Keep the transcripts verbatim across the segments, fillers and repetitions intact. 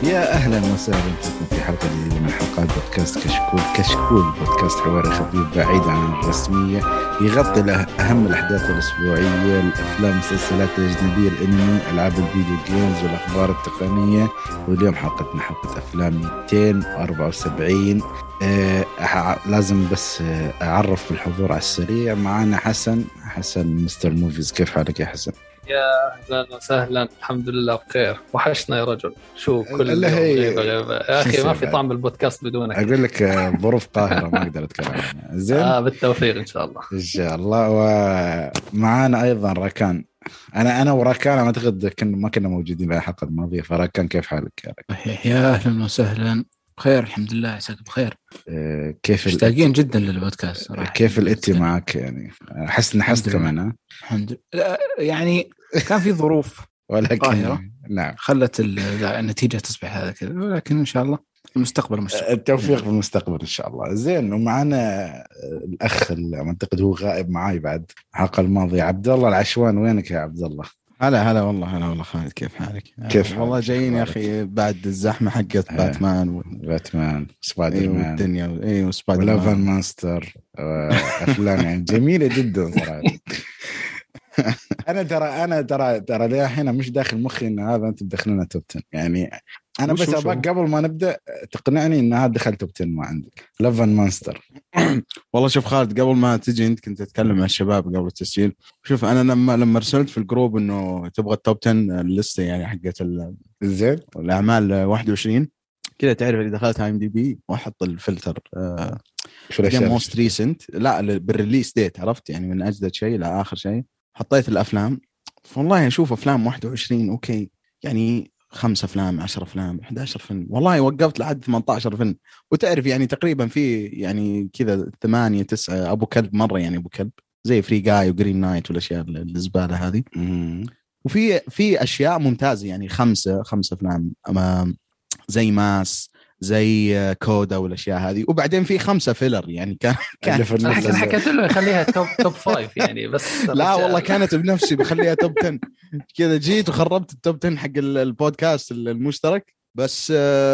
يا أهلا وسهلا فيكم في حلقة جديدة من حلقات بودكاست كشكول. كشكول بودكاست حواري خفيف بعيد عن الرسمية، يغطي أهم الأحداث الأسبوعية، الأفلام والمسلسلات الأجنبية، الأنمي، ألعاب الفيديو جيمز والأخبار التقنية. واليوم حلقتنا حلقة أفلام مئتين وأربعة وسبعين. أه لازم بس أعرف بالحضور على السريع. معنا حسن حسن مستر موفيز. كيف حالك يا حسن؟ يا أهلا وسهلا، الحمد لله بخير. وحشنا يا رجل، شو كل يوم غيبة غيبة يا أخي، ما في طعم بالبودكاست بدونك. أقول لك ظروف قاهرة ما أقدر أتكلم عنها. زين آه بالتوفيق إن شاء الله. إن شاء الله. ومعانا أيضا راكان. أنا أنا وراكان ما أعتقد كنا ما كنا موجودين في الحلقة الماضية. فراكان كيف حالك يا راكان؟ يا أهلا وسهلا، بخير الحمد لله. عساك بخير. أه كيف مشتاقين جدا للبودكاست صراحة. كيف الاتي معك يعني؟ حس نحست كمان. الحمد لله، يعني كان في ظروف ولكن قاهرة نعم خلت النتيجة تصبح هذا كذا، ولكن إن شاء الله المستقبل مستقبل. التوفيق في المستقبل إن شاء الله. زين. ومعنا الأخ اللي أعتقد هو غائب معاي بعد الحلقة الماضية، عبد الله العشوان. وينك يا عبد الله؟ هلا هلا والله. هلا والله خالد، كيف حالك؟ كيف حالك؟ والله جايين يا أخي بعد الزحمة حقت آه. باتمان و... باتمان سبايدر أيوة مان الدنيا أيوة سبايدر ولافن مان مانستر. أفلام يعني جميلة جدا صراحة. أنا ترى أنا ترى ترى ليه هنا مش داخل مخي إن هذا أنت تدخلنا توب عشرة يعني. أنا بس أبغى قبل ما نبدأ تقنعني إن هذا دخل توب عشرة ما عندك لافن مانستر. والله شوف خالد، قبل ما تجي أنت كنت أتكلم مع الشباب قبل التسجيل. شوف أنا لما لما رسلت في الجروب إنه تبغى التوب عشرة الليستة يعني حقت زين الأعمال واحد وعشرين كذا، تعرف اللي دخلت ام دي بي واحط الفلتر آه موست ريسنت، لا بالريليس ديت، عرفت يعني من أجدد شيء لآخر شيء. حطيت الأفلام، والله أشوف أفلام واحد وعشرين أوكي يعني خمسة أفلام عشرة أفلام إحدى عشر فيلم، والله وقفت لحد ثمانية عشر فيلم. وتعرف يعني تقريبا في يعني كذا ثمانية تسعة أبو كلب مرة، يعني أبو كلب زي فري جاي وجرين نايت والأشياء الزبالة هذه. وفي في أشياء ممتازة يعني خمسة خمسة أفلام أمام زي ماس زي كودا والاشياء هذه. وبعدين في خمسة فيلر يعني كان كان انا حكيت له يخليها توب توب فايف يعني بس لا والله كانت بنفسي بخليها توب عشرة كذا. جيت وخربت التوب عشرة حق البودكاست المشترك. بس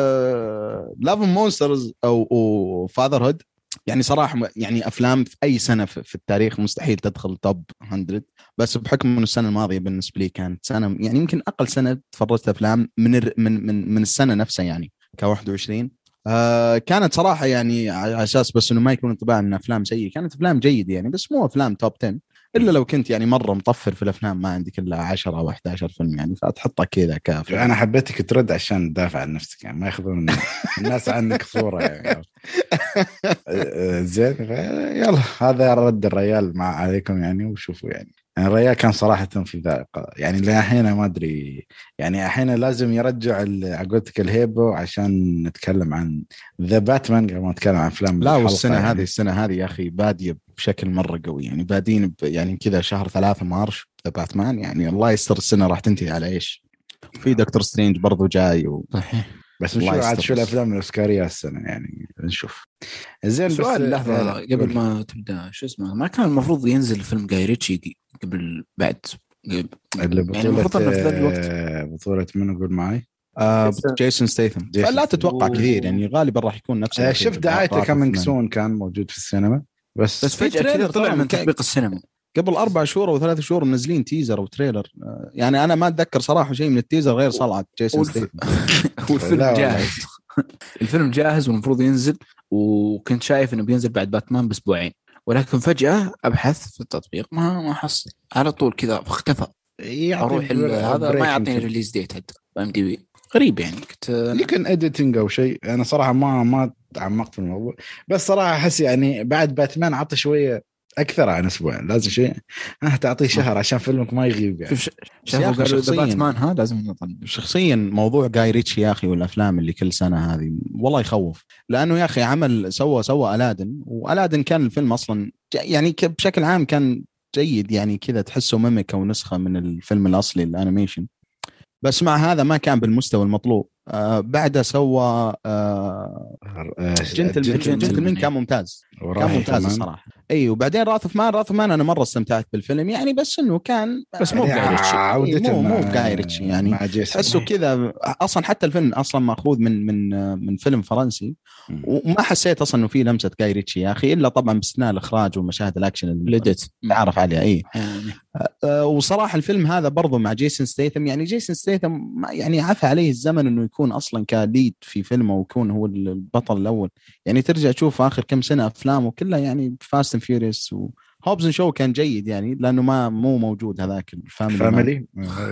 لافن مونسترز او فاذر هود يعني صراحه يعني افلام في اي سنه في التاريخ مستحيل تدخل توب مية، بس بحكم من السنه الماضيه بالنسبه لي كانت سنه يعني يمكن اقل سنه تفرجت افلام من من من, من السنه نفسها يعني كواحد وعشرين. آه كانت صراحة يعني على أساس بس إنه ما يكون انطباع إن أفلام سيئة، كانت أفلام جيدة يعني بس مو أفلام توب عشرة. إلا لو كنت يعني مرة مطفر في الأفلام ما عندك إلا عشرة أو أحد عشر فيلم يعني فتحطها كذا كافة. أنا حبيتك ترد عشان تدافع عن نفسك يعني ما ياخذون الناس عنك صورة يعني. زين يلا هذا رد الرجال مع عليكم يعني. وشوفوا يعني الرجال كان صراحة في ذائقة يعني لأحيانا ما أدري يعني أحيانا لازم يرجع عقودك الهيبة عشان نتكلم عن ذا باتمان قبل ما نتكلم عن أفلام. لا والسنة يعني. هذه السنة هذه يا أخي بادية بشكل مرة قوي يعني بادين يعني كذا شهر ثلاثة مارش ذا باتمان يعني الله يستر السنة راح تنتهي على إيش. في دكتور سترينج برضو جاي و... صحيح. بس نشوف عاد شو الأفلام الأوسكارية السنة يعني نشوف. زين سؤال لحظة قبل ما تبدأ، شو اسمه ما كان المفروض ينزل فيلم جاي ريتشي قبل بعد اللي بطولة يعني المفروض في ذا الوقت بطولة منو قول معي آه جيسون ستيثم. لا تتوقع كثير يعني غالبا راح يكون نفس آه شفت دعايته كامينج سون كان موجود في السينما بس بس فجأة كذا طلع من تطبيق السينما قبل أربع شهور أو ثلاث شهور منزلين تيزر وتريلر يعني أنا ما أتذكر صراحة شيء من التيزر غير صلعة جيسون ستيثم. هو الفيلم جاهز الفيلم جاهز والمفروض ينزل وكنت شايف إنه بينزل بعد باتمان بأسبوعين ولكن فجأة أبحث في التطبيق ما ما حصل على طول كذا اختفى. أروح هذا ما يعطيني ريليز ديت حتى ام دي بي غريب يعني. كنت يمكن اديتنج أو شيء. أنا صراحة ما ما تعمقت في الموضوع بس صراحة أحس يعني بعد باتمان عطى شوية أكثر عن أسبوع لازم شيء ها تعطيه شهر عشان فيلمك ما يغيب يعني. شافوا قالوا ذا باتمان ها لازم نطلع. شخصيا موضوع جاي ريتشي يا أخي والأفلام اللي كل سنة هذه والله يخوف لأنه يا أخي عمل سوى سوى ألادن وألادن كان الفيلم أصلا يعني بشكل عام كان جيد يعني كذا تحسه ميميك أو نسخة من الفيلم الأصلي الأنيميشن بس مع هذا ما كان بالمستوى المطلوب. آه بعدها سوى آه جنتلمان كان ممتاز كان ممتاز الصراحة اي وبعدين راث اوف مان راث اوف مان انا مره استمتعت بالفيلم يعني بس انه كان بس مو يعني جاي مو مو جاي ريتشي يعني تحسه كذا اصلا حتى الفيلم اصلا ماخوذ من من من فيلم فرنسي وما حسيت اصلا انه في لمسه جاي ريتشي يا اخي الا طبعا باستثناء الاخراج ومشاهد الاكشن اللي تعرف عليها اي أه وصراحه الفيلم هذا برضو مع جيسون ستيثم يعني جيسون ستيثم يعني عفى عليه الزمن انه يكون اصلا كليد في فيلم ويكون هو البطل الاول يعني ترجع تشوف اخر كم سنه افلامه كلها يعني فاست اند فيوريوس وهوبز اند شو كان جيد يعني لانه ما مو موجود هذاك الفاميلي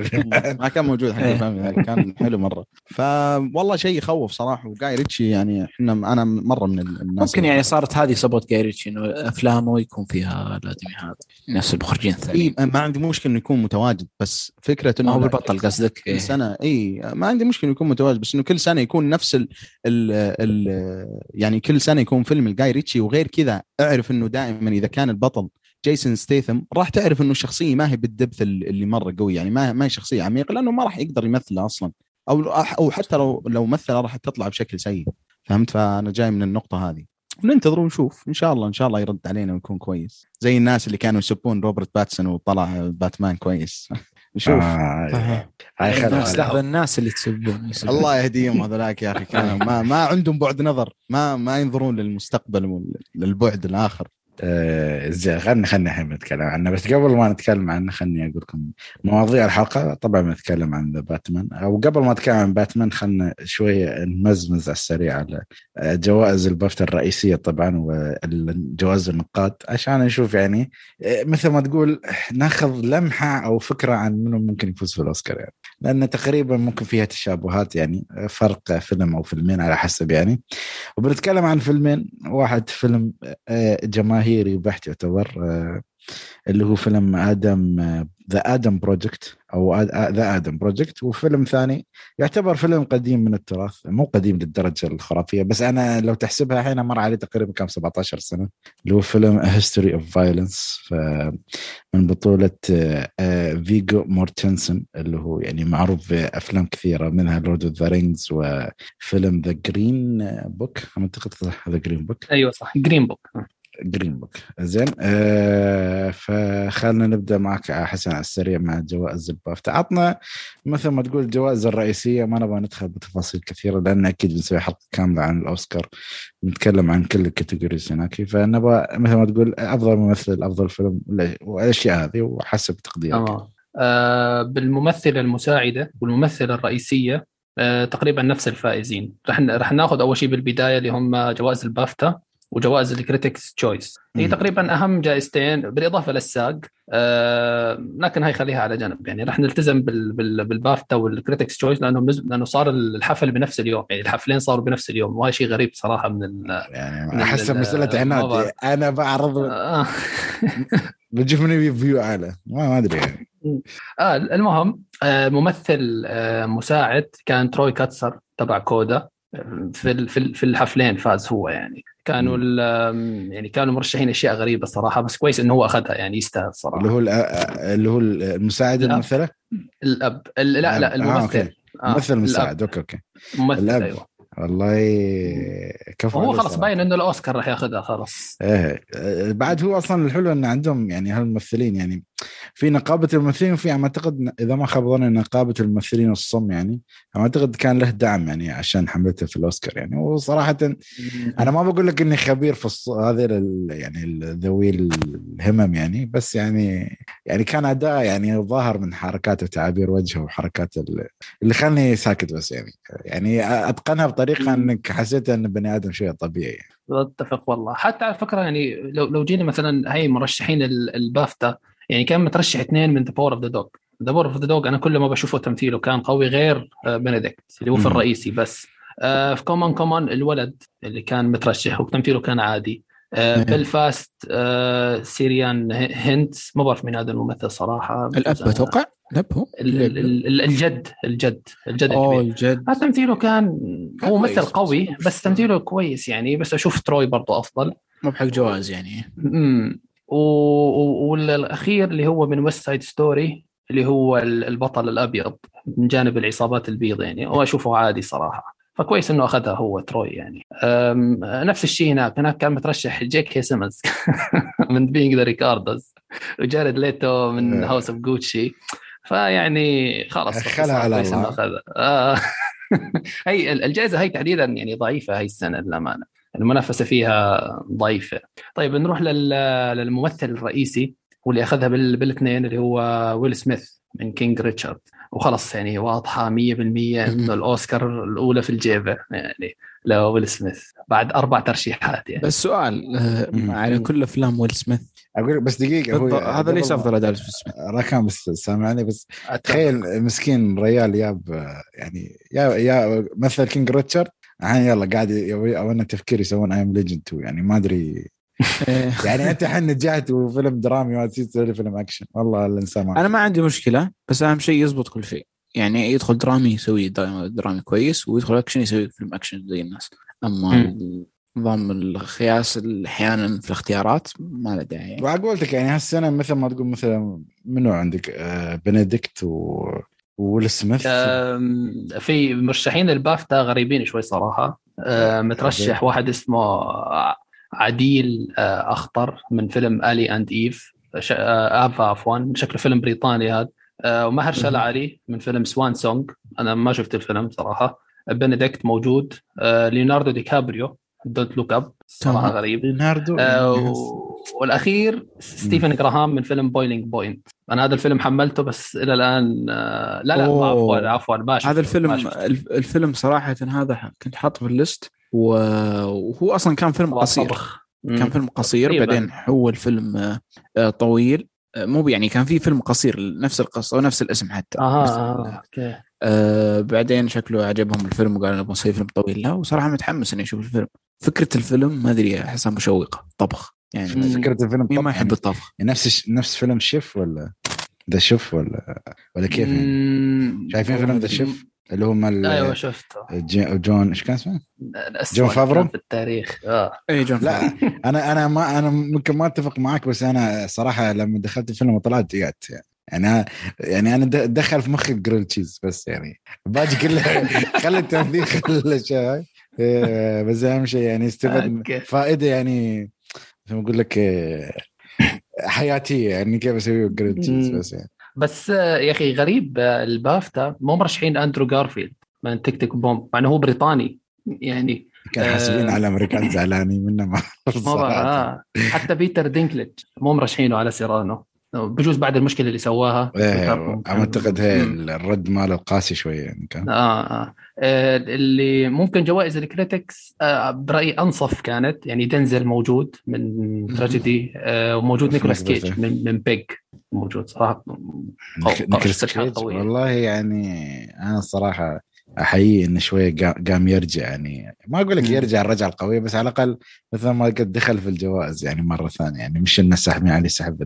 ما كان موجود حق الفاميلي كان حلو مره فوالله شيء يخوف صراحه وجاي ريتشي يعني احنا انا مره من الناس ممكن يعني صارت هذه صبت جاي ريتشي انه افلامه يكون فيها الادمي هذا نفس المخرجين الثانيين إيه ما عندي مشكله انه يكون متواجد بس فكره انه هو البطل قصدك كل سنه اي ما عندي مشكله يكون متواجد بس انه كل سنه يكون نفس ال ال ال يعني كل سنه يكون فيلم الجاي ريتشي وغير كذا اعرف انه دائما اذا كان البطل جيسون ستيثم راح تعرف انه الشخصيه ما هي بالدبث اللي مره قوي يعني ما ما هي شخصيه عميقه لانه ما راح يقدر يمثلها اصلا او او حتى لو لو مثل راح تطلع بشكل سيء فهمت فانا جاي من النقطه هذه وننتظر ونشوف ان شاء الله ان شاء الله يرد علينا ويكون كويس زي الناس اللي كانوا يسبون روبرت باتسون وطلع باتمان كويس نشوف آه هاي خلاص هذا الناس اللي تسبون الله يهديهم هذولاك يا اخي كانوا ما ما عندهم بعد نظر ما ما ينظرون للمستقبل وللبعد الاخر آه خلنا خلنا الحين نتكلم عنه بس قبل ما نتكلم عنه خلني أقول لكم مواضيع الحلقة طبعا نتكلم عن باتمان أو قبل ما نتكلم عن باتمان خلنا شوية نمزمز على السريع على جوائز البافتا الرئيسية طبعا والجوائز النقاد عشان نشوف يعني مثل ما تقول ناخذ لمحة أو فكرة عن منو ممكن يفوز في الأوسكار يعني لأن تقريبا ممكن فيها تشابهات يعني فرق فيلم أو فيلمين على حسب يعني وبنتكلم عن فيلمين واحد فيلم جماهيري بحت يعتبر اللي هو فيلم آدم ذا آدم بروجكت أو ذا آدم بروجكت وفيلم ثاني يعتبر فيلم قديم من التراث مو قديم للدرجة الخرافية بس أنا لو تحسبها حين مر عليه تقريبا كم سبعة عشر سنة اللي هو فيلم A History of Violence من بطولة فيغو مورتنسن اللي هو يعني معروف بأفلام كثيرة منها Lord of the Rings وفيلم The Green Book أنا أعتقد The Green Book أيوة صح Green Book جرين بوك زين آه فخلنا نبدا معك حسن على السريع مع جوائز البافتا عطنا مثل ما تقول الجوائز الرئيسيه ما نبغى ندخل بتفاصيل كثيره لان اكيد بنسوي حلقه كامله عن الاوسكار نتكلم عن كل الكاتيجوريز هناك فنبغى مثل ما تقول افضل ممثل افضل فيلم والاشياء هذه وحسب تقديرك آه بالممثله المساعده والممثله الرئيسيه آه تقريبا نفس الفائزين رح رح ناخذ اول شيء بالبدايه اللي هم جوائز البافتا وجوائز الكريتيكس تشويس هي تقريبا أهم جائزتين بالإضافة للساق آه لكن هاي خليها على جنب يعني رح نلتزم بال بال بالبافتا والكريتيكس تشويس لأنه لأنه صار الحفل بنفس اليوم يعني الحفلين صاروا بنفس اليوم وهذا شيء غريب صراحة من ال يعني أحس مسألة عناد أنا بعرض آه. بجيب مني فيو أعلى ما ما أدري يعني. آه المهم آه ممثل آه مساعد كان تروي كاتسر تبع كودا في في الحفلين فاز هو يعني كانوا يعني كانوا مرشحين اشياء غريبه صراحه بس كويس انه هو اخذها يعني يستاهل صراحه اللي هو اللي هو المساعد الممثله الاب لا لا الممثل آه ممثل مساعد اوكي اوكي ممثل ايوه والله كفو هو خلص باين انه الاوسكار راح ياخذها خلاص ايه بعد هو اصلا الحلو ان عندهم يعني هالممثلين يعني في نقابه الممثلين وفي اعتقد اذا ما خاب ظني نقابه الممثلين الصم يعني اعتقد كان له دعم يعني عشان حملته في الاوسكار يعني وصراحه انا ما بقول لك اني خبير في الص... هذه يعني ذوي الهمم يعني بس يعني يعني كان اداء يعني ظاهر من حركاته وتعابير وجهه وحركات اللي خلني ساكت بس يعني يعني اتقنها بطريقه انك حسيت ان بني ادم شيء طبيعي اتفق والله حتى على فكره يعني لو لو جينا مثلا هاي مرشحين البافتا يعني كان مترشح اثنين من The Power of the Dog The Power of the Dog أنا كل ما بشوفه تمثيله كان قوي غير بنديكت اللي هو في الرئيسي بس آه في كومان كومان الولد اللي كان مترشح وتمثيله كان عادي آه بلفاست آه سيريان هينتس ما بعرف مين هذا الممثل صراحة الأب أتوقع الأب هو الجد الجد الجد أوه الجد تمثيله كان هو ممثل قوي بس تمثيله كويس يعني بس أشوف تروي برضو أفضل مو بحق جواز يعني امم والأخير اللي هو من ويست سايد ستوري اللي هو البطل الأبيض من جانب العصابات البيض يعني هو أشوفه عادي صراحة فكويس انه اخذها هو تروي يعني. نفس الشيء هناك هناك كان مترشح جيك هي سيمنز من بينج ذا ريكاردوز، وجارد ليتو من هاوس اوف جوتشي. فيعني خلاص خلها على الله. آه. هي الجائزه هي تحديدا يعني ضعيفه هاي السنه للامانه، المنافسه فيها ضعيفه. طيب نروح للممثل الرئيسي واللي اخذها بالاثنين اللي هو ويل سميث من كينج ريتشارد. وخلص يعني واضحه مية بالمية انه الاوسكار الاولى في الجيبه يعني لو ويل سميث بعد اربع ترشيحات يعني. بس سؤال على كل افلام ويل سميث اقول بس دقيقه، هو هذا ليس افضل اداء لسميث رقم بس سامعني بس تخيل مسكين ريال ياب يعني يا يا مثل كينج ريتشارد الحين يلا قاعد يبي او انا تفكير يسوون ايم ليجند تو يعني ما ادري يعني انت الحين نجحت وفيلم درامي ونسيت تسوي فيلم اكشن. والله الانسان انا ما عندي مشكله، بس اهم شيء يزبط كل شيء يعني. يدخل درامي يسوي درامي كويس، ويدخل اكشن يسوي فيلم اكشن زي الناس. اما نظام الخياس احيانا في الاختيارات ما له داعي يعني. وقلتك يعني هالسنه مثل ما تقول مثلا منو عندك آه بنديكت و وويل سميث. في مرشحين البافتا غريبين شوي صراحه. مترشح واحد اسمه عديل أخطر من فيلم آلي أند إيف آفا عفوا، شكله فيلم بريطاني هذا. ومهرشلا علي من فيلم سوان سونغ، أنا ما شفت الفيلم صراحة. بنديكت موجود. ليوناردو دي كابريو دونت لوك أب صراحة غريب. ليوناردو والأخير ستيفن غراهام من فيلم بويلينج بوينت. أنا هذا الفيلم حملته بس إلى الآن لا لا عفوا عفوا ما هذا الفيلم الفيلم صراحة هذا كنت حاطه في الليست، وهو أصلا كان فيلم قصير. كان فيلم قصير بعدين حول فيلم طويل، مو يعني كان فيه فيلم قصير نفس القصة ونفس الاسم حتى. آه آه أوكي. آه بعدين شكله عجبهم الفيلم وقالوا نبغى نسوي فيلم طويل. لا وصراحة متحمس إني أشوف الفيلم. فكرة الفيلم ما أدري أحسها مشوقة. طبخ يعني فكرة الفيلم مين ما يحب الطبخ يعني نفس نفس فيلم شيف ولا ذا شيف ولا ولا كيف يعني؟ شايفين فيلم ذا شيف اللي هو مال ايوه شفته جون ايش كان اسمه جون فافرو في التاريخ اه اي جون لا انا انا ما انا ممكن ما اتفق معك، بس انا صراحه لما دخلت الفيلم وطلعت قعدت يعني يعني انا دخل في مخي الجريل تشيز بس يعني باجي كله خلي التمثيل خلي الاشياء بس اهم شيء يعني استفاد فائده يعني زي ما اقول لك حياتيه يعني كيف اسوي الجريل تشيز بس يعني. بس يا أخي غريب البافتا مو مرشحين أندرو غارفيلد من تيك تيك بوم مع أنه هو بريطاني يعني. كان حاسبين آه على أمريكان زعلاني منه ما آه. حتى بيتر دينكليج مو مرشحينه على سيرانو، بجوز بعد المشكلة اللي سواها. إيه أعتقد هي الرد ماله القاسي شوية يعني كان. آه. آه. آه اللي ممكن جوائز الكريتكس آه برأيي أنصف كانت يعني دنزل موجود من تراجيدي آه وموجود نيكولاس كيج من من بيج موجود صراحة. نيكولاس كيج والله يعني أنا صراحة أحيي إنه شوية قام يرجع يعني ما أقول لك يرجع الرجعة القوية، بس على الأقل مثل ما قد دخل في الجوائز يعني مرة ثانية يعني مش إنه سحبني عليه سحبة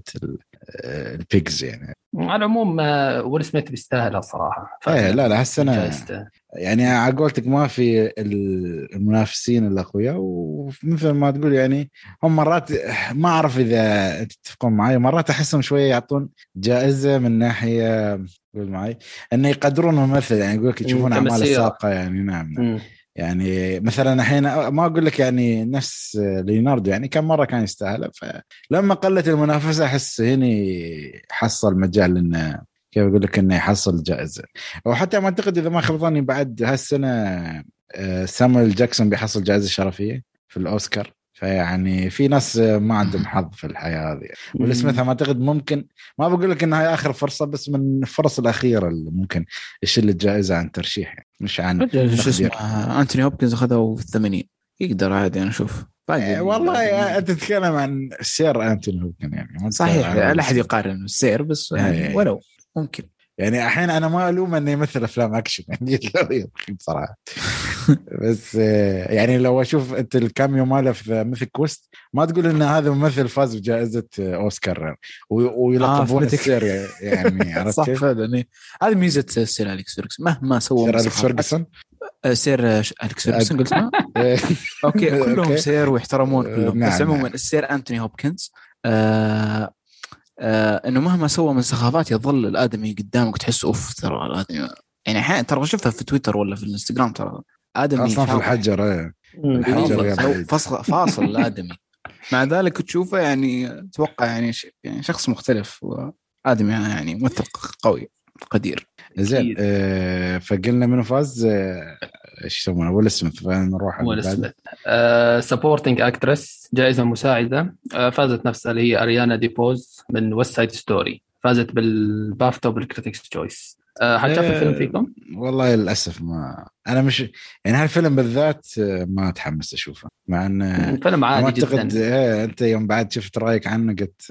البيجز يعني. على العموم ويل سميث بيستاهلها صراحة. إيه لا لا هالسنة يعني عقولتك ما في المنافسين الأقوياء، ومثل ما تقول يعني هم مرات ما أعرف إذا تتفقون معي مرات أحسهم شوية يعطون جائزة من ناحية قول معي أنه يقدرون الممثل يعني يقولك يشوفون أعمال السابقة يعني نعم, نعم. يعني مثلا الحين ما أقول لك يعني نفس ليوناردو يعني كم مرة كان يستاهل، فلما قلت المنافسة أحس هنا حصل مجال إنه كيف أقول لك إنه يحصل جائزة. وحتى ما أعتقد إذا ما خبطاني بعد هالسنة سامويل جاكسون بيحصل جائزة شرفية في الأوسكار، فيعني في ناس ما عندهم حظ في الحياة هذه. ويل سميث ما أعتقد ممكن ما بقول لك إنها هي آخر فرصة، بس من الفرص الأخيرة اللي ممكن يشيل الجائزة عن ترشيح يعني. مش عن شو اسمه أنتوني هوبكنز أخذه في الثمانين يقدر عادي أنا أشوف إيه والله أنت تتكلم عن السير أنتوني هوبكنز يعني صحيح لا أحد يقارن السير بس يعني ولو ممكن يعني أحيان أنا ما ألوم أني مثل أفلام أكشن يعني بصراحة بس يعني لو أشوف أنت الكاميو ماله في مثل كوست ما تقول إن هذا ممثل فاز بجائزة أوسكار ويلقبون آه السير يعني عرفت صح فعلا. هذه ميزة سير أليكس فيرغسون مهما سوى سير أليكس فيرغسون سير أليكس فيرغسون قلت ما أوكي كلهم سير ويحترمون كلهم بس عموما السير أنتوني هوبكنز آه آه انه مهما سوى من سخافات يظل الادمي قدامك تحس اوف ترى الادمي يعني احيانا ترى شفتها في تويتر ولا في الانستغرام ترى آدمي اصلا في الحجر ايه الحجر فاصل فاصل الآدمي مع ذلك تشوفه يعني اتوقع يعني, ش... يعني شخص مختلف وآدمي يعني ممثل قوي قدير. زين آه فقلنا منو فاز آه ايش يسمونه ويل سميث، فنروح على ويل سميث سبورتنج اكترس جائزه مساعده آه فازت نفسها اللي هي اريانا ديبوز من ويست سايد ستوري، فازت بالبافتا وبالكريتكس تشويس. أه حد شاف الفيلم فيكم؟ والله للاسف ما انا مش يعني هالفيلم بالذات ما تحمس اشوفه، مع ان فيلم عادي جدا. ايه انت يوم بعد شفت رايك عنه قلت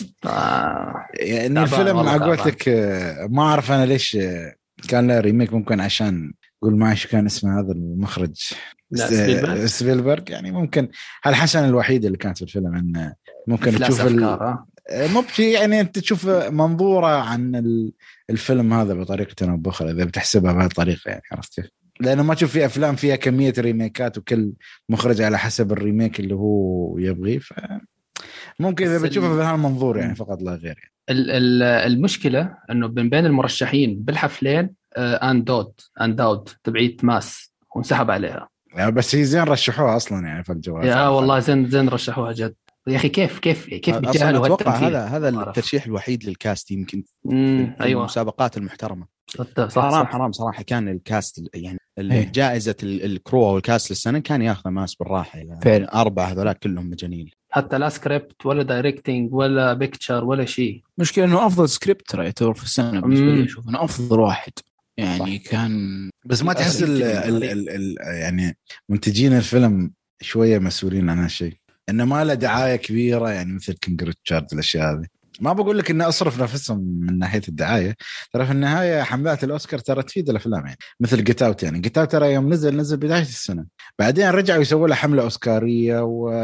آه يعني الفيلم مع قولتك ما اعرف انا ليش كان له ريميك، ممكن عشان قول معي شو كان اسمه هذا المخرج سبيلبرغ. سبيلبرغ يعني ممكن هالحسنه الوحيده اللي كانت في الفيلم انه ممكن تشوف ال... مو بشيء يعني انت تشوف منظوره عن الفيلم هذا بطريقه او باخرى اذا بتحسبها بهالطريقه يعني عرفت كيف؟ لانه ما تشوف في افلام فيها كميه ريميكات وكل مخرج على حسب الريميك اللي هو يبغيه، ف ممكن اذا بتشوفها بهالمنظور يعني فقط لا غير يعني. المشكله انه بين بين المرشحين بالحفلين ان دود ان دود تبعيت ماس وانسحب عليها يعني، بس هي زين رشحوها اصلا يعني في الجوائز. يا والله زين زين رشحوها جد يا اخي. كيف كيف كيف بيجهلوا اتوقع هذا هذا الترشيح الوحيد للكاست يمكن في أيوة. المسابقات المحترمه صح صح حرام صح. حرام صراحه كان الكاست يعني الجائزه الكرو والكاست للسنه كان ياخذ ماس بالراحه يعني اربعه هذول كلهم مجانين، حتى لا سكريبت ولا دايركتينج ولا بيكتشر ولا شيء. مشكله انه افضل سكريبت ترى يعتبر في السنه بالنسبه لي، اشوف انه افضل واحد يعني صح. كان بس ما تحس ال ال ال ال يعني منتجين الفيلم شويه مسؤولين عن هالشيء، انه ما له دعايه كبيره يعني مثل كينج ريتشارد الاشياء هذه. ما بقول لك انه اصرف نفسهم من ناحيه الدعايه، ترى في النهايه حملات الاوسكار ترى تفيد الافلام يعني مثل جيت اوت يعني جيت اوت ترى يوم نزل نزل بدايه السنه، بعدين رجعوا يسووا له حمله اوسكاريه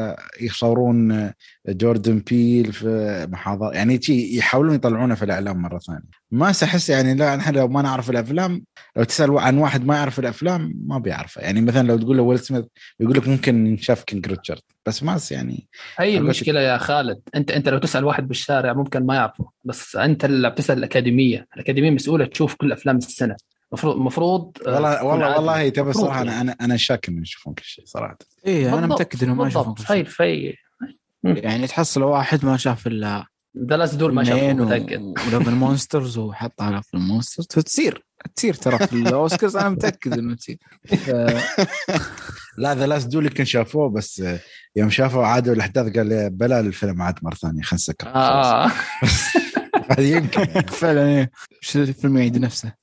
ويصورون جوردن بيل في محاضر يعني شيء يحاولون يطلعونه في الاعلام مره ثانيه. ما سحس يعني لا نحن لو ما نعرف الافلام، لو تسال عن واحد ما يعرف الافلام ما بيعرفه يعني. مثلا لو تقول له ويل سميث يقول لك ممكن شاف كينج ريتشارد بس ما يعني. هي المشكله يا خالد، انت انت لو تسال واحد بالشارع ممكن ما يعرفه، بس انت اللي بتسال الاكاديميه، الاكاديميه مسؤوله تشوف كل افلام السنه. مفروض مفروض والله والله والله تبي صراحه انا انا انا شاك انه يشوفون كل شيء صراحه. ايه انا متاكد انه ما يشوفون كل شيء. في يعني تحصل واحد ما شاف الا ده لازم دول ما شافوا متاكد ولو المونسترز وحط على في المونسترز تصير تصير ترى في الاوسكارز انا متاكد انه تصير ف... لا ذا لاست دول كان شافوه بس يوم شافوا عادوا الاحداث قال بلا الفيلم عاد مره ثانيه خلينا نسكر اه هذه يمكن فعلا ايش الفيلم يعيد نفسه.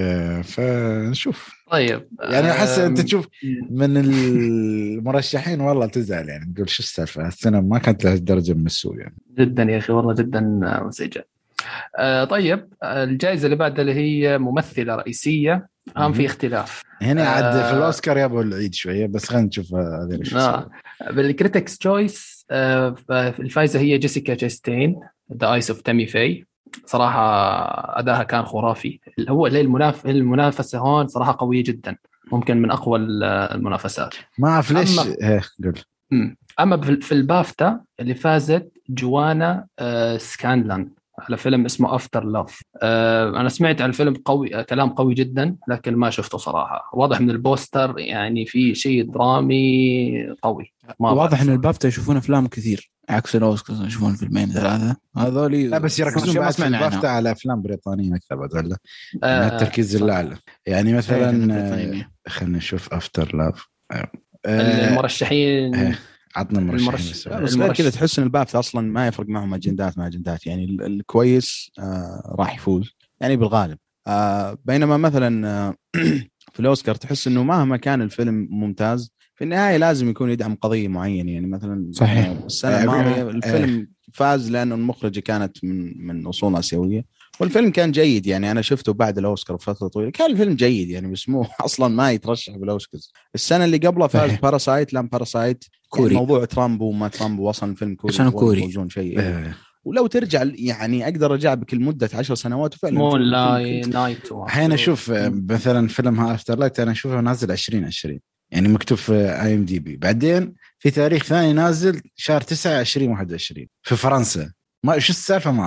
فنشوف طيب يعني احس انت تشوف من المرشحين والله تزعل يعني تقول شو السالفه السنه ما كانت لها درجه من السوء يعني جدا يا اخي والله جدا مزعجه. آه طيب الجائزه اللي بعدها اللي هي ممثله رئيسيه هم في اختلاف هنا عاد آه في الاوسكار يابوا العيد شويه بس خلينا نشوف هذه ايش آه بالكريتكس تشويس آه الفائزه هي جيسيكا تشاستين ذا ايس اوف تامي في. صراحه اداها كان خرافي. هو اللي المناف المنافسه هون صراحه قويه جدا، ممكن من اقوى المنافسات. ما اعرف ليش اما, أما في البافتا اللي فازت جوانا آه سكانلان على فيلم اسمه أفتر لاف. أه أنا سمعت عن الفيلم قوي، كلام قوي جدا، لكن ما شفته صراحة. واضح من البوستر يعني في شيء درامي قوي. واضح إن البافتا يشوفون أفلام كثير عكس الأوسكار يشوفون فيلمين ثلاثة هذولي. لا بس يركزون بعد في البافتا على أفلام بريطانية أكثر بعد ولا آه التركيز الأعلى يعني مثلا آه خلينا نشوف أفتر لاف آه المرشحين آه عطنا المرشحين بس غير كذا تحس ان الباث اصلا ما يفرق معهم اجندات مع اجندات يعني الكويس آه راح يفوز يعني بالغالب. آه بينما مثلا آه في الاوسكار تحس انه مهما كان الفيلم ممتاز في النهايه لازم يكون يدعم قضيه معينه يعني مثلا صحيح. آه السنه الماضيه الفيلم فاز لانه المخرجه كانت من من اصول اسيويه والفيلم كان جيد يعني انا شفته بعد الاوسكار بفتره طويله كان الفيلم جيد يعني بس مو اصلا ما يترشح بالاوسكار. السنه اللي قبلها فاز باراسايت لام باراسايت كوري. يعني موضوع ترامب وما ترامب وصل الفيلم كوري عشان كوري شيء إيه. ولو ترجع يعني اقدر ارجع بك لمده عشر سنوات وفعلا مون لاي نايت الحين اشوف مثلا فيلم ها افتر لايت انا اشوفه نازل عشرين عشرين يعني مكتوب في اي ام دي بي، بعدين في تاريخ ثاني نازل شهر تسعة عشرين واحد وعشرين في فرنسا. ما شو السالفه ما اعرف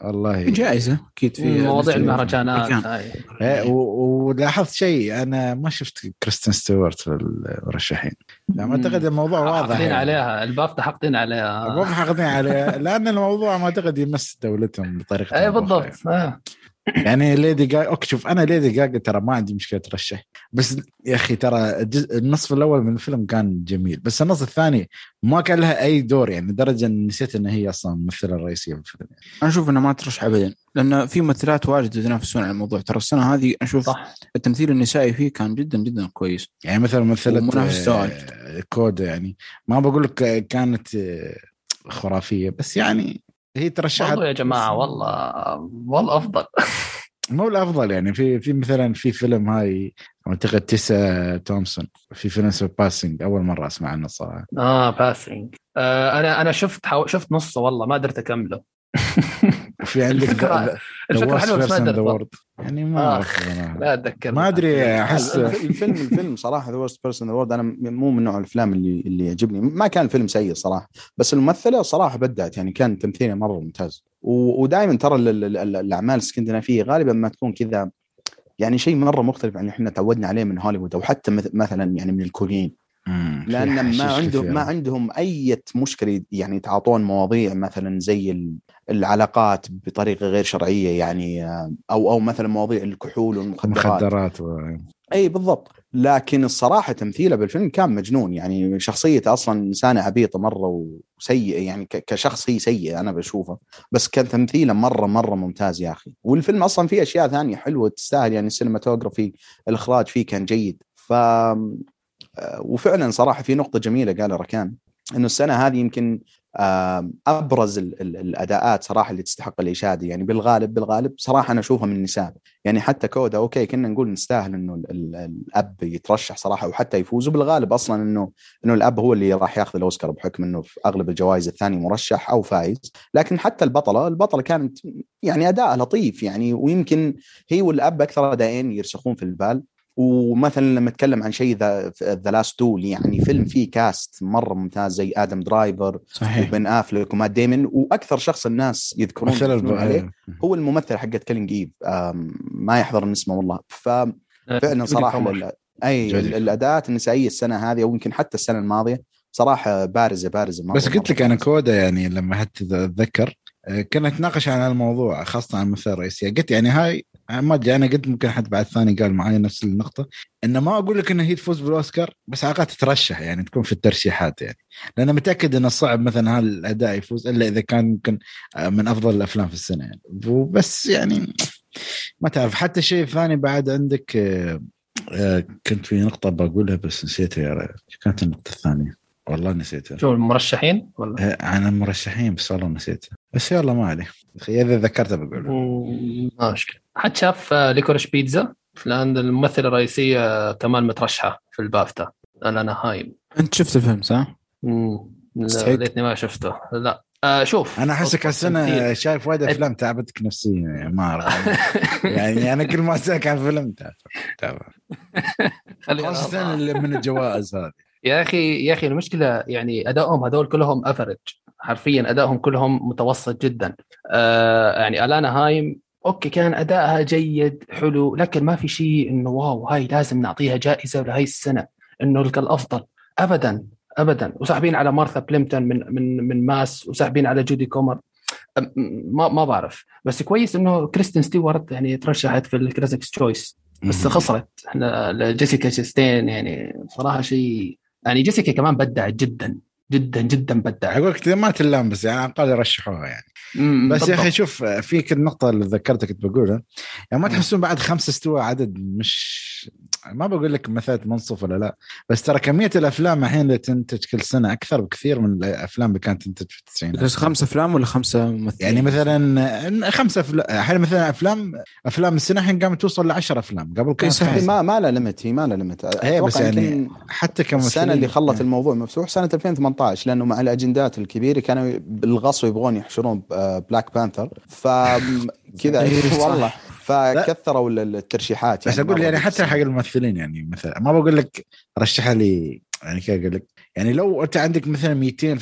والله جائزة أكيد في مواضيع المهرجانات هاي. إيه ولاحظت شيء أنا ما شفت كريستين ستيوارت في المرشحين. لا ما أعتقد الموضوع واضح حاقدين يعني. عليها البافتا حاقدين عليها البافتا حاقدين عليها لأن الموضوع ما أعتقد يمس دولتهم بطريقة أي بالضبط آه. يعني ليدي جاga اوكي شوف انا ليدي جاga ترى ما عندي مشكله ترشح بس يا اخي ترى النصف الاول من الفيلم كان جميل بس النصف الثاني ما كان لها اي دور يعني لدرجه ان نسيت ان هي اصلا الممثله الرئيسيه في الفيلم يعني. انا اشوف انه ما ترشح ابدا لان في ممثلات واجد يتنافسون على الموضوع ترى السنه هذه اشوف صح. التمثيل النسائي فيه كان جدا جدا كويس يعني مثلا ممثله كودا يعني ما بقول لك كانت خرافيه بس يعني هي ترشحت يا جماعه والله والله افضل مو الافضل يعني في في مثلا في فيلم هاي اعتقد تيسا تومسون في فيلم اسمه باسنج اول مره اسمع عنه صراحه. اه باسنج آه انا انا شفت حو... شفت نصه والله ما قدرت اكمله. وفي عندك الفكره, الفكرة حلوه بس ما قدرت يعني ما اعرف آه. لا اتذكر ما ادري احس الفيلم الفيلم صراحه ذا ورست بيرسون ذا وورد انا مو من نوع الافلام اللي اللي يعجبني ما كان الفيلم سيء صراحه بس الممثله صراحه بدعت يعني كان تمثيلها مره ممتاز ودائما ترى الاعمال الاسكندنافيه غالبا ما تكون كذا يعني شيء مره مختلف عن اللي احنا تعودنا عليه من هوليوود او حتى مثلا يعني من الكوريين لان ما عندهم ما عندهم اي مشكله يعني يتعاطون مواضيع مثلا زي العلاقات بطريقه غير شرعيه يعني او او مثلا مواضيع الكحول والمخدرات و... اي بالضبط لكن الصراحه تمثيله بالفيلم كان مجنون يعني شخصيته اصلا انسانه عبيطه مره وسيء يعني كشخص هي سيء انا بشوفه بس كان تمثيله مره مره ممتاز يا اخي والفيلم اصلا فيه اشياء ثانيه حلوه تستاهل يعني السينماتوغرافي الاخراج فيه كان جيد ف وفعلا صراحه في نقطه جميله قال ركان انه السنه هذه يمكن ابرز الاداءات صراحه اللي تستحق الاشاده يعني بالغالب بالغالب صراحه انا اشوفها من النساء يعني حتى كودا اوكي كنا نقول نستاهل انه الاب يترشح صراحه وحتى يفوز بالغالب اصلا انه انه الاب هو اللي راح ياخذ الاوسكار بحكم انه في اغلب الجوائز الثاني مرشح او فايز لكن حتى البطله البطله كانت يعني اداء لطيف يعني ويمكن هي والاب اكثر اداءين يرسخون في البال ومثلا لما اتكلم عن شيء ذا ذا لاست دول يعني فيلم فيه كاست مره ممتاز زي ادم درايفر صحيح. وبن افلك ومات ديمون واكثر شخص الناس يذكرون, يذكرون عليه هو الممثل حق كيلينج ايف ما يحضر اسمه والله ففعلا صراحه اي الاداءات النسائيه السنه هذه او يمكن حتى السنه الماضيه صراحه بارزه بارزه بس قلت لك انا كودا يعني لما حتى اتذكر كنا نتناقش عن الموضوع خاصه عن الممثله الرئيسيه قلت يعني هاي ما ادري انا قلت ممكن حد بعد ثاني قال معي نفس النقطه انه ما اقول لك انها هي تفوز بالاوسكار بس عقد تترشح يعني تكون في الترشيحات يعني لان متاكد انه صعب مثلا هالاداء يفوز الا اذا كان ممكن من افضل الافلام في السنه يعني وبس يعني ما تعرف حتى شيء ثاني بعد عندك كنت في نقطه بقولها بس نسيتها يا رجل كانت النقطه الثانية والله نسيتها شو المرشحين ولا عن المرشحين بس والله نسيتها بس يلا ما عليه اذا ذكرتها بقول ما مشكله حد شاف ليكوريش بيتزا لان الممثله الرئيسيه كمان مترشحه في البافتا انا هايم انت شفت الفيلم صح امم ليتني ما شفته لا آه شوف انا احسك هالسنه شايف وايد افلام تعبتك نفسيا يعني ما اعرف يعني انا كل ما اسالك عن فيلم تعب تعب خاصه من الجوائز هذه يا اخي يا اخي المشكله يعني ادائهم هذول كلهم افريج حرفيا ادائهم كلهم متوسط جدا آه يعني الانا هايم اوكي كان ادائها جيد حلو لكن ما في شيء انه واو هاي لازم نعطيها جائزه لهي السنه انه الافضل ابدا ابدا وساحبين على مارثا بليمتون من من من ماس وساحبين على جودي كومر ما ما بعرف بس كويس انه كريستين ستيوارت يعني ترشحت في الكريتكس تشويس بس خسرت جيسيكا شاستين يعني صراحه شيء يعني جيسيكا كمان بدعت جدا جدا جدا بدعت اقول لك ما تلام بس يعني على الاقل يرشحوها يعني بس يا اخي شوف فيك النقطه اللي ذكرتك كنت بقولها يعني ما تحسون بعد خمسة استوى عدد مش ما بقول لك مثلا منصف ولا لا بس ترى كميه الافلام الحين اللي تنتج كل سنه اكثر بكثير من الافلام اللي كانت تنتج في التسعينات بس خمسة افلام ولا خمسة ممثلين يعني مثلا خمسة الحين مثلا افلام افلام السنه الحين قامت توصل لعشرة افلام قبل كان ما ما لا ليميت هي ما لا ليميت بس يعني حتى كم السنه اللي خلت الموضوع مفتوح سنه ألفين وثمانية عشر لانه مع الاجندات الكبيره كانوا بالغصب يبغون يحشرون بلاك بانثر فكذا والله فكثروا الترشيحات يعني بس اقول يعني حتى حق الممثلين يعني مثلا ما بقول لك رشح لي يعني كذا اقول لك يعني لو انت عندك مثلا مئتين فيلم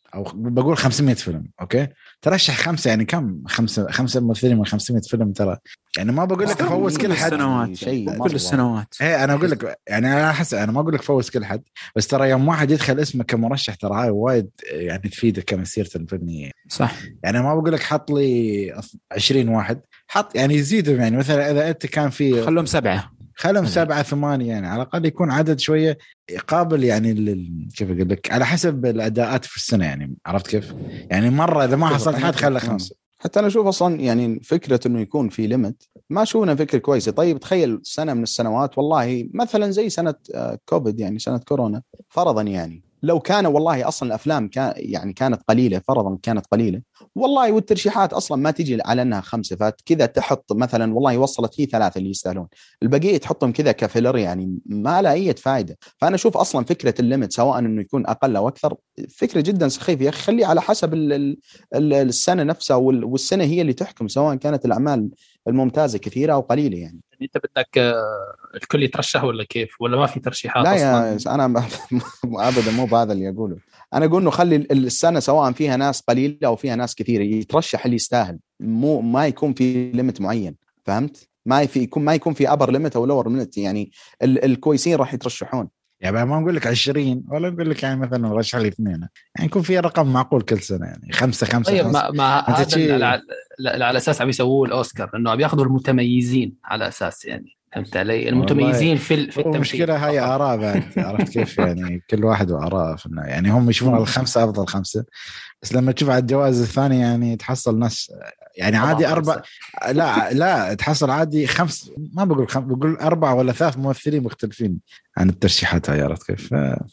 او بقول خمسمية فيلم اوكي ترشح خمسه يعني كم خمسه خمسه ممثلين من خمسمية فيلم ترى يعني ما بقول لك فوز كل حد السنوات شيء كل السنوات ايه انا اقول لك يعني انا احس انا ما اقول لك فوز كل حد بس ترى يوم واحد يدخل اسمه كمرشح ترى هاي وايد يعني تفيدك كمسيرته الفنيه صح يعني ما بقول لك حط لي عشرين واحد حط يعني يزيدهم يعني مثلا اذا انت كان في خلهم سبعه خلهم سبعة ثمانية يعني على الأقل يكون عدد شوية قابل يعني لل... كيف أقول لك على حسب الأداءات في السنة يعني عرفت كيف يعني مرة إذا ما حصلت حد خلى خمسة حتى أنا أشوف أصلا يعني فكرة إنه يكون في ليمت ما شوفنا فكرة كويسة. طيب تخيل سنة من السنوات والله مثلا زي سنة كوفيد يعني سنة كورونا فرضا يعني لو كان والله أصلا الأفلام كان يعني كانت قليلة فرضا كانت قليلة والله والترشيحات أصلا ما تيجي على أنها خمسة فات كذا تحط مثلا والله وصلت هي ثلاثة اللي يستاهلون البقية تحطهم كذا كفيلر يعني ما لا أي فائدة. فأنا أشوف أصلا فكرة الليمت سواء إنه يكون أقل أو أكثر فكرة جدا سخيفة يا أخي خليه على حسب ال ال السنة نفسها والسنة هي اللي تحكم سواء كانت الأعمال الممتازة كثيرة أو قليلة يعني. انت بدك الكل يترشح ولا كيف ولا ما في ترشيحات لا اصلا؟ يا انا ابدا مو بهذا اللي اقوله انا اقول انه خلي السنه سواء فيها ناس قليله او فيها ناس كثيره يترشح اللي يستاهل مو ما يكون في ليميت معين فهمت ما في يكون ما يكون في ابر ليميت او لور ليميت يعني ال- الكويسين راح يترشحون يعني ما نقول لك عشرين ولا نقول لك يعني مثلا رشح لي اثنين يعني يكون في رقم معقول كل سنة يعني خمسة خمسة طيب خمسة. ما, ما هذا تشي... على, على اساس عم يسووه الاوسكار انه عم ياخذوا المتميزين على اساس يعني فهمت علي المتميزين في في التمثيل. المشكلة هاي آراء بعد عرفت كيف يعني كل واحد وآراء يعني هم يشوفون الخمسة أفضل خمسة بس لما تشوف على الجوائز الثانية يعني تحصل ناس يعني عادي أربع لا لا تحصل عادي خمس ما بقول خمس بقول أربعة ولا ثلاث ممثلين مختلفين عن الترشيحات هاي عرفت كيف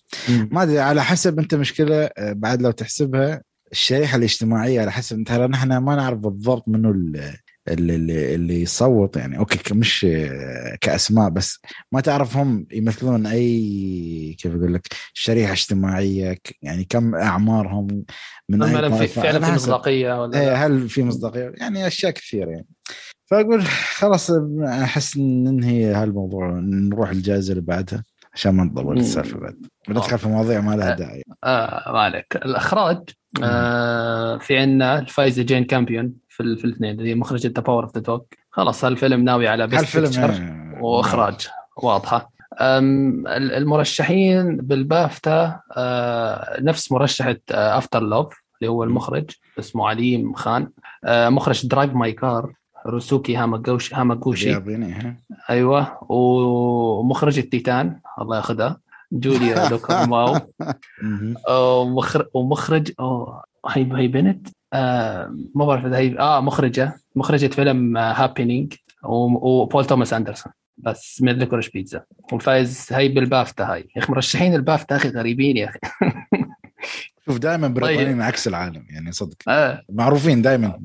ما أدري على حسب أنت مشكلة بعد لو تحسبها الشريحة الاجتماعية على حسب ترى نحن ما نعرف بالضبط منه اللي اللي يصوت يعني اوكي مش كاسماء بس ما تعرف هم يمثلون اي كيف اقول لك شريحه اجتماعيه يعني كم اعمارهم من اي في فعلا في مصداقيه ولا لا؟ هل في مصداقيه يعني اشياء كثيره يعني فاقول خلاص احس ننهي هالموضوع نروح الجائزه اللي بعدها عشان ما نطول السالفه بعد وندخل في مواضيع ما لها داعي. اه ما عليك. الاخراج آه في عندنا الفايزه جين كامبيون في في الاثنين اللي هي مخرجة The Power of the Dog. خلاص هالفيلم ناوي على بيست بيكتشر واخراج واضحه. المرشحين بالبافتا آه نفس مرشحة افتر لوف اللي هو المخرج اسمه عليم خان آه مخرج درايف ماي كار روسوكي هاماغوشي هاماغوشي ايوه ومخرج التيتان الله ياخذها جوليا لوكارماو ومخرج أو هي هي بنت آه ما بعرف إذا هي آه مخرجة مخرجة فيلم هابينينج وبول توماس أندرسون بس من ليكوريش بيتزا. والفايز هي بالبافتا هاي يا أخي مرشحين البافتا أخي غريبين يا أخي. شوف دائما بريطانيين عكس العالم يعني صدق آه. معروفين دائما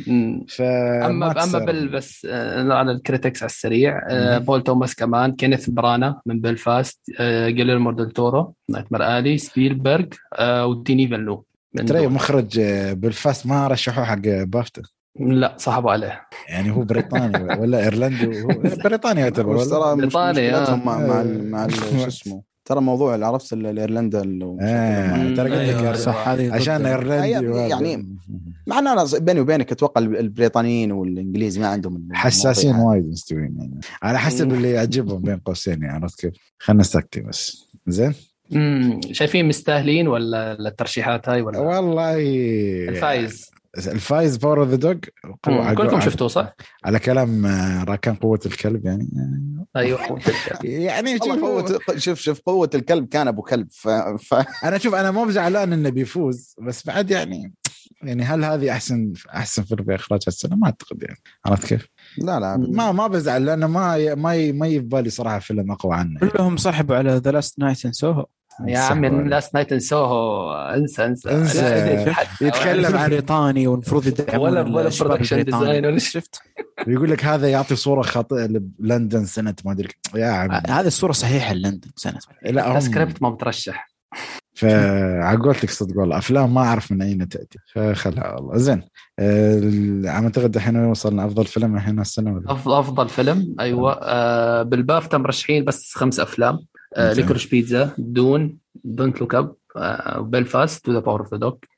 اما اما بال بس آه على الكريتكس على السريع آه بول توماس كمان كينيث برانا من بلفاست آه جيليرمو ديل تورو نايتمر آلي سبيلبرغ آه وديني فيلنوف ترى مخرج بلفاست ما رشحوه حق بافتا لا صاحبوا عليه يعني هو بريطاني ولا ايرلندي بريطاني يعتبر ولا بريطاني آه. مع مع مع شو اسمه ترى موضوع اللي عرفت الايرلندا آه ترى قلت لك صح هذه عشان ايرلندي يعني معنا انا بيني وبينك اتوقع البريطانيين والانجليزي ما عندهم حساسين وايد مستويين يعني على حسب اللي يعجبهم بين قوسين يعني عرفت كيف خلنا نسكتي بس زين. امم شايفين مستاهلين ولا الترشيحات هاي ولا والله الفايز الفايز باور اوف ذا دوغ كلكم شفتوه صح على كلام راكان قوة الكلب يعني ايوه قوة الكلب يعني شوف شوف شوف قوة الكلب كان ابو كلب ف... ف... انا شوف انا مو بزعلان انه بيفوز بس بعد يعني يعني هل هذه احسن احسن فيلم باخراج السنة ما اعتقد يعني عرفت كيف لا لا ما ما بزعل لانه ما ما ما يبالي صراحة فيلم اقوى عنه كلهم صاحبوا على ذا لاست نايت ان سوهو يا عمي لاست نايت ان سوهو انسى انسى, انسى. يتكلم عن بريطاني والمفروض يدعمون ولا ولا برودكشن ديزاين ولا شفت ويقول لك هذا يعطي صورة خاطئة لندن سنة ما ادري يا عمي هذه الصورة صحيحة لندن سنة لا هم سكريبت ما مترشح فعقولتك صدق والله أفلام ما أعرف من أين تأتي فخلها والله زين. عم أعتقد الحين وصلنا أفضل فيلم الحين السنة ولا أفضل فيلم أيوة آه بالبافتا مرشحين بس خمس أفلام آه ليكوريش بيتزا دون دونت لوك أب بلفاست وذا باور اوف ذا دوغ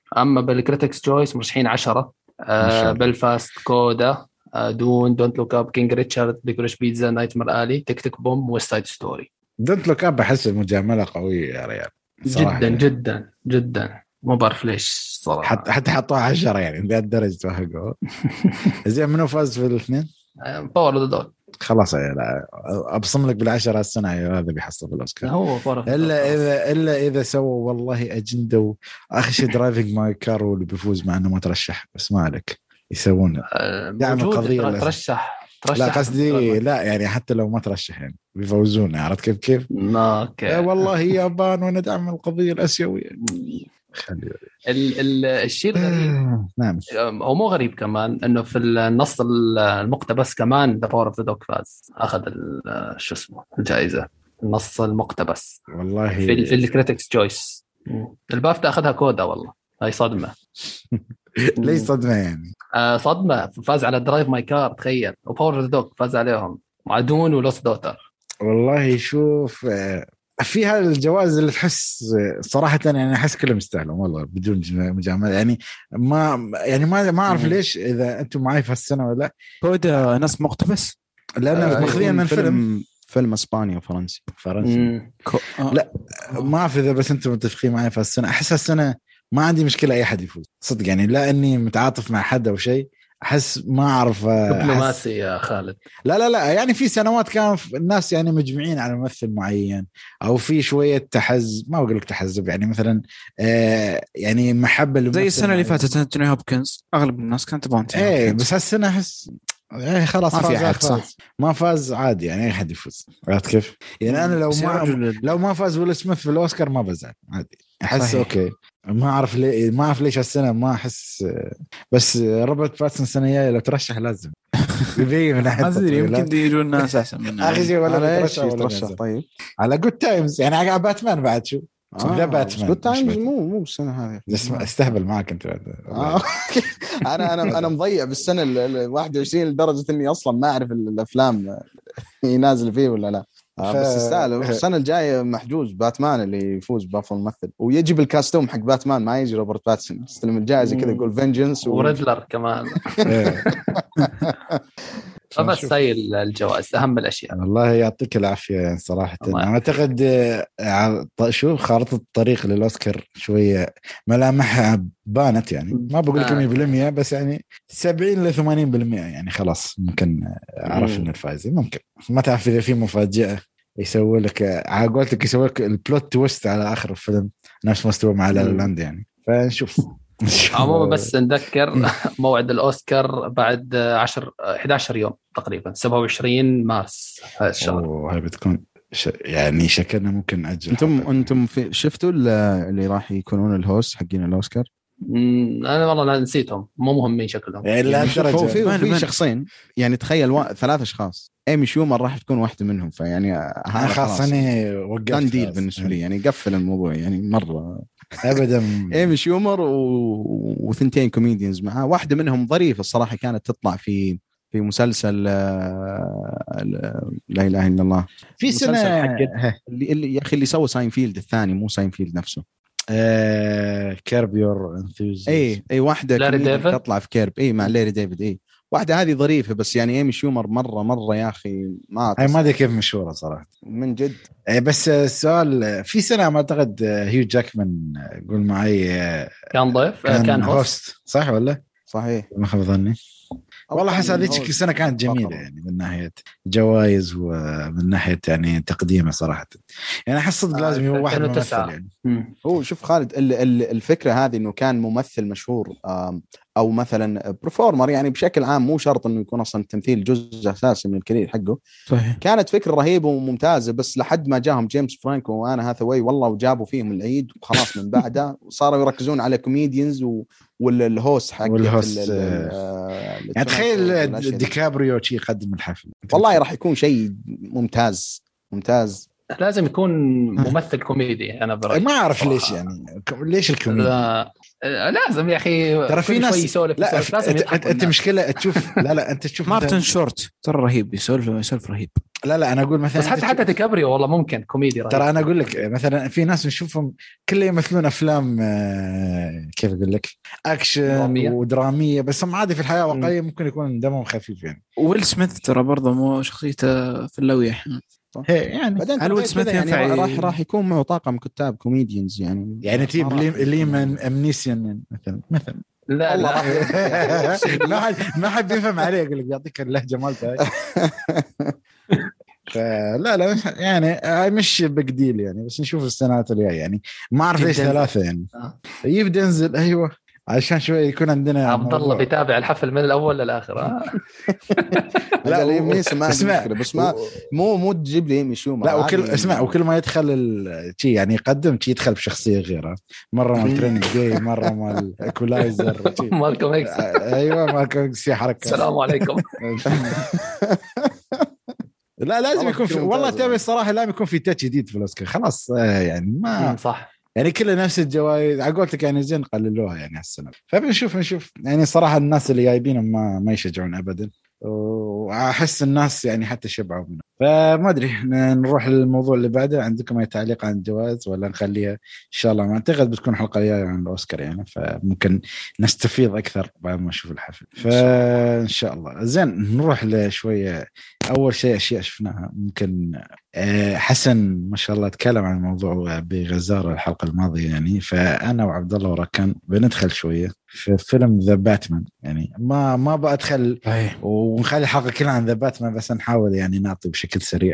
اما بالكريتكس جويس مرشحين عشرة. آه بلفاست، كودا، آه دون، دونت لوك اب، كينج ريتشارد، ليكوريش بيتزا، نايتمر آلي، تيك تيك بوم، ويست سايد ستوري. دونت لوك اب احس المجامله قويه يا ريال جدا يعني. جدا جدا مو بعرف ليش صراحه. حتى حتى حطوها عشرة يعني ذات درجه توهقوا. زين منو فاز في الاثنين؟ باور اوف ذا دوغ. خلاص لا ابصم لك بالعشرة السنه هذا بيحصل في الاوسكار. هو باور الا اذا الا اذا سووا والله اجنده واخر شيء درايفنج ماي كار واللي بيفوز مع انه ما ترشح بس ما عليك يسوون دعم القضيه. ترشح ترشح لا قصدي لا يعني حتى لو ما ترشح يعني بيفوزون. عرفت كيف كيف اوكي والله يابان وندعم القضيه الاسيويه. ال ال الشيء الغريب نعم هو مو غريب كمان انه في النص المقتبس كمان ذا باور اوف ذا دوغ فاز اخذ شو اسمه الجائزه النص المقتبس والله في في الكريتكس جويس. البافتا اخذها كودا والله هاي صدمه. ليش صدمه يعني؟ آه صدمه فاز على درايف ماي كار تخيل وباور اوف ذا دوغ فاز عليهم مع دون ولوس دوتر. والله شوف في هالجوائز اللي تحس صراحة يعني أحس كلهم يستاهلون والله بدون مجاملة يعني ما يعني ما ما أعرف ليش إذا أنتم معي في السنة ولا لا. كودا نص مقتبس لأنه آه مخذين من فيلم فيلم إسبانيا وفرنسي فرنسي آه. لا ما أعرف إذا بس أنتم متفقين معي في السنة. أحس السنة ما عندي مشكلة أي حد يفوز صدق يعني لا إني متعاطف مع حد أو شيء. أحس ما أعرف دبلوماسي يا خالد. لا لا لا يعني في سنوات كان الناس يعني مجمعين على ممثل معين أو في شوية تحز ما أقول لك تحزب يعني مثلا آه يعني محبة زي السنة اللي فاتت أنتوني هوبكنز أغلب الناس كانت تبغى إيه بس هالسنة أحس يعني خلاص ما في أحد صح ما فاز عادي يعني أي حد يفوز. عرفت كيف يعني أنا لو ما لو ما فاز ويل سميث في الأوسكار ما بزعل عادي أحس صحيح. أوكي ما أعرف ليه ما أعرف ليش هالسنة ما أحس بس روبرت باتسون السنة الجاية لو ترشح لازم يبين من ناحية أدري يمكن يجون الناس أحسن منه آخر شيء ولا يترشح طيب على جود تايمز يعني على باتمان بعد شو آه باتمان جود تايمز مو مو السنة هذه استهبل معك أنت آه. أنا أنا أنا مضيع بالسنة الواحد وعشرين لدرجة إني أصلا ما أعرف الأفلام ينازل فيه ولا لا. ف... بس يستاهل. السنة الجاية محجوز باتمان اللي يفوز بأفضل ممثل ويجي الكاستوم حق باتمان ما يجي روبرت باتسون يستلم الجائزة كذا يقول فينجنس و... وريدلر كمان. فبس هاي الجوائز أهم الأشياء. الله يعطيك العافية يعني صراحة. أنا أعتقد شو خارطة الطريق للأوسكار شوية ملامحها بانت يعني ما بقول لك مية بالمية بس يعني سبعين لثمانين بالمية يعني خلاص ممكن عرفنا الفائزين. ممكن ما تعرف إذا في مفاجأة يسوي لك عقولتك يسوي لك البلوت تويست على آخر الفيلم نفس مستوى مع لا لاند يعني. فنشوف عموما بس نذكر موعد الأوسكار بعد عشر إحدى عشر يوم تقريبا سبعة وعشرين مارس هذا الشهر. وهي بتكون ش... يعني شكلنا ممكن أجل. أنتم أنتم في شفتوا اللي راح يكونون الهوست حقين الأوسكار؟ أنا والله نسيتهم مو مهمين شكلهم يعني يعني في, في شخصين يعني تخيل و... ثلاث أشخاص إيمي شومر راح تكون واحدة منهم فيعني هذا خلاص أنا وقفت ديل بالنسبة لي يعني قفل الموضوع يعني مرة أبدا. إيمي شومر و... وثنتين كوميديانز معها واحدة منهم ظريفة الصراحة كانت تطلع في في مسلسل لا إله إلا الله في سنة اللي, اللي يا أخي اللي سوى ساينفيلد الثاني مو ساينفيلد نفسه كيرب يور انثوزيازم. اي اي واحده تطلع في كيرب اي مع ليري ديفيد اي واحده هذه ظريفه بس يعني ايمي شومر مره مره يا اخي ما هي ما ادري كيف مشهوره صراحه من جد. بس السؤال في سنه ما اعتقد هيو جاكمان قول معي كان ضيف كان, كان هوست صح ولا صحيح ما خاب ظني والله حس هذيك السنة كانت جميلة يعني من ناحية جوائز ومن ناحية يعني تقديمه صراحة يعني أحس صدق لازم هو واحد ممثل يعني. هو شوف خالد الفكرة هذه إنه كان ممثل مشهور أو مثلا برفورمر يعني بشكل عام مو شرط إنه يكون أصلا التمثيل جزء أساسي من الكارير حقه. صحيح. كانت فكرة رهيبة وممتازة بس لحد ما جاهم جيمس فرانكو وأنا هاثاواي والله وجابوا فيهم العيد وخلاص من بعده صاروا يركزون على كوميديانز و والهوست حق والهوست يعني تخيل ديكابريو شيء يقدم الحفل والله راح يكون شيء ممتاز ممتاز. لازم يكون ممثل كوميدي أنا برأيي ما أعرف ليش يعني ليش الكوميدي لا. لازم يا أخي ترى في ناس يسولف لا يسولف. أنت, أنت مشكلة تشوف لا لا أنت تشوف مارتن شورت ترى رهيب يسولف يسولف رهيب لا لا انا اقول مثلا بس حتى حتى ديكابريو والله ممكن كوميدي رهيب. ترى انا اقول لك مثلا في ناس نشوفهم كله يمثلون افلام كيف اقول لك اكشن درامية. ودراميه بس هم عادي في الحياه واقعيه ممكن يكون دمهم خفيف يعني. ويل سميث ترى برضه مو شخصيته في اللويح يعني بعدين هل ويل سميث يعني ينفع راح راح يكون معه طاقم كتاب كوميديانز يعني يعني تيب ليمن امنيسيان مثلا مثلا لا لا ما حد ما حد يفهم عليه يقول لك يعطيك اللهجه مالته. فلا لا يعني مش بقديل يعني بس نشوف السنوات الجايه يعني ما اعرف ليش ثلاثه يعني يبدا ينزل ايوه عشان شوي يكون عندنا عبد الله بيتابع الحفل من الاول للاخر. لا لي ما اسمع بس ما مو مو تجيب لي مشو لا وكل اسمع وكل ما يدخل شيء يعني يقدم شيء يدخل بشخصيه غيره مره مال تريننج داي مره مال ايكولايزر مالكم اكس ايوه مالكم اكس حركه السلام عليكم. لا لازم يكون في والله تابع الصراحه لازم يكون في تاتش جديد في الاوسكار خلاص يعني ما صح يعني كل نفس الجوائز عقولتك يعني زين قللوها يعني هالسنه فبنشوف نشوف يعني صراحه الناس اللي جايبينهم ما ما يشجعون ابدا واحس الناس يعني حتى شبعوا منه. فما ادري نروح للموضوع اللي بعده. عندكم اي تعليق عن الجوائز ولا نخليها ان شاء الله؟ ما اعتقد بتكون حلقه جايه عن الاوسكار يعني فممكن نستفيض اكثر بعد ما نشوف الحفل فان شاء الله. زين نروح لشويه. اول شيء اشياء شفناها ممكن حسن ما شاء الله تكلم عن الموضوع بغزارة الحلقه الماضيه يعني فانا وعبد الله وراكان بندخل شويه في فيلم ذا باتمان يعني ما ما بأدخل ونخلي الحلقة كلها عن ذا باتمان بس نحاول يعني نعطي بشكل سريع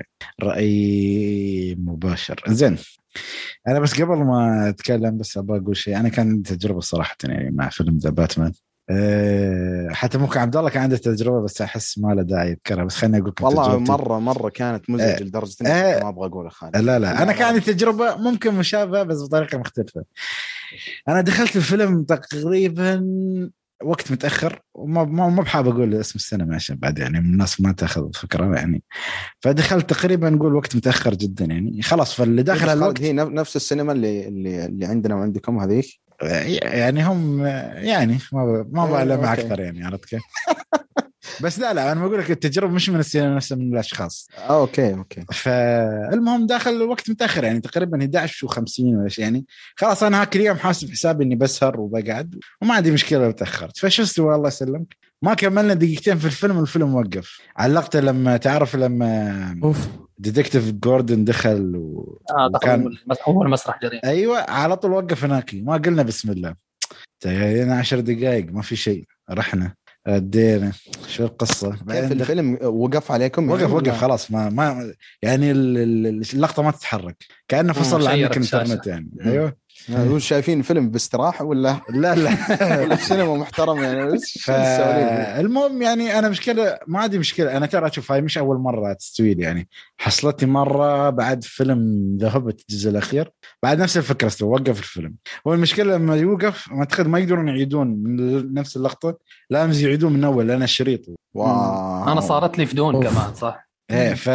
رأي مباشر. زين أنا بس قبل ما أتكلم بس أبغى أقول شيء. أنا كان تجربة صراحة يعني مع فيلم ذا باتمان أه حتى ممكن عبد الله كان عنده تجربة بس أحس ما له داعي يذكرها بس خليني أقول والله مرة مرة كانت مزعجة أه لدرجة إني أه ما أبغى أقولها خالد. لا لا أنا كان عندي تجربة ممكن مشابهة بس بطريقة مختلفة. أنا دخلت الفيلم تقريبا وقت متأخر وما ما ما بحاب أقول اسم السينما عشان بعد يعني الناس ما تأخذ فكرة يعني فدخلت تقريبا نقول وقت متأخر جدا يعني خلاص فاللي داخل الوقت هي نفس السينما اللي اللي اللي عندنا وعندكم هذيك يعني هم يعني ما ما بعلم أكثر يعني عرفت كيف بس لا لا أنا بقول لك التجربة مش من السينما نفسها من الأشخاص. آه أوكي أوكي. فالمهم داخل وقت متأخر يعني تقريبا أحد عشر وخمسين ولا شيء يعني خلاص أنا هاك اليوم حاسب حسابي إني بسهر وبقعد وما عندي مشكلة لو تأخرت. فشو استوى الله يسلمك ما كملنا دقيقتين في الفيلم والفيلم وقف. علقته لما تعرف لما أوف. ديتكتيف جوردن دخل و... آه وكان أول مسرح جريمة أيوة على طول وقف هناك ما قلنا بسم الله تهينا عشر دقائق ما في شيء رحنا ادينا شو القصه كيف الفيلم وقف عليكم وقف وقف خلاص ما ما يعني اللقطه ما تتحرك كانه فصل عنك الانترنت يعني. ايوه هو شايفين فيلم باستراحه ولا لا لا ولا السينما محترم يعني ف... المهم يعني انا مشكله ما عندي مشكله. انا ترى اشوف هاي مش اول مره تستوي يعني حصلتني مره بعد فيلم ذا هوبت الجزء الاخير بعد نفس الفكره استوى وقف الفيلم. هو المشكله لما يوقف ما اعتقد ما يقدرون يعيدون نفس اللقطه لازم يعيدون من اول لأن الشريط واو. انا صارت لي فدون كمان صح ايه ف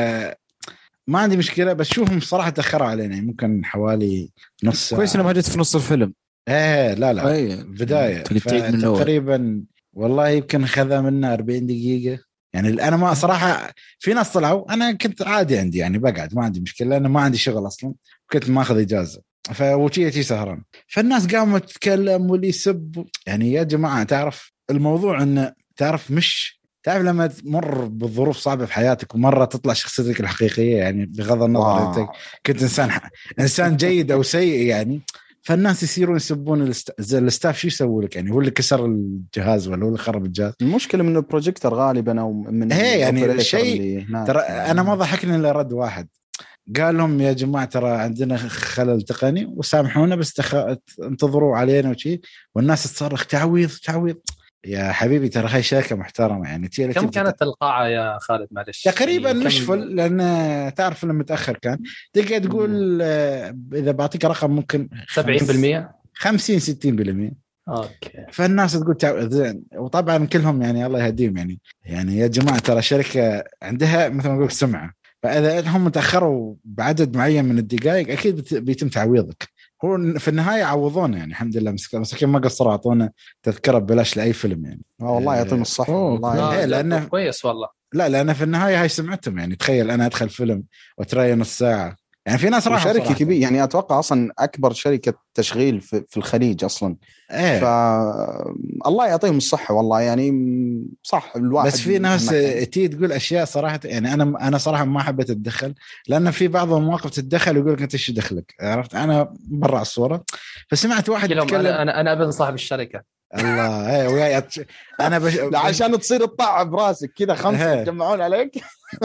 ما عندي مشكله بس شوفهم بصراحه تاخروا علينا يعني ممكن حوالي نص كويس انه ما جيت في نص الفيلم. ايه لا لا أيه. بدايه تقريبا والله يمكن خذا منا أربعين دقيقه يعني. انا ما صراحه في ناس طلعوا انا كنت عادي عندي يعني بقعد ما عندي مشكله انا ما عندي شغل اصلا كنت ماخذ اجازه فوشيتي سهران فالناس قاموا تتكلم واللي يسب يعني يا جماعه تعرف الموضوع انه تعرف مش تعرف لما تمر بالظروف صعبة في حياتك ومرة تطلع شخصيتك الحقيقية يعني بغض النظر أنت كنت إنسان إنسان جيد أو سيء يعني فالناس يصيرون يسبون الاست... الاستاف شو يسوي لك يعني هو اللي كسر الجهاز ولا هو اللي خرب الجهاز. المشكلة من البروجيكتور غالبا أو من هي يعني الشيء ترى أنا ما ضحكني إلا رد واحد قال لهم يا جماعة ترى عندنا خلل تقني وسامحونا بس تخ... انتظروا علينا وشي والناس تصرخ تعويض تعويض. يا حبيبي ترى هاي شركة محترمة يعني. كم كانت القاعة يا خالد معلش؟ تقريبا مش فل لأن تعرف لما متأخر كان تقدر تقول إذا بعطيك رقم ممكن سبعين بالمية خمسين ستين بالمية. أوكي. فالناس تقول زين وطبعا كلهم يعني الله يهديهم يعني يعني يا جماعة ترى شركة عندها مثل ما نقول سمعة فإذا هم تأخروا بعدد معين من الدقائق أكيد بيتم تعويضك. هو في النهاية عوضونا يعني الحمد لله مساكين ما قصروا عطونا تذكرة ببلاش لأي فيلم يعني. والله يعطيهم الصحة والله إيه لأنه كويس والله لا لا انا في النهايه هاي سمعتهم يعني. تخيل انا ادخل فيلم وتراي نص ساعه يعني. في ناس راحوا شركه كبيره يعني اتوقع اصلا اكبر شركه تشغيل في, في الخليج اصلا. ايه. فالله يعطيهم الصحه والله يعني. صح الواحد بس في ناس تي تقول اشياء صراحه يعني. انا انا صراحه ما حبيت اتدخل لان في بعض المواقف تتدخل ويقول لك انت ايش دخلك، عرفت؟ انا برا الصوره. فسمعت واحد يتكلم انا انا انا ابن صاحب الشركه الله ايه وياي أتش... انا بش... عشان تصير الطاعه براسك كذا خمسه يتجمعون عليك.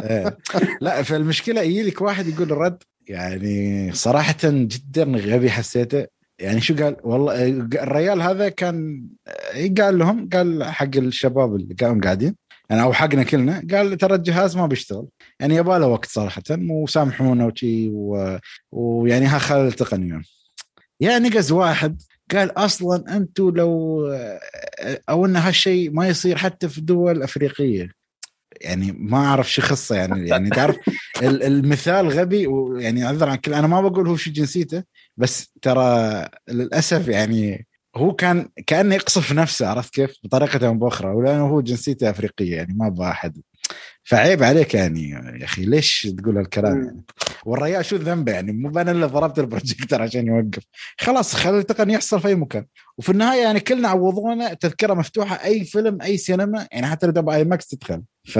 لا فالمشكله يجي لك واحد يقول الرد يعني صراحه جدا غبي حسيته يعني. شو قال؟ والله الرجال هذا كان قال لهم، قال حق الشباب اللي كانوا قاعدين يعني او حقنا كلنا، قال ترى الجهاز ما بيشتغل يعني يباله وقت صراحه وسامحونا وشي و... ويعني ها خلل تقني. يعني نقز واحد قال اصلا انتم لو او ان هالشيء ما يصير حتى في دول افريقيه يعني. ما اعرف شو خصه يعني. يعني تعرف المثال غبي ويعني عذر عن كل. انا ما بقول هو شو جنسيته بس ترى للاسف يعني هو كان كأنه يقصف نفسه، عرفت كيف؟ بطريقه او باخرى، ولانه هو جنسيته افريقيه يعني ما بأحد. فعيب عليك يعني يا اخي ليش تقول هالكلام يعني؟ والريال شو ذنبه يعني؟ مو انا اللي ضربت البروجيكتور عشان يوقف. خلاص خلي التقنيه يحصل في اي مكان. وفي النهايه يعني كلنا عوضونا تذكره مفتوحه اي فيلم اي سينما يعني حتى لو تبع اي ماكس تدخل. ف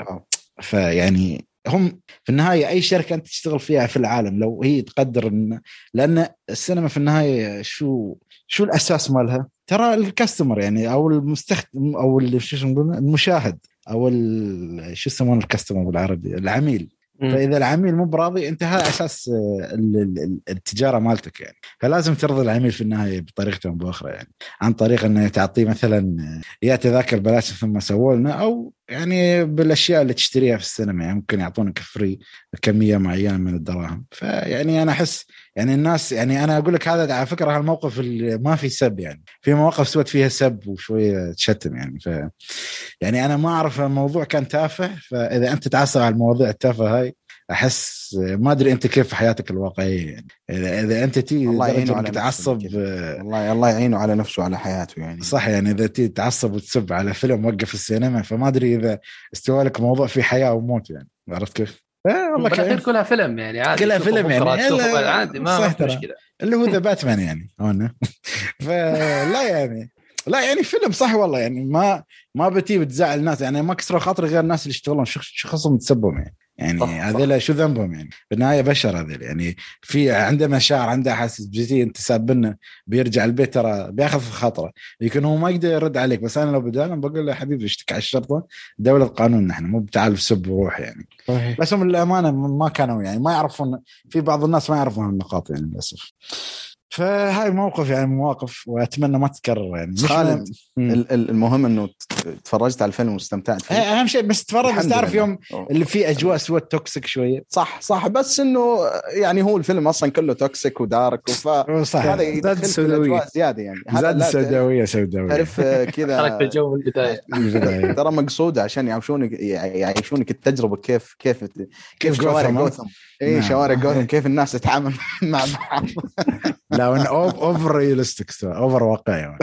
فيعني هم في النهايه اي شركه انت تشتغل فيها في العالم لو هي تقدر ان لان السينما في النهايه شو شو الاساس مالها؟ ترى الكاستمر يعني او المستخدم او اللي شو اسمه المشاهد او شو يسمونه الكاستمر بالعربي العميل. فاذا العميل مو براضي انت هذا اساس التجاره مالتك يعني. فلازم ترضي العميل في النهايه بطريقه او باخرى يعني، عن طريق انه تعطيه مثلا يا تذاكر بلاش ثم سووا لنا، او يعني بالاشياء اللي تشتريها في السينما يعني ممكن يعطونك فري كميه معينه من الدراهم. فيعني انا احس يعني الناس يعني انا اقول لك هذا على فكره هالموقف اللي ما في سب يعني، في مواقف سوت فيها سب وشويه تشتم يعني. ف يعني انا ما اعرف الموضوع كان تافه. فاذا انت تعصب على المواضيع التافهه هاي احس ما ادري انت كيف في حياتك الواقعيه يعني. اذا اذا انت تي درجه تتعصب والله الله يعينه على نفسه على حياته يعني. صح يعني اذا تي تعصب وتسب على فيلم وقف السينما فما ادري اذا استوى لك موضوع في حياه او موت يعني. عرفت كيف؟ اه والله كيف كلها فيلم يعني عادي كلها فيلم يعني عادي ما في مشكله اللي هو ذا باتمان يعني هون. فلا يعني لا يعني فيلم صح والله يعني ما ما بتي بتزعل الناس يعني. ما كسروا خاطر غير الناس اللي يشتغلون شخصهم تسبهم يعني يعني هذول شو ذنبهم يعني؟ بالنهايه بشر هذول يعني في عنده مشاعر عنده احاسيس. بجيتي انت سابنا بيرجع البيت ترى بياخذ خاطره يمكن هو ما يقدر يرد عليك. بس انا لو بدانا بقول له حبيبي اشتكي على الشرطه دوله قانون نحن مو بتعال سب وروح يعني. بس هم للامانه ما كانوا يعني ما يعرفون. في بعض الناس ما يعرفون النقاط يعني للاسف. فهاي موقف يعني مواقف واتمنى ما تتكرر يعني. خالد المهم انه تفرجت على الفيلم واستمتعت فيه اهم شيء. بس تفرج بس تعرف يوم اللي فيه اجواء سوى توكسيك شويه. صح صح بس انه يعني هو الفيلم اصلا كله توكسيك ودارك وف هذا يدخل في الاجواء زياده يعني. زاد سوداويه سوداويه تعرف كذا خلك في الجو من البدايه. ترى مقصوده عشان يعيشونك يعيشونك التجربه كيف كيف كيف شوارع جوثم. اي شوارع جوثم كيف الناس تتعامل مع بعض. لا وان اوفر ريالستيك اوفر واقعي.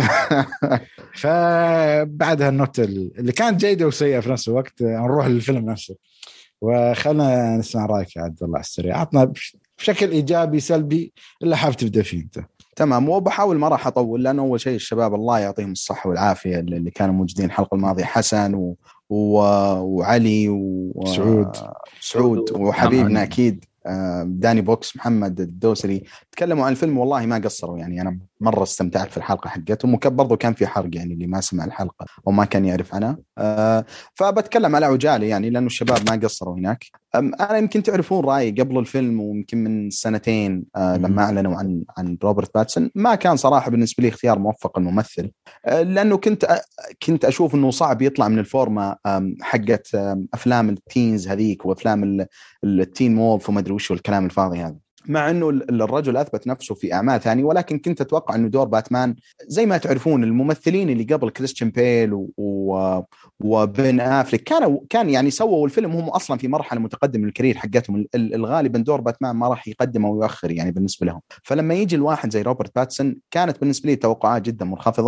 فبعدها النوت اللي كانت جيده وسيئه في نفس الوقت نروح للفيلم نفسه وخلنا نسمع رايك يا عبد الله على السريع. عطنا بشكل ايجابي سلبي اللي حابب تبدا فيه انت. تمام. وبحاول ما راح اطول لانه اول شيء الشباب الله يعطيهم الصحه والعافيه اللي كانوا موجودين الحلقه الماضيه حسن و... و... وعلي وسعود سعود وحبيبنا اكيد داني بوكس محمد الدوسري تكلموا عن الفيلم والله ما قصروا يعني. أنا مرة استمتعت في الحلقة حقتهم وبرضو كان في حرق يعني اللي ما سمع الحلقة وما كان يعرف عنها. أه فبتكلم على عجالة يعني لأنه الشباب ما قصروا هناك. أنا يمكن تعرفون رأيي قبل الفيلم ويمكن من سنتين أه لما أعلنوا عن عن روبرت باتسون ما كان صراحة بالنسبة لي اختيار موفق الممثل. أه لأنه كنت أه كنت أشوف إنه صعب يطلع من الفورمة حقت أفلام التينز هذيك وأفلام التين وولف وما أدري وش والكلام الفاضي هذا. مع انه الرجل اثبت نفسه في اعمال ثانيه ولكن كنت اتوقع انه دور باتمان زي ما تعرفون الممثلين اللي قبل كريستيان بيل و... و... وبن افليك كانوا كان يعني سووا الفيلم هم اصلا في مرحله متقدمه من الكارير حقتهم. الغالبا دور باتمان ما راح يقدم او يؤخر يعني بالنسبه لهم. فلما يجي الواحد زي روبرت باتسون كانت بالنسبه لي توقعات جدا منخفضه.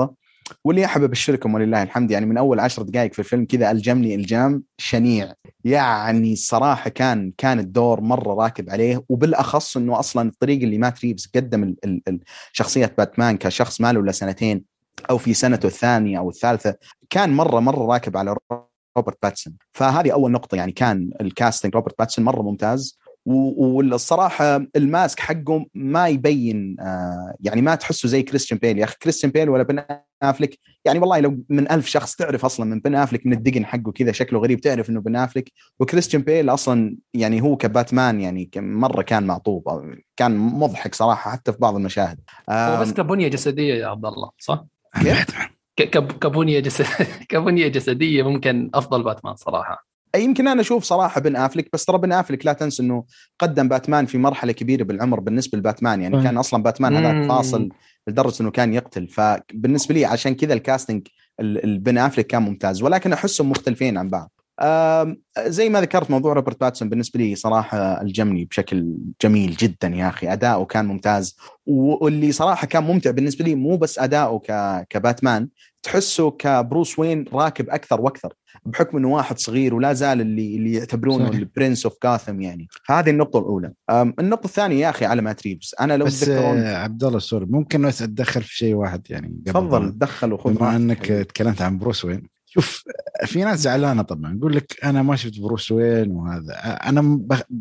واللي يحب بشركم ولله الحمد، يعني من اول عشر دقائق في الفيلم كذا الجمني الجام شنيع. يعني الصراحه كان كان الدور مره راكب عليه، وبالاخص انه اصلا الطريقه اللي مات ريفز قدم ال ال ال شخصيه باتمان كشخص ماله الا سنتين او في سنته الثانيه او الثالثه، كان مره مره راكب على روبرت باتسون. فهذه اول نقطه، يعني كان الكاستنج روبرت باتسون مره ممتاز. والصراحه الماسك حقه ما يبين آه يعني ما تحسه زي كريستيان بيل. يا اخي كريستيان بيل ولا بن افليك، يعني والله لو من ألف شخص تعرف اصلا من بن افليك من الدقن حقه كذا شكله غريب تعرف انه بن افليك. وكريستيان بيل اصلا يعني هو كباتمان يعني مره كان معطوب، كان مضحك صراحه حتى في بعض المشاهد. هو بس كبنيه جسديه يا عبد الله صح؟ كيف كبنيه جسد كبنيه جسديه ممكن افضل باتمان صراحه. يمكن أنا أشوف صراحة بن أفليك، بس ترى بن أفليك لا تنسى أنه قدم باتمان في مرحلة كبيرة بالعمر بالنسبة لباتمان، يعني كان أصلا باتمان هذاك فاصل لدرجة أنه كان يقتل. فبالنسبة لي عشان كذا الكاستنج البن أفليك كان ممتاز، ولكن أحسهم مختلفين عن بعض. زي ما ذكرت موضوع روبرت باتسون بالنسبة لي صراحة الجمني بشكل جميل جدا يا أخي، أداؤه كان ممتاز. واللي صراحة كان ممتع بالنسبة لي مو بس أداؤه كباتمان، تحسه كبروس وين راكب أكثر وأكثر بحكم انه واحد صغير ولا زال اللي اللي يعتبرونه البرنس اوف غاثم. يعني هذه النقطه الاولى. النقطه الثانيه يا اخي على مات ريفز، انا لو بس عبد الله سوري ممكن بس اتدخل في شيء واحد يعني. تفضل تدخل وخذ بما انك تكلمت عن بروس وين. شوف في ناس زعلانه طبعا يقول لك انا ما شفت بروس وين وهذا، انا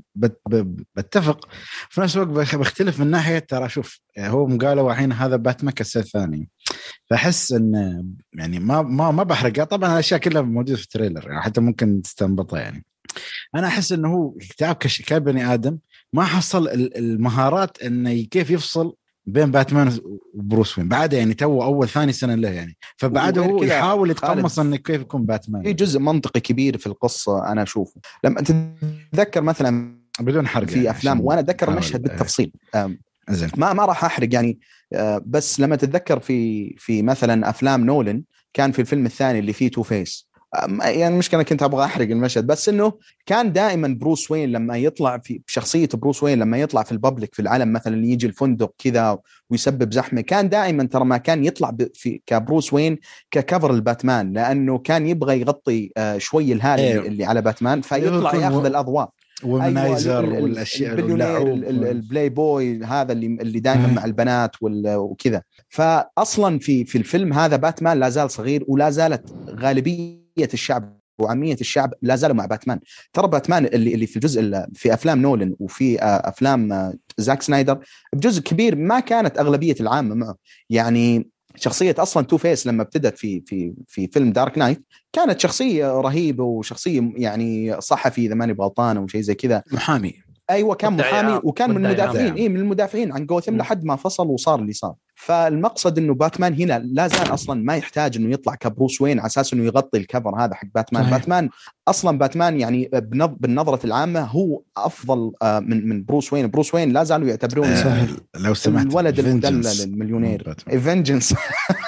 بتفق في نفس الوقت بختلف من ناحيه. ترى شوف هو مقاله الحين هذا باتمان كالسنه الثانيه، فأحس إن يعني ما ما ما بحرقها طبعا، الأشياء كلها موجودة في التريلر يعني حتى ممكن تستنبطها. يعني أنا أحس إنه هو كتاب كبني آدم ما حصل المهارات إنه كيف يفصل بين باتمان وبروس وين بعد، يعني تو أول ثاني سنة له يعني، فبعده هو يحاول يتقمص إنه كيف يكون باتمان. في جزء منطقي كبير في القصة أنا أشوفه لما تتذكر مثلا بدون حرق في أفلام، وأنا أتذكر المشهد بالتفصيل ما ما راح أحرق يعني، بس لما تتذكر في في مثلا أفلام نولن كان في الفيلم الثاني اللي فيه تو فيس، يعني مش كان كنت أبغى أحرق المشهد، بس إنه كان دائما بروس وين لما يطلع في شخصية بروس وين لما يطلع في الببليك في العالم مثلا يجي الفندق كذا ويسبب زحمة، كان دائما ترى ما كان يطلع في كبروس وين ككفر الباتمان، لأنه كان يبغى يغطي شوي الهالة أيوه. اللي على باتمان فيطلع ياخذ الأضواء ومنايزر أيوة والاشياء البليونير البلاي بوي هذا اللي اللي دائما مع البنات وكذا. فاصلا في في الفيلم هذا باتمان لا زال صغير ولا زالت غالبيه الشعب وعاميه الشعب لا زالوا مع باتمان. ترى باتمان اللي اللي في الجزء في افلام نولن وفي افلام زاك سنايدر بجزء كبير ما كانت اغلبيه العامه معه. يعني شخصية أصلاً تو فيس لما ابتدت في في في فيلم دارك نايت كانت شخصية رهيبة وشخصية يعني صحفي إذا ماني غلطان أو شيء زي كذا، محامي. أيوة كان محامي وكان من المدافعين إيه من المدافعين عن جوثم لحد ما فصل وصار اللي صار. فالمقصد إنه باتمان هنا لا زال أصلاً ما يحتاج إنه يطلع كبروس وين على أساس إنه يغطي الكفر هذا حق باتمان. صحيح. باتمان أصلاً باتمان يعني بالنظرة العامة هو أفضل من من بروس وين. بروس وين لا زالوا يعتبرون آه لو سمحت الولد المدلل المليونير فينجنس.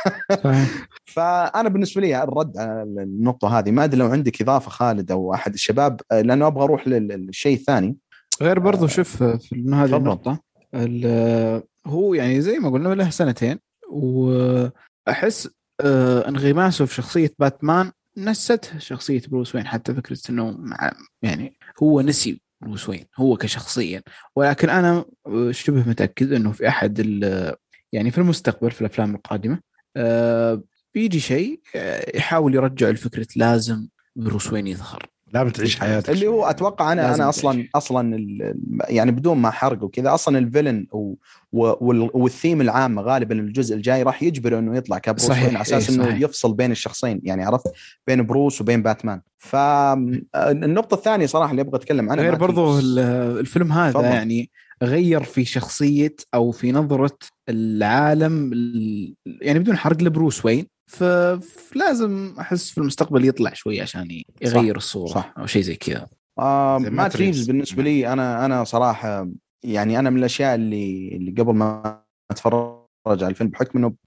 فأنا بالنسبة لي الرد على النقطة هذه. ما أدري لو عندك إضافة خالد أو أحد الشباب، لأنه أبغى أروح للشيء الثاني. غير برضو شوف في هذه النقطة هو يعني زي ما قلنا له سنتين، وأحس انغماسه في شخصية باتمان نسته شخصية بروس وين، حتى فكرة إنه مع يعني هو نسي بروس وين هو كشخصيا. ولكن أنا شبه متأكد إنه في أحد يعني في المستقبل في الأفلام القادمة بيجي شيء يحاول يرجع الفكرة لازم بروس وين يظهر، لا بتعيش حياتك اللي هو اتوقع انا انا اصلا تعيش. اصلا يعني بدون ما احرق وكذا اصلا الفيلن والثيم العام غالبا الجزء الجاي راح يجبر انه يطلع كبروس وين على اساس انه يفصل بين الشخصين، يعني عرفت بين بروس وبين باتمان. فالنقطه الثانيه صراحه اللي ابغى اتكلم عنها غير برضو الفيلم هذا فضل. يعني غير في شخصيه او في نظره العالم يعني بدون حرق لبروس وين، فلازم أحس في المستقبل يطلع شوي عشان يغير صح الصورة صح. أو شيء زي كذا. آه مات ريفز بالنسبة لي أنا أنا صراحة يعني أنا من الأشياء اللي اللي قبل ما أتفرج على الفيلم بحكم إنه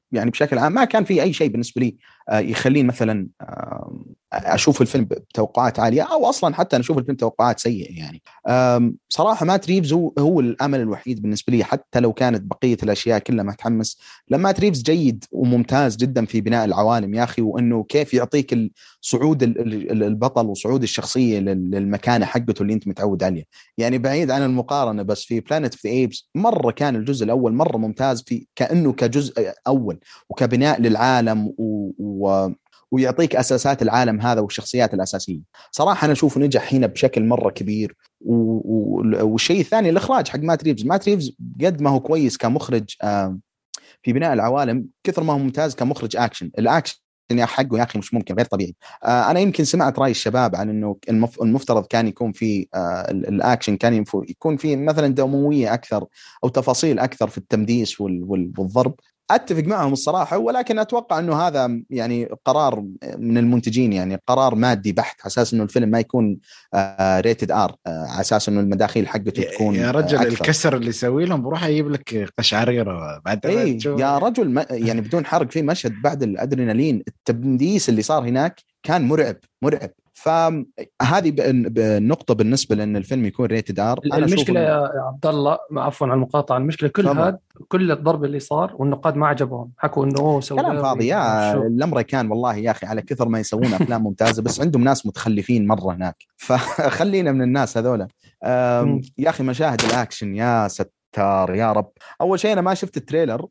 يعني بشكل عام ما كان في اي شيء بالنسبه لي يخليني مثلا اشوف الفيلم بتوقعات عاليه او اصلا حتى نشوف الفيلم توقعات سيئه. يعني صراحه مات ريفز هو, هو الامل الوحيد بالنسبه لي، حتى لو كانت بقيه الاشياء كلها ما تحمس. لما ريفز جيد وممتاز جدا في بناء العوالم يا اخي، وانه كيف يعطيك صعود البطل وصعود الشخصيه للمكانه حقته اللي انت متعود عليه. يعني بعيد عن المقارنه، بس في بلانيت اوف ذا ايبس مره كان الجزء الاول مره ممتاز في كانه كجزء اول وكبناء للعالم و, و ويعطيك أساسات العالم هذا والشخصيات الأساسية. صراحة أنا أشوفه نجح هنا بشكل مرة كبير. والشيء الثاني الإخراج حق مات ريفز. مات ريفز قد ما هو كويس كمخرج في بناء العوالم، كثر ما هو ممتاز كمخرج أكشن. الأكشن يا حقه يا أخي مش ممكن، غير طبيعي. أنا يمكن سمعت رأي الشباب عن أنه المفترض كان يكون في الأكشن كان يكون في مثلا دموية أكثر أو تفاصيل أكثر في التمديس والضرب. أتفق معهم الصراحة، ولكن أتوقع أنه هذا يعني قرار من المنتجين، يعني قرار مادي بحت، على أساس أنه الفيلم ما يكون ريتد آر، على أساس أنه المداخيل حقته تكون يا رجل أكثر. الكسر اللي يسوي لهم بروح يجيب لك قشعريرة بعد. إيه يا رجل ما يعني بدون حرق، في مشهد بعد الأدرينالين التبنديس اللي صار هناك كان مرعب مرعب. فهذه النقطة بالنسبة لأن الفيلم يكون ريتد آر. المشكلة يا عبد الله، عفوا على المقاطعة، المشكلة كل هذا كل الضرب اللي صار والنقاد ما عجبهم، حكوا إنه هو سوى كلام فاضي يا الأمريكان والله يا أخي، على كثر ما يسوون أفلام ممتازة بس عندهم ناس متخلفين مرة هناك، فخلينا من الناس هذولا. يا أخي مشاهد الأكشن يا ستار يا رب. أول شيء أنا ما شفت التريلر،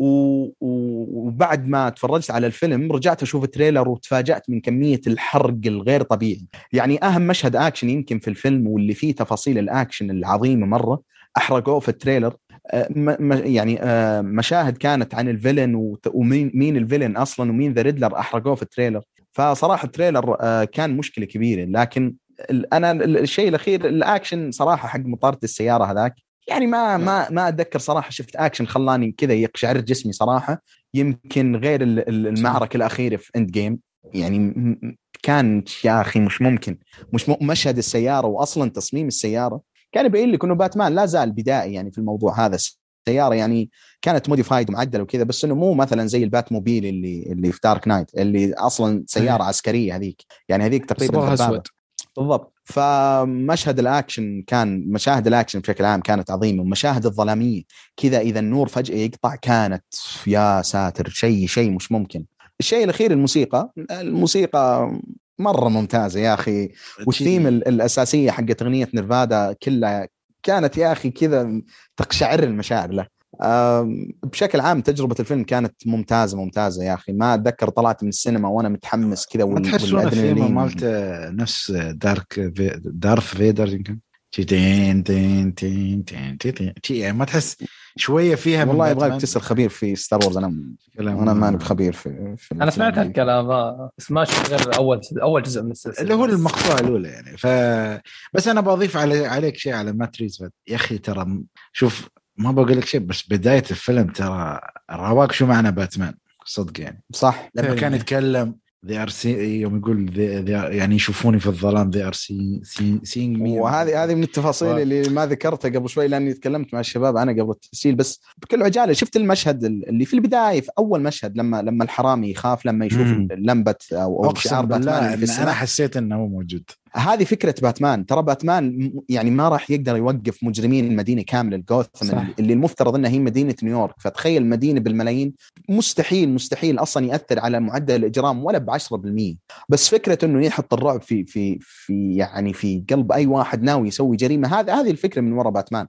وبعد ما تفرجت على الفيلم رجعت أشوف التريلر وتفاجأت من كمية الحرق الغير طبيعي. يعني أهم مشهد أكشن يمكن في الفيلم واللي فيه تفاصيل الأكشن العظيمة مرة أحرقوه في التريلر. يعني مشاهد كانت عن الفيلن ومين مين الفيلن أصلا ومين ذا ريدلر أحرقوه في التريلر. فصراحة التريلر كان مشكلة كبيرة. لكن أنا الشيء الأخير الأكشن صراحة حق مطاردة السيارة هذاك، يعني ما ما ما أتذكر صراحة شفت أكشن خلاني كذا يقشعر جسمي صراحة، يمكن غير المعركة الأخيرة في إند جيم. يعني كان يا أخي مش ممكن، مش مشهد السيارة وأصلا تصميم السيارة كان يبين لك إنه باتمان لا زال بدائي يعني في الموضوع هذا. السيارة يعني كانت موديفايد ومعدلة وكذا، بس إنه مو مثلا زي البات موبيل اللي اللي في دارك نايت اللي أصلا سيارة عسكرية هذيك، يعني هذيك تقريبا بالضبط. فمشهد الأكشن كان مشاهد الأكشن بشكل عام كانت عظيمة، ومشاهد الظلامية كذا إذا النور فجأة يقطع كانت يا ساتر شيء شيء مش ممكن. الشيء الأخير الموسيقى الموسيقى مرة ممتازة يا أخي، والثيم الأساسية حق أغنية نيرفادا كلها كانت يا أخي كذا تقشعر المشاعر له. بشكل عام تجربة الفيلم كانت ممتازة ممتازة يا أخي. ما أتذكر طلعت من السينما وأنا متحمس كذا. ما تحسون الثيمة مالت نفس دارك في دارث فيدر يمكن تين تين تين تين تين يعني ما تحس شوية فيها؟ والله يبغاك تصير خبير في ستار وورز. أنا أنا ما أنا خبير في, في أنا سمعت هالكلام بس ما شفت غير أول أول جزء من السلسلة اللي هو المقطوعة الأولى يعني. ف بس أنا بضيف على عليك شيء على ماتريز يا أخي. ترى شوف ما بقول لك شيء، بس بداية الفيلم ترى رواق شو معنى باتمان صدق يعني. صح لما كان يتكلم ذي ار سي يوم يقول ذي يعني يشوفوني في الظلام ذي ار سي سينج مي. وهذه هذه من التفاصيل و... اللي ما ذكرتها قبل شوي لاني تكلمت مع الشباب انا قبل التسجيل. بس بكل عجاله شفت المشهد اللي في البدايه في اول مشهد لما لما الحرامي يخاف لما يشوف اللمبه او شعار باتمان في انا حسيت انه هو موجود. هذه فكرة باتمان. ترى باتمان يعني ما راح يقدر يوقف مجرمين المدينة كاملة الجوثم اللي المفترض انها هي مدينة نيويورك. فتخيل مدينة بالملايين، مستحيل مستحيل اصلا يأثر على معدل الاجرام ولا بعشرة بالمية. بس فكرة انه يحط الرعب في في في يعني في قلب اي واحد ناوي يسوي جريمة، هذا هذه الفكرة من وراء باتمان.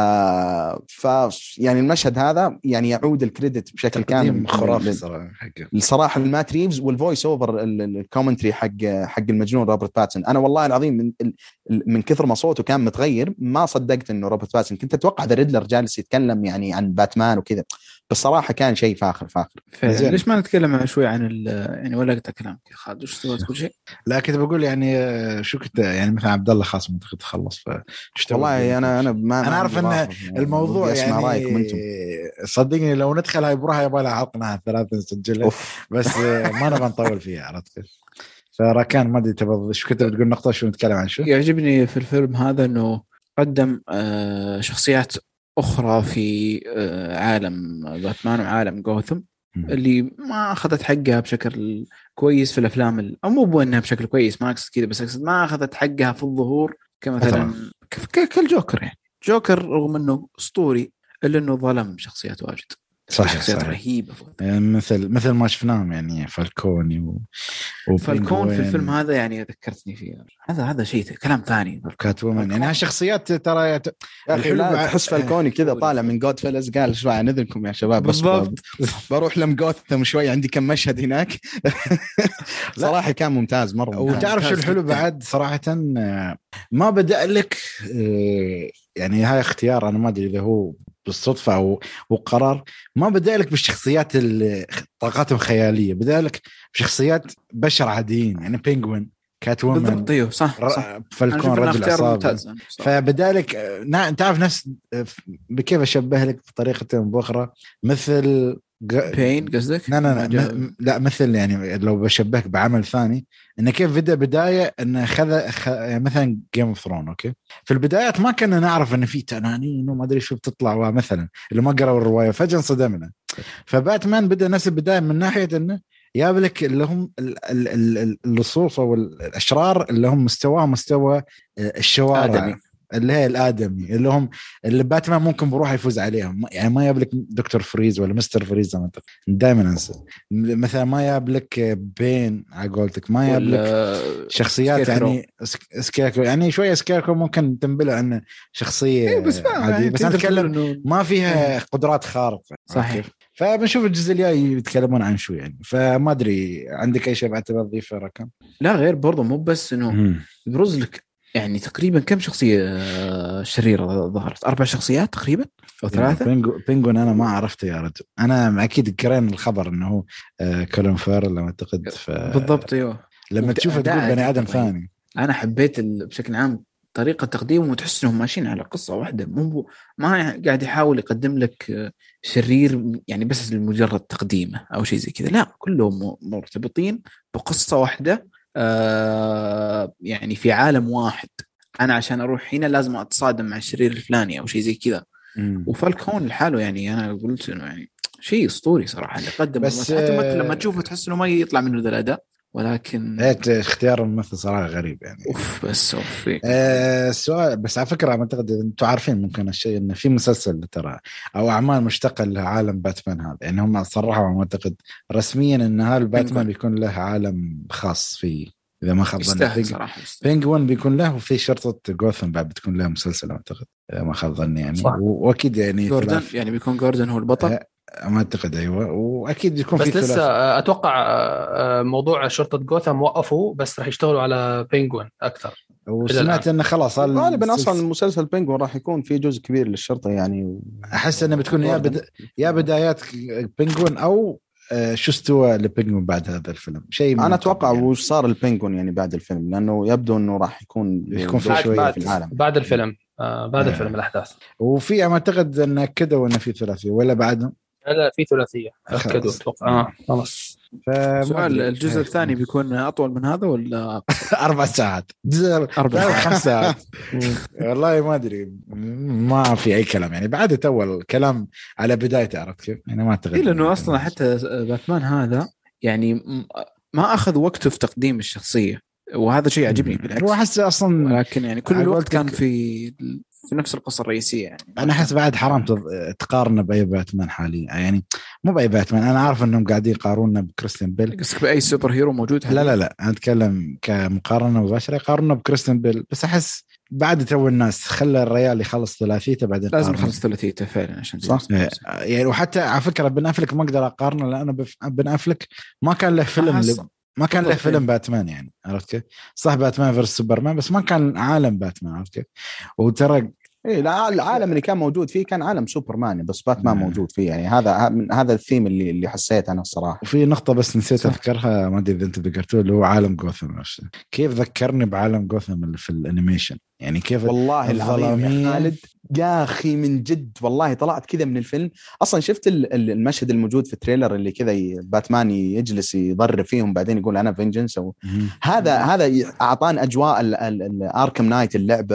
آه ف يعني المشهد هذا يعني يعود الكريدت بشكل كامل خرافي صراحه الصراحه المات ريفز والفويس اوفر الكومنتري حق حق المجنون روبرت باتسون. انا والله العظيم من من كثر ما صوته كان متغير ما صدقت انه روبرت باتسون. كنت اتوقع ذا ريدلر جالس يتكلم يعني عن باتمان وكذا، بصراحه كان شيء فاخر فاخر. ليش ما نتكلم شوي عن يعني ولا قلت كلام يا خالد وش تبغى تقول شيء؟ لا كنت بقول يعني شو كنت يعني مثلا عبد الله خاص منطقه تخلص. والله انا انا ما انا اعرف ان الموضوع يعني صدقني لو ندخل هاي بروحها يبغى لها حلقه ثلاثه نسجلها بس ما نبغى نطول فيها عرفت. فراكان ما ادري تبغى شو كنت بتقول نقطه شو نتكلم عن شو؟ يعجبني في الفيلم هذا انه قدم شخصيات أخرى في عالم باتمان وعالم غوثم اللي ما أخذت حقها بشكل كويس في الأفلام، أو مو بأنها بشكل كويس ما أقصد كذا، بس أقصد ما أخذت حقها في الظهور كمثلا كالجوكر. يعني جوكر رغم أنه أسطوري إلا أنه ظلم شخصيات واجد، صحيح شخصيات صحيح. رهيبة يعني مثل مثل ما شفناهم يعني فالكوني و... فالكون في الفيلم هذا يعني ذكرتني فيه. هذا هذا شيء كلام ثاني. كات وومن يعني هالشخصيات ترى يت... الحلو تحس فالكوني كذا طالع من جود فيلز قال شوي عن اذنكم يا شباب بس بالضبط. بروح لم جوثم شوي عندي كم مشهد هناك. صراحة كان ممتاز مرة. وتعرف شو الحلو بعد صراحة ما بدأ لك يعني هاي اختيار أنا ما أدري إذا هو بالصدفة أو وقرار، ما بدأ لك بالشخصيات اللي طاقاتهم خيالية، بدأ لك بشخصيات بشر عاديين يعني بينغوين كات وومن بالضبط. ايوه صح صح. فالكون رجل عصابة. فبدالك نا... تعرف نفس بكيف أشبه لك بطريقة بأخرى مثل بين قصدك؟ لا لا لا, م... لا مثل يعني لو بشبهك بعمل ثاني إنه كيف بدأ بداية إنه خذ خ... يعني مثلا جيم اوف ثرون. أوكي في البدايات ما كنا نعرف إنه في تنانين وما أدري شو بتطلع، ومثلا اللي ما قرأوا الرواية فجأة انصدمنا. فباتمان بدأ نفس البداية من ناحية إنه يابلك اللي هم اللصوص او الاشرار اللي هم مستواهم مستوى الشوارع آدمي. اللي هي الادمي اللي هم اللي باتمان ممكن بروح يفوز عليهم. يعني ما يابلك دكتور فريز ولا مستر فريز زي ما انت دائما انسى مثلا، ما يابلك بين على قولتك، ما يابلك شخصيات سكيركرو. يعني سكيركرو يعني شويه سكيركرو ممكن تنبله عنه شخصيه إيه بس عاديه، بس انا اتكلم ما فيها قدرات خارقه. صحيح. فبنشوف الجزء الجاي يتكلمون عن شو يعني. فما ادري عندك اي شيء بعد تبغى تضيفه رقم؟ لا غير برضه مو بس انه يبرز لك يعني تقريبا كم شخصيه شريره ظهرت، اربع شخصيات تقريبا او ثلاثه. بينجو بينجون انا ما عرفته يا رجل، انا اكيد قرأنا الخبر انه هو كولين فيرل لما اعتقد ف... بالضبط. ايوه لما تشوفه تقول بني ادم ثاني. انا حبيت بشكل عام طريقة تقديمه، وتحس انهم ماشيين على قصة واحدة، مو ما قاعد يحاول يقدم لك شرير يعني بس لمجرد تقديمه او شيء زي كذا، لا كلهم مرتبطين بقصة واحدة آه يعني في عالم واحد. انا عشان اروح هنا لازم اتصادم مع الشرير الفلاني او شيء زي كذا. وفالكون لحاله يعني انا قلت انه يعني شيء اسطوري صراحة اللي قدمه، بس حتى آه لما تشوفه تحس انه ما يطلع منه ذا الاداء، ولكن اختيار الممثل صراحه غريب يعني. اوف بس اوف آه السؤال بس على فكره اعتقد انتم عارفين ممكن الشيء انه في مسلسل ترى او اعمال مشتقه لعالم باتمان هذا، يعني هم صرحوا اعتقد رسميا ان هذا الباتمان بيكون له عالم خاص فيه اذا ما خاب ظني. بينغوين بيكون له، وفي شرطه غوثم بعد بتكون له مسلسل اعتقد ما خاب ظني يعني. واكيد يعني جوردن يعني بيكون جوردن هو البطل آه ما أعتقد. أيوة وأكيد يكون بس في لسه أتوقع موضوع شرطة غوثام وقفوا، بس راح يشتغلوا على بينغوين أكثر. وسمعت إنه خلاص غالبا أصلا المسلسل بينغوين راح يكون في جزء كبير للشرطة يعني و... أحس إنه بتكون يا بد... يا بدايات بينغوين أو شو استوى لبينغوين بعد هذا الفيلم شيء. أنا أتوقع يعني. وش صار البينغوين يعني بعد الفيلم، لأنه يبدو إنه راح يكون يكون في شوية بعد في العالم بعد الفيلم آه بعد آه. الفيلم الأحداث. وفي أعتقد إنه كده وإنه في ثلاثية ولا بعدهم؟ لا في ثلاثية أكدوا أتوقع. آه خلاص. سؤال الجزء الثاني بيكون أطول من هذا ولا أربع ساعات؟ جزء أربع خمس ساعات والله ما أدري، ما في أي كلام يعني. بعد أول كلام على بدايته عرفت كيف يعني ما أعتقد. لأنه أصلا حتى باتمان هذا يعني ما أخذ وقته في تقديم الشخصية، وهذا شيء عجبني بالعكس. وأحس أصلا لكن يعني كل الوقت كان في في نفس القصة الرئيسية يعني. أنا أحس بعد حرام تقارن بأي باتمان حاليا يعني، مو بأي باتمان. أنا عارف أنهم قاعدين يقارننا بكريستيان بيل. قصدك بأي سوبر هيرو موجود حاليا؟ لا لا لا أنا أتكلم كمقارنة مباشرة، يقارننا بكريستيان بيل. بس أحس بعد تو الناس خلى الريال يخلص ثلاثيته بعدين لازم يخلص ثلاثيته فعلا عشان صح يعني. وحتى على فكرة بن أفلك ما أقدر أقارنه، لأنه بن أفلك ما كان له فيلم ل... ما كان له فيلم باتمان يعني عرفت كيف. صح باتمان فيرس سوبرمان بس ما كان عالم باتمان عرفت كيف. وترى إيه العالم اللي كان موجود فيه كان عالم سوبرمان بس باتمان مم. موجود فيه يعني. هذا من هذا الثيم اللي اللي حسيت أنا الصراحة. وفي نقطة بس نسيت أذكرها ما أدري إذا أنت ذكرتوه اللي هو عالم غوثام. كيف ذكرني بعالم غوثام اللي في الأنيميشن يعني كيف والله العظيم يا خالد يا أخي من جد والله طلعت كذا من الفيلم. أصلا شفت المشهد الموجود في التريلر اللي كذا باتمان يجلس يضرب فيهم بعدين يقول أنا فينجنس. هذا هذا أعطان أجواء الأركم نايت اللعبة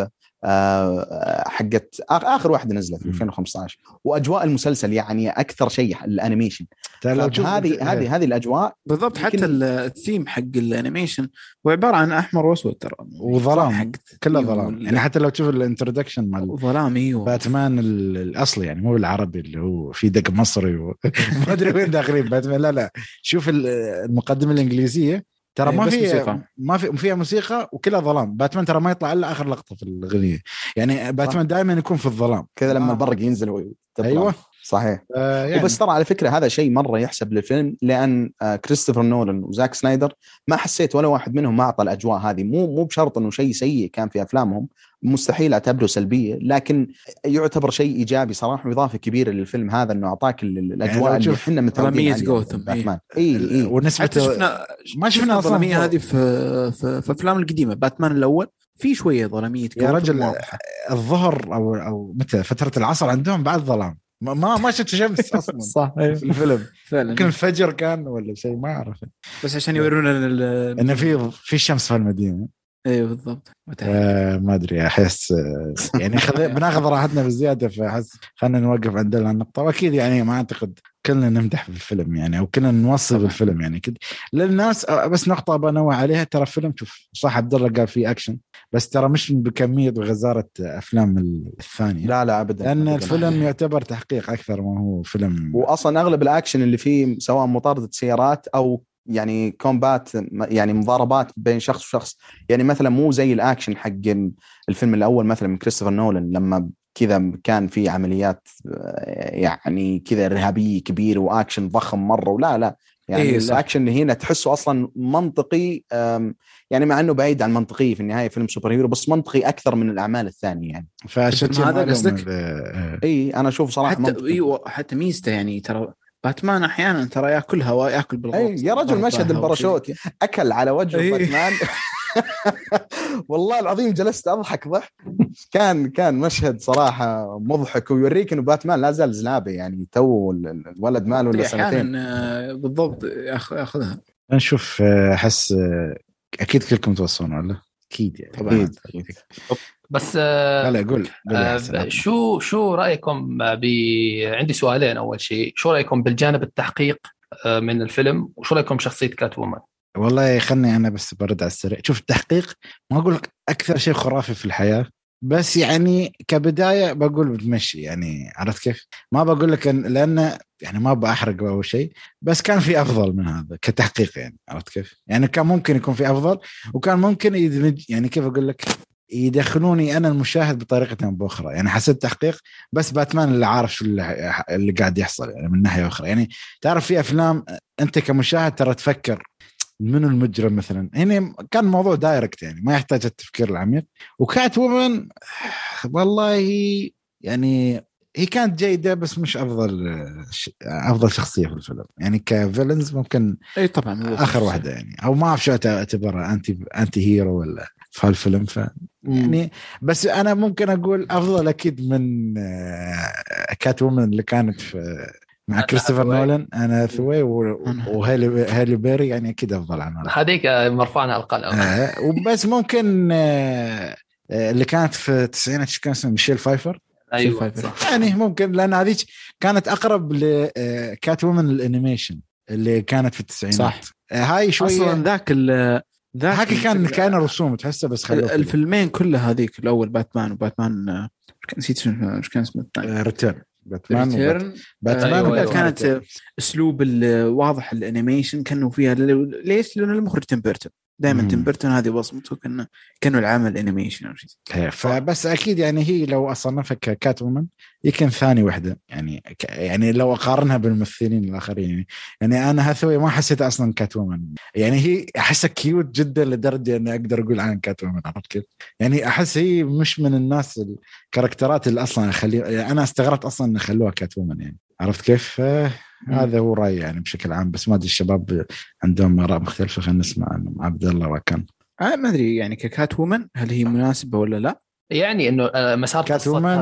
حقت آخر واحدة نزلت في ألفين وخمسة عشر، وأجواء المسلسل يعني أكثر شيء الأنيميشن. هذه هذه هذه الأجواء بالضبط. حتى الثيم حق الأنيميشن هو عبارة عن أحمر وأسود ترى، وظلام، كله ظلام يعني. حتى لو تشوف الانترودكشن مال ظلامي باتمان الأصلي يعني، مو بالعربي اللي هو في دق مصري وما أدري وين داخلين باتمان. لا لا، شوف المقدمة الإنجليزية ترى ما في ما في فيها موسيقى وكلها ظلام. باتمان ترى ما يطلع الا اخر لقطه في الغنية يعني. باتمان دائما يكون في الظلام كذا لما آه. البرق ينزل ويتطلع. ايوه صحيح. آه يعني. وبس ترى على فكره هذا شيء مره يحسب للفيلم، لان آه كريستوفر نولان وزاك سنايدر ما حسيت ولا واحد منهم ما اعطى الاجواء هذه. مو مو بشرط انه شيء سيء كان في افلامهم، مستحيل اعتبره سلبيه، لكن يعتبر شيء ايجابي صراحه واضافه كبيره للفيلم هذا، انه اعطاك الاجواء يعني اللي احنا متعودين عليها باتمان. اي اي ونسبه شفنا ما شفنا الظلاميه هذه في في في افلام القديمه. باتمان الاول في شويه ظلاميه يا رجل، الظهر او او متى فتره العصر عندهم بعد ظلام، ما ما شفت شمس اصلا. صح في الفيلم فعلا. ممكن الفجر كان ولا شيء ما اعرف، بس عشان يورونا انه في في شمس في المدينه. ايوه بالضبط. آه ما ادري، احس يعني خذ بناخذ راحتنا بزياده، فاحس خلينا نوقف عند النقطه. واكيد يعني ما اعتقد كلنا نمدح بالفيلم يعني، او كلنا نوصف الفيلم يعني كده للناس. بس نقطه بنوع عليها، ترى فيلم شوف صح عبد الله قال فيه اكشن، بس ترى مش بكميه وغزاره افلام الثانيه. لا لا ابدا، لان أبداً. الفيلم يعتبر تحقيق اكثر ما هو فيلم. واصلا اغلب الاكشن اللي فيه سواء مطاردة سيارات او يعني كومبات، يعني مضاربات بين شخص وشخص، يعني مثلا مو زي الاكشن حق الفيلم الاول مثلا من كريستوفر نولان لما كذا كان في عمليات يعني كذا ارهابيه كبيره واكشن ضخم مره. ولا لا يعني إيه الاكشن اللي هنا تحسه اصلا منطقي، يعني مع انه بعيد عن منطقي في النهايه فيلم سوبر هيرو، بس منطقي اكثر من الاعمال الثانيه يعني. فعشان هذا قصدك؟ اي انا اشوف صراحه حتى ايوه حتى ميزته يعني ترى باتمان احيانا ترى ياكل هواء، ياكل بالغلط. يا رجل مشهد الباراشوت اكل على وجه أيه. باتمان والله العظيم جلست اضحك ضحك. كان كان مشهد صراحه مضحك، ويوريك انه باتمان لا زال زلابه يعني، تو الولد ماله ولا سنتين بالضبط ياخذها. نشوف احس اكيد كلكم توصلون ولا اكيد يعني. طبعا أكيد. بس لا قول آه شو شو رايكم ب... عندي سؤالين. اول شيء شو رايكم بالجانب التحقيق من الفيلم، وشو رايكم شخصيه كات وومن؟ والله خلني انا بس برد على السريع. شوف التحقيق ما اقول لك اكثر شيء خرافي في الحياه، بس يعني كبدايه بقول بتمشي يعني، عرفت كيف؟ ما بقول لك لان يعني ما بأحرق أو شيء، بس كان في أفضل من هذا كتحقيق يعني، عرفت كيف؟ يعني كان ممكن يكون في أفضل، وكان ممكن يدمج يعني كيف أقول لك يدخلوني أنا المشاهد بطريقة بأخرى يعني. حسيت تحقيق بس باتمان اللي عارف شو اللي, اللي قاعد يحصل يعني من ناحية أخرى يعني. تعرف في أفلام أنت كمشاهد ترى تفكر منو المجرم مثلا، هنا كان موضوع دايركت يعني ما يحتاج التفكير العميق. وكات وومن والله يعني هي كانت جيدة بس مش أفضل أفضل شخصية في الفيلم يعني. كفيلنز ممكن أي طبعا آخر واحدة يعني، أو ما أعرف شو أعتبرها أنتي أنتي هيرو ولا في هالفيلم. ف يعني بس أنا ممكن أقول أفضل أكيد من كات وومن اللي كانت في مع كريستوفر نولان. أنا ثوي وهالي هالي بيري يعني أكيد أفضل عنها، هذيك مرفعنا القلم. آه وبس ممكن آه اللي كانت في التسعينات كان اسمه ميشيل فايفر. أيوة يعني ممكن لأن هذيك كانت أقرب لكات وومن الانيميشن اللي كانت في التسعينات. صح. هاي شوية أصلا ذاك ال ذاك هاكي كان كان رسوم تحسه بس خلوه الفيلمين كلها هذيك الأول باتمان وباتمان نسيت شو كان اسمه الثاني ريتيرن. باتمان ريتيرن باتمان أيوة كانت أيوة. أسلوب الواضح الانيميشن كانوا فيها. ليش؟ لأن المخرج تيم بيرتون دائما تيم بيرتون هذه بصمته كأنه كانوا العمل انيميشن أو شيء. فبس اكيد يعني هي لو اصنفها كات وومن يمكن ثاني وحده يعني ك... يعني لو اقارنها بالممثلين الاخرين يعني, يعني انا هاثوي ما حسيت اصلا كات وومن يعني. هي احسها كيوت جدا لدرجه اني اقدر اقول عن كات وومن، عرفت كيف يعني. احس هي مش من الناس الكاركترات اللي اصلا اخلي يعني انا استغربت اصلا ان خلوها كات وومن يعني، عرفت كيف. هذا هو رايي يعني بشكل عام، بس ما ادري الشباب عندهم آراء مختلفه. خلينا نسمع عبد الله وكان. آه ما ادري يعني ككات وومن هل هي مناسبه ولا لا؟ يعني انه مسار كات وومن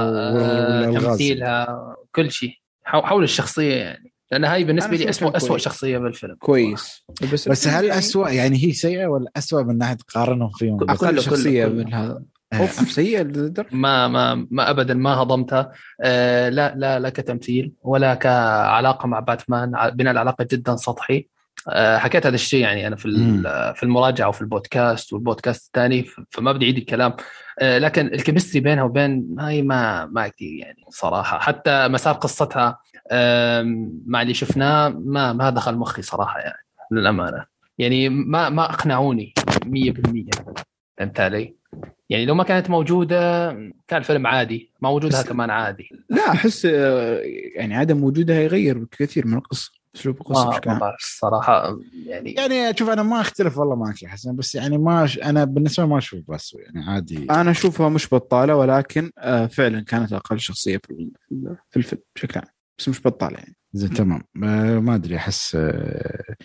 وتمثيلها كل شيء حول الشخصيه يعني، لان هاي بالنسبه لي اسوء اسوء شخصيه بالفيلم. كويس بس, بس هل يعني اسوء يعني هي سيئه ولا اسوء من ناحيه تقارنهم فيهم؟ اقل شخصيه من هذا اوف سيء للدرجة. ما ما ما ابدا ما هضمتها. آه لا لا لا كتمثيل ولا كعلاقه مع باتمان، ع- بناء العلاقه جدا سطحي. آه حكيت هذا الشيء يعني انا في ال- في المراجعه وفي البودكاست والبودكاست الثاني، ف- فما بدي اعيد الكلام. آه لكن الكيمستري بينها وبين هاي ما ما كثير يعني صراحه، حتى مسار قصتها آه مع اللي شفناه ما ما دخل مخي صراحه يعني للامانه. يعني ما ما اقنعوني مية بالمية. فهمت علي؟ يعني لو ما كانت موجودة كان الفيلم عادي، ما وجودها بس- كمان عادي. لا احس آه، يعني عدم وجودها يغير كثير من القصه، اسلوب القصه ما بشكل ما عام. بعرف الصراحة يعني. يعني شوف انا ما اختلف والله معك يا حسن، بس يعني ما ش... انا بالنسبه لي ما اشوف بس يعني عادي. انا اشوفها مش بطاله، ولكن آه، فعلا كانت اقل شخصيه في في الفيلم بشكل عام، بس مش بطاله يعني. زين تمام. آه، ما ادري احس آه،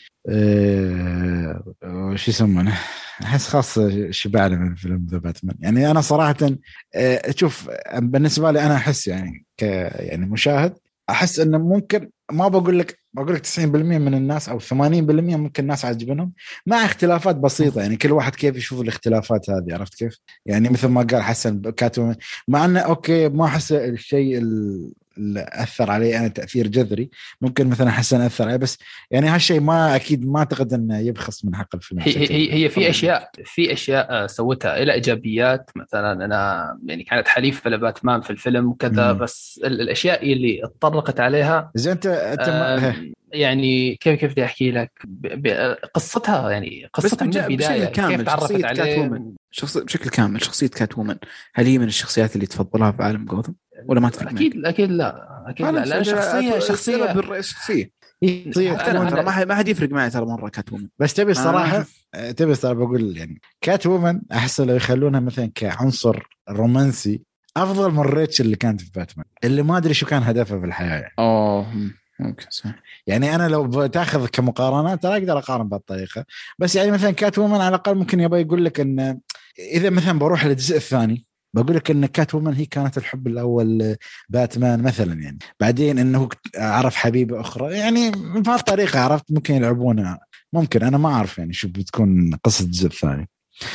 آه، آه، شو يسمونه، احس خاص شبعنا من فيلم ذا باتمان. يعني انا صراحه آه، شوف بالنسبه لي انا احس يعني ك يعني مشاهد احس انه ممكن، ما بقول لك بقول لك تسعين بالمية من الناس او ثمانين بالمية ممكن الناس عجبنهم، مع اختلافات بسيطه. يعني كل واحد كيف يشوف الاختلافات هذه، عرفت كيف؟ يعني مثل ما قال حسن كاتو، مع انه اوكي ما احس الشيء ال- اللي اثر علي انا تاثير جذري، ممكن مثلا حسن اثر عليه، بس يعني هالشيء ما اكيد ما اعتقد انه يبخس من حق الفيلم. هي بشكل هي هي في طبيعي. اشياء في اشياء آه، سوتها الى ايجابيات. مثلا انا يعني كانت حليفه لباتمان في الفيلم وكذا، مم. بس ال- الاشياء اللي اتطرقت عليها زين انت انت ما... آم، هه. يعني كيف كيف بدي احكي لك ب- ب- قصتها يعني بس قصتها من بجا- البدايه بشكل كامل كيف تعرفت شخصيه كات عليه. وومن، شخصيه بشكل كامل شخصيه كات وومن، هل هي من الشخصيات اللي تفضلها في عالم جوثم ولا ما تفرق معك؟ اكيد اكيد لا اكيد لا، لان شخصيه شخصيه السبب الرئيسي شخصيه. هي حتى انا ترى ما حد ما حد يفرق معي ترى مره كات وومن. بس تبي الصراحه أشوف- تبي الصراحه بقول يعني كات وومن احس لو يخلونها مثلا كعنصر رومانسي افضل من ريتشل اللي كانت في باتمان، اللي ما ادري شو كان هدفها في الحياه يعني. اوه ممكن صح. يعني انا لو بتاخذ كمقارنات ترى اقدر اقارن بهالطريقه، بس يعني مثلا كات وومن على الاقل ممكن يبغى يقول لك ان اذا مثلا بروح للجزء الثاني بقول لك ان كات وومن هي كانت الحب الاول باتمان مثلا، يعني بعدين انه عرف حبيبه اخرى، يعني بهالطريقه عرفت ممكن يلعبونها، ممكن انا ما اعرف يعني شو بتكون قصه الجزء الثاني.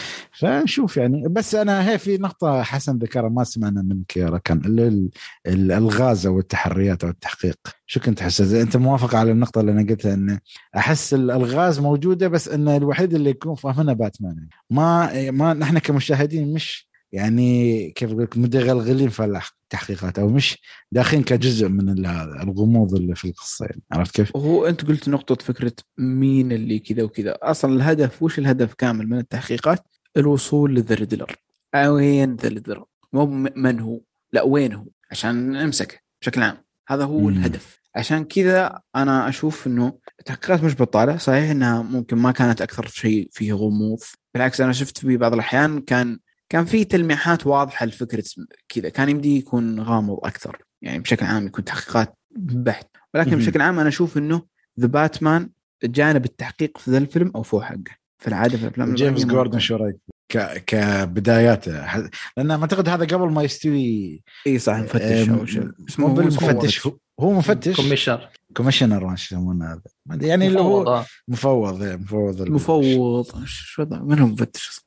فنشوف يعني. بس انا هي في نقطه حسن ذكرها ما سمعنا منك يا ركان، اللي الالغاز او التحريات او التحقيق، شو كنت تحس؟ انت موافق على النقطه اللي انا قلتها ان احس الالغاز موجوده بس ان الوحيد اللي يكون فاهمنا باتمان، يعني ما ما نحن كمشاهدين مش يعني كيف اقول لك متغلغلين في التحقيقات او مش داخلين كجزء من الغموض اللي في القصه، يعني عرفت كيف؟ هو انت قلت نقطه فكره مين اللي كذا وكذا، اصلا الهدف وش الهدف كامل من التحقيقات؟ الوصول لذا ريدلر. وين ذا ريدلر؟ مو من هو، لا وين هو عشان نمسكه بشكل عام. هذا هو مم. الهدف. عشان كذا انا اشوف انه التحقيقات مش بطاله، صحيح انها ممكن ما كانت اكثر شيء فيه غموض، بالعكس انا شفت في بعض الاحيان كان كان في تلميحات واضحه لفكره كذا، كان يمدي يكون غامض اكثر، يعني بشكل عام يكون تحقيقات بحت. ولكن مم. بشكل عام انا اشوف انه ذا باتمان جانب التحقيق في ذا الفيلم او فوق حقه في العاده في الافلام. جيمس جوردن شو رايك ك كبداياته؟ لان اعتقد هذا قبل ما يستوي. اي صح مفتش او شيء اسمه بالمفتش، هو, هو مفتش كوميشنر كوميشنر ما يسمونه هذا يعني اللي مفوض هو آه. مفوض مفوض مفوض شو من هو مفتش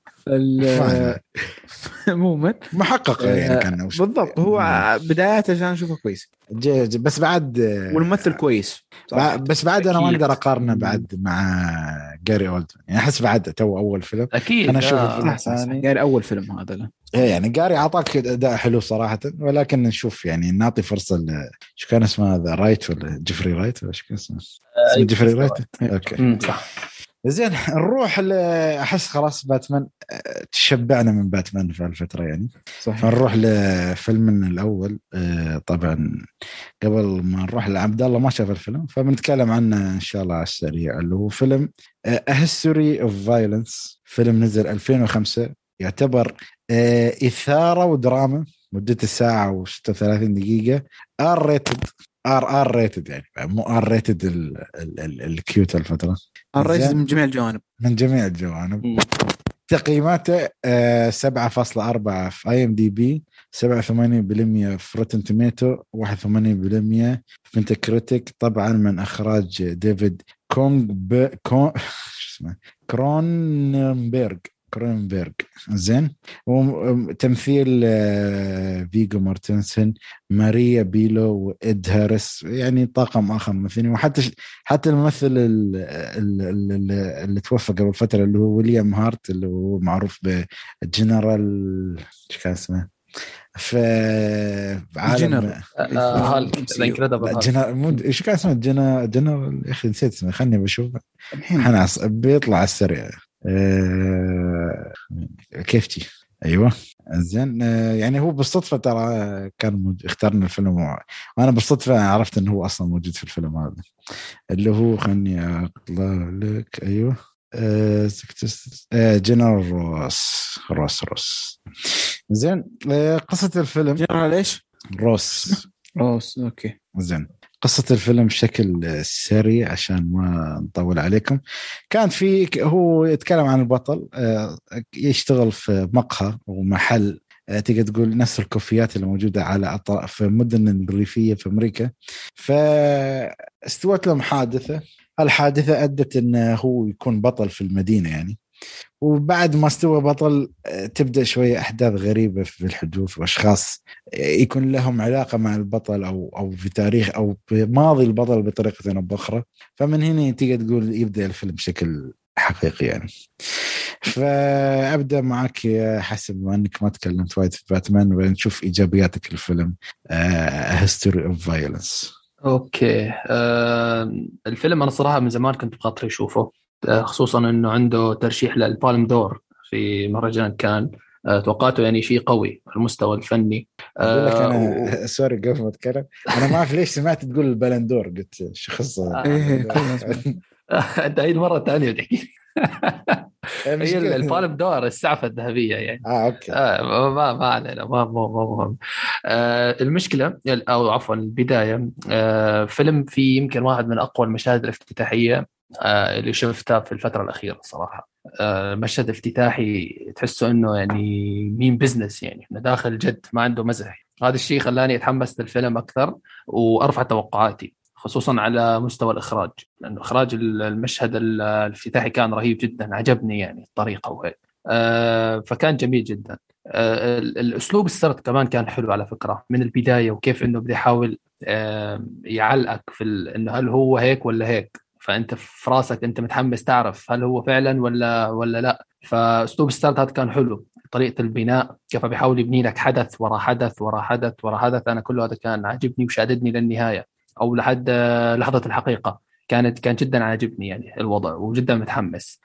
عموما محقق يعني كان بالضبط. هو بداياته عشان اشوفه كويس بس بعد والممثل كويس بعد بس بعد انا ما أكيد. اقدر اقارنه بعد مع جاري اولدمان، يعني احس بعد تو اول فيلم اكيد انا اشوف آه. الفيلم صح صح يعني اول فيلم هذا له. يعني جاري اعطاك اداء حلو صراحه، ولكن نشوف يعني نعطي فرصه ل شو كان اسمه هذا رايت ولا جيفري رايت ولا شو كان اسمه؟ اسمه جيفري رايت. اوكي صح. زين نروح احس خلاص باتمان تشبعنا من باتمان في الفتره يعني صحيح. فنروح لفيلمنا الاول. طبعا قبل ما نروح لعبد الله ما شاف الفيلم فبنتكلم عنه ان شاء الله على السريع، اللي هو فيلم A History of Violence. فيلم نزل ألفين وخمسة، يعتبر اثاره ودراما، مدته ساعه وستة وثلاثين دقيقه، ار ريتد ار ار ريتد يعني مو ار ريتد الكيوت الفتره، ار ريتد من جميع الجوانب من جميع الجوانب. تقييماته سبعة فاصلة أربعة في اي ام دي بي، سبعة وثمانين بالمية في روتن توميتو، واحد وثمانين بالمية في ميتاكريتيك. طبعا من اخراج ديفيد كونغ ب... كون... اسمه كروننبرغ كروننبرغ. زين. وتمثيل فيغو مورتنسن، ماريا بيلو، وإد هاريس، يعني طاقم آخر ممثلين. وحتى حتى الممثل اللي, اللي توفى قبل فترة اللي هو ويليام هارت، اللي هو معروف بجنرال ايش كان اسمه في عالم هالك الانكريدبل هالك. ايش كان اسمه جنا جنرال يا اخي نسيت اسمه، خلني بشوف الحين بيطلع على السريع. أه... كيفتي ايوه. زين. أه يعني هو بالصدفه ترى كان مج... اختارنا الفيلم و... وانا بالصدفه عرفت انه هو اصلا موجود في الفيلم هذا اللي هو خلني اطلع لك. ايوه أه... أه... جنرال روس روس روس زين. أه... قصه الفيلم جنرال ايش؟ روس روس. اوكي. زين. قصة الفيلم بشكل سريع عشان ما نطول عليكم. كان في هو يتكلم عن البطل يشتغل في مقهى ومحل تقدر تقول نفس الكوفيات اللي موجودة على أطراف في مدن الريفية في أمريكا. فاستوت لهم حادثة، الحادثة أدت أنه هو يكون بطل في المدينة يعني. وبعد ما استوى بطل تبدأ شوية أحداث غريبة في الحدوث، وأشخاص يكون لهم علاقة مع البطل أو أو في تاريخ أو بماضي البطل بطريقة أو بأخرى. فمن هنا تيجي تقول يبدأ الفيلم بشكل حقيقي يعني. فأبدأ معك حسب ما أنك ما تكلمت وايد في باتمان، ونشوف إيجابياتك الفيلم uh, History of Violence. أوكي. أه الفيلم أنا صراحة من زمان كنت بخاطري أشوفه، خصوصا انه عنده ترشيح للبالم دور في مهرجان كان. توقعته يعني شيء قوي على المستوى الفني. أقول لك أنا و... سوري قبل ما أتكلم أنا ما أعرف ليش سمعت تقول البالم دور، قلت شخص إيه أنت هاي المرة الثانية بتحكي هي البالم دور السعفة الذهبية يعني. آه أوكي. آه ما ما علينا ما ما ما مهم. آه المشكلة أو عفوا البداية، آه فيلم فيه يمكن واحد من أقوى المشاهد الافتتاحية آه اللي شفتها في الفترة الأخيرة صراحة. آه مشهد افتتاحي تحسه إنه يعني مين بزنس يعني داخل جد ما عنده مزح. هذا الشيء خلاني أتحمس للفيلم أكثر وأرفع توقعاتي، خصوصا على مستوى الإخراج، لأنه إخراج المشهد الافتتاحي كان رهيب جدا، عجبني يعني الطريقة وهيك. آه فكان جميل جدا. آه الأسلوب السرد كمان كان حلو على فكرة من البداية، وكيف إنه بدي يحاول آه يعلقك في إنه هل هو هيك ولا هيك، فأنت في راسك أنت متحمس تعرف هل هو فعلا ولا ولا لا. فأسلوب السرد هذا كان حلو، طريقة البناء كيف بيحاول يبني لك حدث ورا حدث ورا حدث ورا حدث. أنا كله هذا كان عجبني وشاددني للنهاية أو لحد لحظة الحقيقة. كانت كان جدا عجبني يعني الوضع وجدا متحمس.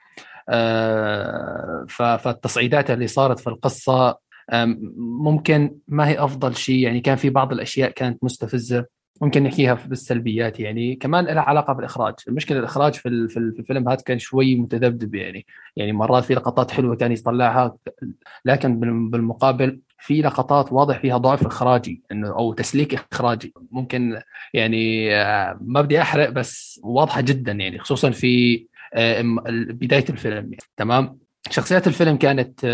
آه فالتصعيدات اللي صارت في القصة ممكن ما هي أفضل شيء يعني، كان في بعض الأشياء كانت مستفزة ممكن نحكيها بالسلبيات يعني. كمان لها علاقة بالإخراج. المشكلة الإخراج في في الفيلم هذا كان شوي متذبذب يعني، يعني مرات في لقطات حلوة كان يطلعها، لكن بالمقابل في لقطات واضح فيها ضعف إخراجي إنه أو تسليك إخراجي ممكن يعني. ما بدي أحرق بس واضحة جدا يعني، خصوصا في بداية الفيلم يعني. تمام. شخصيات الفيلم كانت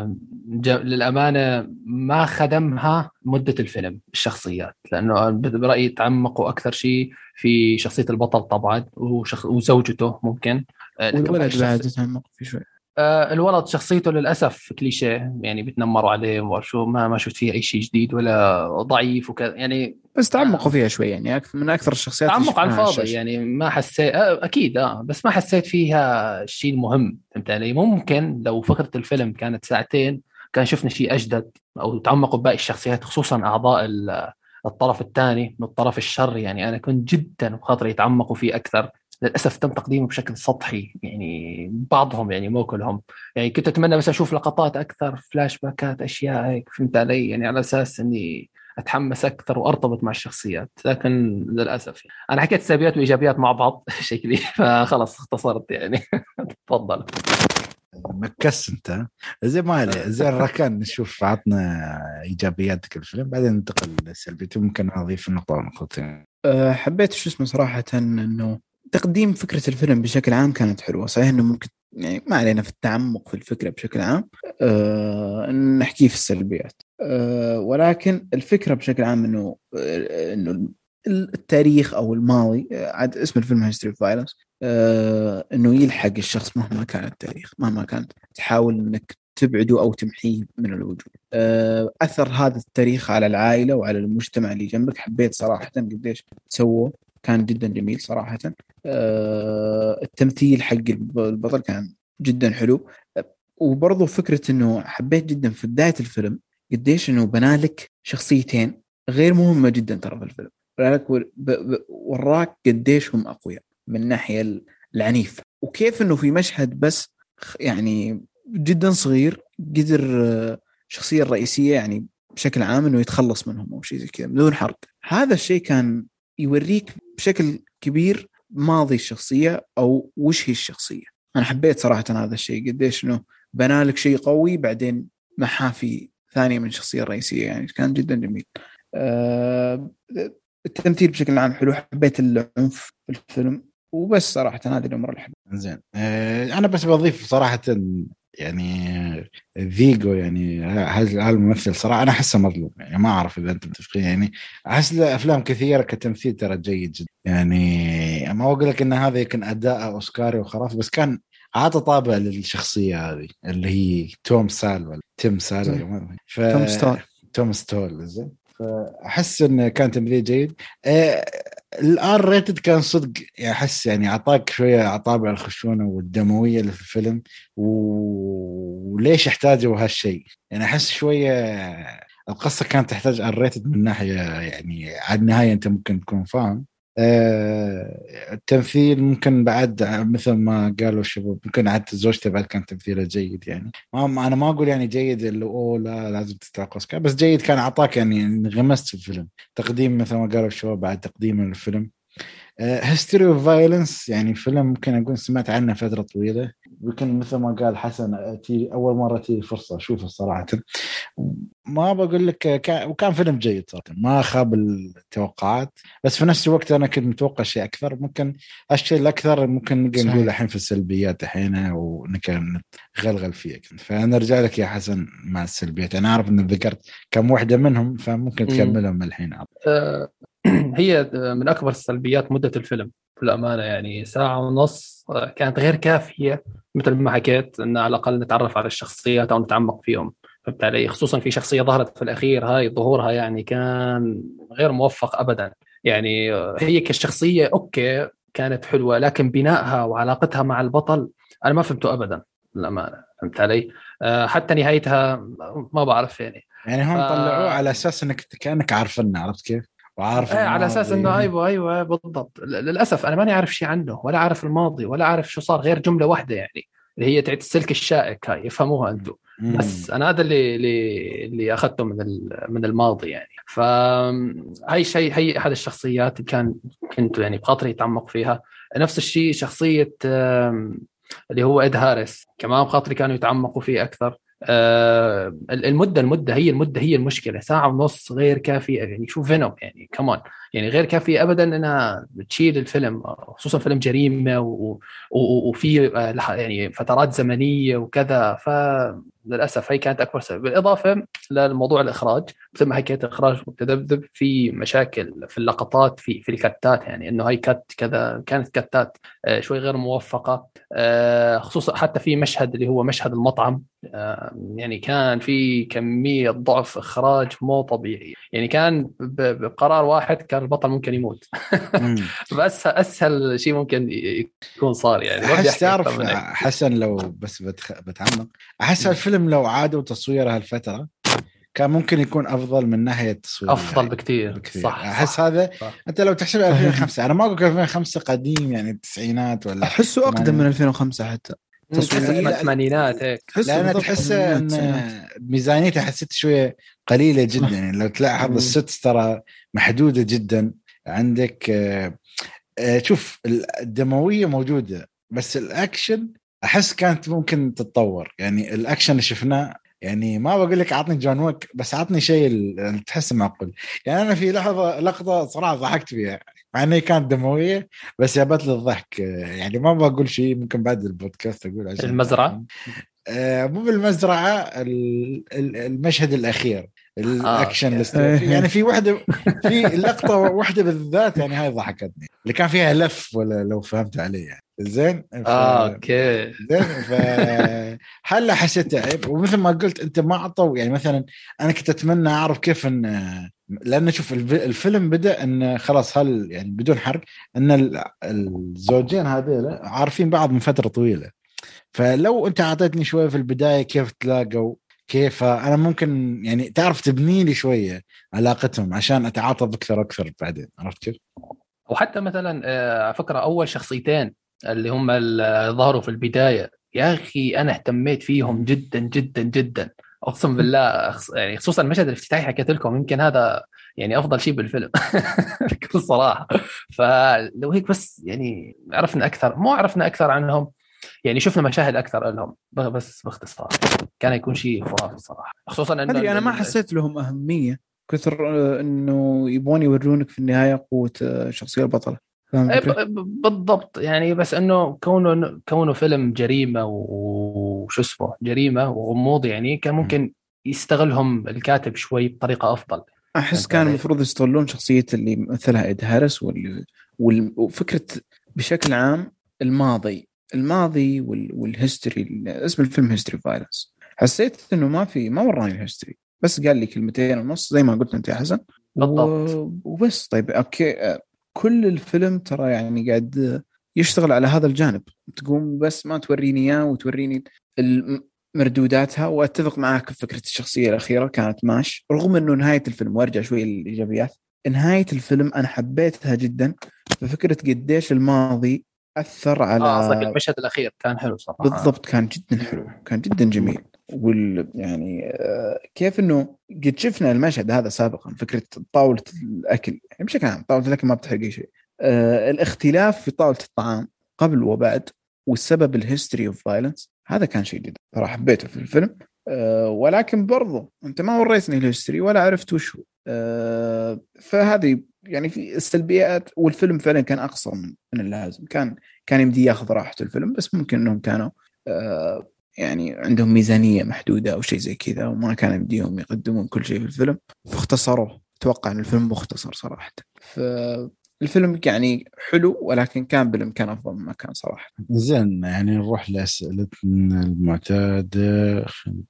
للأمانة ما خدمها مدة الفيلم الشخصيات، لأنه برأيي تعمقوا أكثر شيء في شخصية البطل طبعا وشخ... وزوجته ممكن. والولد بعد تعمق في شوي. الولد شخصيته للأسف كليشيه يعني، بتنمروا عليه وشو ما ما شفت فيه أي شيء جديد ولا ضعيف وكذا يعني. بس تعمقوا فيها شوي يعني، من أكثر الشخصيات تعمق على الفاضي يعني. ما حسيت أكيد آه بس ما حسيت فيها شيء مهم. فهمت علي؟ ممكن لو فكرة الفيلم كانت ساعتين كان شفنا شيء أجدد أو تعمقوا باقي الشخصيات، خصوصا أعضاء الطرف الثاني من الطرف الشر يعني. أنا كنت جدا بخاطري يتعمقوا فيه أكثر. للأسف تم تقديمه بشكل سطحي يعني، بعضهم يعني مو كلهم يعني. كنت أتمنى بس أشوف لقطات أكثر، فلاش باكات، أشياء هيك فهمت علي يعني، على أساس أني أتحمس أكثر وأرتبط مع الشخصيات. لكن للأسف يعني. أنا حكيت سلبيات وإيجابيات مع بعض شكلي فخلص اختصرت يعني. تفضل. مكس انت زي ما عليه زي الركان. نشوف عطنا إيجابياتك الفيلم بعدين ننتقل للسلبيات. ممكن أضيف النقطة ونقطتين. أه حبيت شو اسمه صراحة إنه تقديم فكرة الفيلم بشكل عام كانت حلوة. صحيح إنه ممكن يعني ما علينا في التعمق في الفكرة بشكل عام، أه نحكي في السلبيات، أه ولكن الفكرة بشكل عام إنه إنه التاريخ او الماضي، عاد اسم الفيلم History of Violence، آه انه يلحق الشخص مهما كان التاريخ، مهما كانت تحاول انك تبعده او تمحيه من الوجود. آه اثر هذا التاريخ على العائله وعلى المجتمع اللي جنبك، حبيت صراحه قديش سووا، كان جدا جميل صراحه. آه التمثيل حق البطل كان جدا حلو. وبرضو فكره انه حبيت جدا في بدايه الفيلم قديش انه بنالك شخصيتين غير مهمه جدا ترى في الفيلم، وراك قديش هم أقوياء من الناحية العنيفة، وكيف إنه في مشهد بس يعني جدا صغير قدر الشخصية الرئيسية يعني بشكل عام إنه يتخلص منهم أو شيء زي كذا بدون حرق. هذا الشيء كان يوريك بشكل كبير ماضي الشخصية أو وش هي الشخصية. أنا حبيت صراحة هذا الشيء، قديش إنه بنالك شيء قوي بعدين محافي ثانية من الشخصية الرئيسية، يعني كان جدا جميل. أه التمثيل بشكل عام حلو، حبيت العنف في الفيلم وبس صراحة هذه الأمر اللي حبيت. زين أه أنا بس بضيف صراحة يعني فيجو، يعني هذا الممثل صراحة أنا أحسه مظلوم، يعني ما أعرف إذا أنت متفقين، يعني أحس له أفلام كثيرة كتمثيل ترى جيد جدا، يعني ما أقول لك إن هذا يكون أداء أوسكاري وخلاص، بس كان عاطى طابع للشخصية هذه اللي هي توم سال ولا تيم سال ولا ف... توم ستول توم ستول زين. فأحس إنه كان تمثيل جيد. آه الآر ريتد كان صدق يعني أحس يعني أعطاك شوية عطابع الخشونة والدموية اللي في الفيلم، وليش احتاجوا هالشيء يعني أحس شوية القصة كانت تحتاج آر ريتد من ناحية يعني على النهاية أنت ممكن تكون فاهم. آه التمثيل ممكن بعد مثل ما قالوا الشباب ممكن عاد زوجته بعد كان تمثيله جيد، يعني ما أنا ما أقول يعني جيد اللي أوه لا لازم تستحق أوسكار، بس جيد كان عطاك يعني انغمست في الفيلم. تقديم مثل ما قالوا الشباب بعد تقديم الفيلم. هيستوري اوف فايلنس يعني فيلم ممكن أقول سمعت عنه فترة طويلة، يمكن مثل ما قال حسن تي أول مرة تي فرصة أشوفه صراحة، ما بقول لك كان وكان فيلم جيد صراحة ما خاب التوقعات، بس في نفس الوقت أنا كنت متوقع شيء أكثر. ممكن الشيء الأكثر ممكن نقول الحين في السلبيات الحين ونكمل نغلغل فيها، فنرجع لك يا حسن مع السلبيات. أنا أعرف إن ذكرت كم واحدة منهم فممكن تكملهم الحين. أه هي من أكبر السلبيات مدة الفيلم بالأمانة، يعني ساعة ونص كانت غير كافية مثل ما حكيت إن على الأقل نتعرف على الشخصيات أو نتعمق فيهم، فهمت علي؟ خصوصا في شخصية ظهرت في الأخير هاي ظهورها يعني كان غير موفق أبدا، يعني هي كشخصية أوكي كانت حلوة لكن بنائها وعلاقتها مع البطل أنا ما فهمته أبدا بالأمانة، فهمت علي؟ أه حتى نهايتها ما بعرف يعني يعني هم ف... طلعوه على أساس إنك كأنك عارفنا، عرفت كيف؟ وعارف ايه على اساس انه ايوه ايوه بالضبط. للاسف انا ماني عارف شيء عنه ولا عارف الماضي ولا عارف شو صار غير جمله واحده يعني اللي هي تعيد السلك الشائك هاي يفهموها انتم، بس انا هذا اللي اللي اللي اخذته من من الماضي يعني. فهاي شيء هي احد الشخصيات اللي كان كنت يعني بخاطري اتعمق فيها. نفس الشيء شخصيه اللي هو إد هاريس كمان بخاطري كانوا يتعمقوا فيه اكثر. آه المدة المدة هي المدة هي المشكلة، ساعة ونص غير كافية يعني. شو فينوم يعني كمان يعني غير كافية أبدا إنها تشيل الفيلم، خصوصا فيلم جريمة وفي يعني فترات زمنية وكذا، فللأسف هي كانت أكبر سبب. بالإضافة للموضوع الإخراج مثل ما حكيت، إخراج متذبذب، في مشاكل في اللقطات في في الكتات، يعني إنه هاي كت كذا كانت كتات آه شوي غير موفقة، آه خصوصا حتى في مشهد اللي هو مشهد المطعم آه يعني كان في كمية ضعف إخراج مو طبيعي، يعني كان بقرار واحد كان البطل ممكن يموت بس أسهل شيء ممكن يكون صار يعني. أحس تعرف حسن لو بس بتخ... بتعمق أحس الفيلم لو عادوا تصوير هالفترة كان ممكن يكون أفضل من ناحية التصوير، أفضل يعني بكتير, بكتير. صح أحس صح. هذا صح. أنت لو تحسب ألفين وخمسة أنا ما أقول ألفين وخمسة قديم يعني التسعينات ولا أحسه أقدم من ألفين وخمسة حتى تصوير الثمانينات هيك، لأن تحس أن ميزانيته حسيت شوية قليلة جدا يعني. لو تلاحظ الست ترى محدودة جدا عندك. شوف الدموية موجودة بس الأكشن أحس كانت ممكن تتطور، يعني الأكشن اللي شفناه يعني ما بقول لك عطني جون ويك بس عطني شيء تحس معقول. يعني أنا في لحظة لقطة صراحة ضحكت فيها مع أنها كانت دموية بس جابت لي الضحك، يعني ما بقول شيء ممكن بعد البودكاست أقول عشان المزرعة آه مو بالمزرعة، المشهد الأخير الاكشن آه. يعني في واحده في لقطه واحده بالذات يعني هاي ضحكتني اللي كان فيها لف ولا لو فهمت عليه يعني زين ف... آه، اوكي زين ف هلا حسيت عيب. ومثل ما قلت انت ما عطوا يعني مثلا انا كنت اتمنى اعرف كيف ان لان شوف الفيلم بدا ان خلاص هل يعني بدون حرق ان الزوجين هذول عارفين بعض من فتره طويله. فلو انت اعطيتني شويه في البدايه كيف تلاقوا كيف انا ممكن يعني تعرف تبني لي شويه علاقتهم عشان اتعاطف اكثر اكثر بعدين. عرفت كيف؟ وحتى مثلا على فكره اول شخصيتين اللي هم اللي ظهروا في البدايه يا اخي انا اهتميت فيهم جدا جدا جدا اقسم بالله. يعني خصوصا المشهد الافتتاحي حكيت لكم يمكن هذا يعني افضل شيء بالفيلم بكل صراحه. فلو هيك بس يعني عرفنا اكثر مو عرفنا اكثر عنهم يعني شفنا مشاهد اكثر لهم بس باختصار كان يكون شيء خرافي صراحه. خصوصا انه انا ما حسيت لهم اهميه كثر انه يبون يورونك في النهايه قوه شخصيه البطله. بالضبط يعني بس انه كونه كونه فيلم جريمه وشو اسمه جريمه وغموض يعني كان ممكن يستغلهم الكاتب شوي بطريقه افضل. احس كان المفروض يستغلون شخصيه اللي مثلها إيد هاريس واللي وفكره بشكل عام الماضي الماضي والهيستوري. اسم الفيلم هيستوري فايلنس. حسيت انه ما في ما وراني الهيستوري بس قال لي كلمتين ونص زي ما قلت انت يا حسن بالضبط وبس. طيب اوكي كل الفيلم ترى يعني قاعد يشتغل على هذا الجانب تقوم بس ما توريني اياه وتوريني مردوداتها. واتفق معك في فكره الشخصيه الاخيره كانت ماش رغم انه نهايه الفيلم وارجع شوي للايجابيات. نهايه الفيلم انا حبيتها جدا بفكره قديش الماضي اثر على اه المشهد الاخير كان حلو صراحه. بالضبط كان جدا حلو كان جدا جميل. وال يعني كيف انه قد شفنا المشهد هذا سابقا فكره طاوله الاكل يعني بشكل عام طاوله الاكل ما بتحرق اي شيء. آه الاختلاف في طاوله الطعام قبل وبعد والسبب الهيستوري اوف فايلنس هذا كان شيء جدا صراحه حبيته في الفيلم. آه ولكن برضو انت ما وريتني الهيستوري ولا عرفت وش هو. آه فهذه يعني في السلبيات. والفيلم فعلا كان اقصر من, من اللازم. كان كان يمدي ياخذ راحته الفيلم بس ممكن انهم كانوا آه يعني عندهم ميزانيه محدوده او شيء زي كذا وما كان يمديهم يقدمون كل شيء في الفيلم فاختصروه. اتوقع ان الفيلم مختصر صراحه. فالفيلم يعني حلو ولكن كان بالامكان افضل مما كان صراحه. زين يعني نروح لاسئلتنا المعتاده.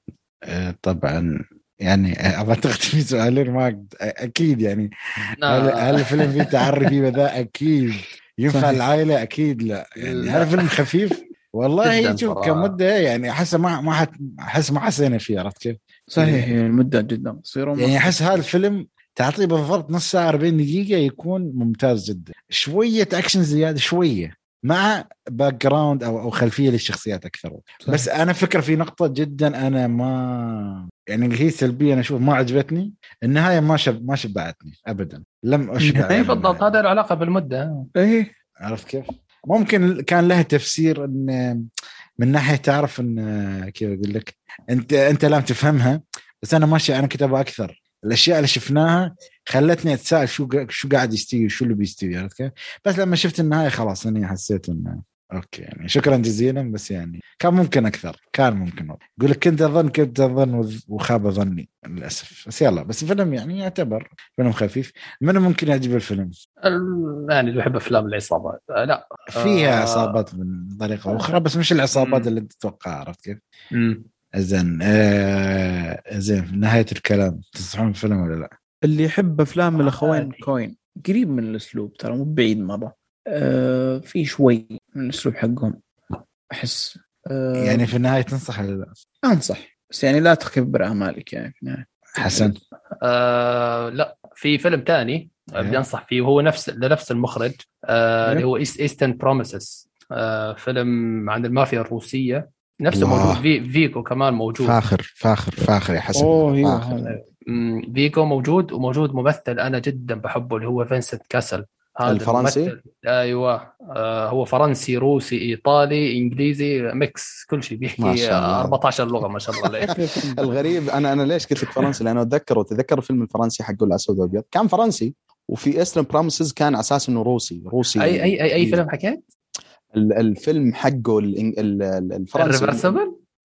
طبعا يعني ابغى تختم سؤالين ما اكيد يعني هل الفيلم فيه تعري فيه بذاء اكيد ينفع العائله اكيد لا يعني هذا فيلم خفيف والله شوف كمده يعني احس ما ما احس ما حسينا فيه. عرفت كيف؟ صحيح المده جدا قصيره يعني احس هذا الفيلم تعطيه بالضبط نص ساعه أربعين دقيقه يكون ممتاز جدا. شويه اكشن زياده شويه مع باك جراوند او او خلفيه للشخصيات اكثر. صحيح. بس انا فكره في نقطه جدا انا ما يعني هي سلبيه انا اشوف ما عجبتني النهايه ما شب ما شبعتني ابدا لم اشبع. اي بالضبط هذا له علاقه بالمده. ايه عرفت كيف؟ ممكن كان لها تفسير ان من ناحيه تعرف ان كيف اقول لك انت انت لم تفهمها بس انا ماشي انا كتابه اكثر. الاشياء اللي شفناها خلتني اتساءل شو شو قاعد يستوي وشو اللي بيستوي. عرفت كيف؟ بس لما شفت النهايه خلاص اني حسيت انه اوكي يعني شكرا جزيلا بس يعني كان ممكن اكثر كان ممكن اقول لك كنت اظن كنت اظن وخاب ظني للاسف. بس يلا بس الفيلم يعني يعتبر فيلم خفيف. من ممكن يعجب الفيلم يعني اللي يحب افلام العصابات لا فيها عصابات من طريقه اخرى بس مش العصابات اللي تتوقع. عرفت كيف؟ امم زين آه زين نهايه الكلام تصحون الفيلم ولا لا؟ اللي يحب افلام الاخوين كوين قريب من الاسلوب ترى مو بعيد مره. آه في شوي من الاسلوب حقهم احس. آه يعني في النهايه تنصح ولا لا؟ انصح بس يعني لا تكبر امالك يعني في النهايه. حسن آه لا في فيلم تاني بدي انصح فيه وهو نفس لنفس المخرج آه اللي هو ايسترن بروميسز. آه فيلم عن المافيا الروسيه نفسه واو. موجود في فيكو كمان موجود. فاخر فاخر فاخر يا حسن. اوه فيكو موجود وموجود ممثل انا جدا بحبه اللي هو فينسنت كاسل. هذا الفرنسي ايوه آه هو فرنسي روسي ايطالي انجليزي ميكس كل شيء بيحكي أربعة عشر لغه ما شاء الله عليه. الغريب انا انا ليش قلت لك فرنسي لانه اتذكر وتذكر الفيلم الفرنسي حقه الاسود والابيض كان فرنسي وفي إيسترن بروميسز كان على اساس انه روسي روسي اي اي اي, أي فيلم حكيت الفيلم حقه الفرنسي الريفرسبل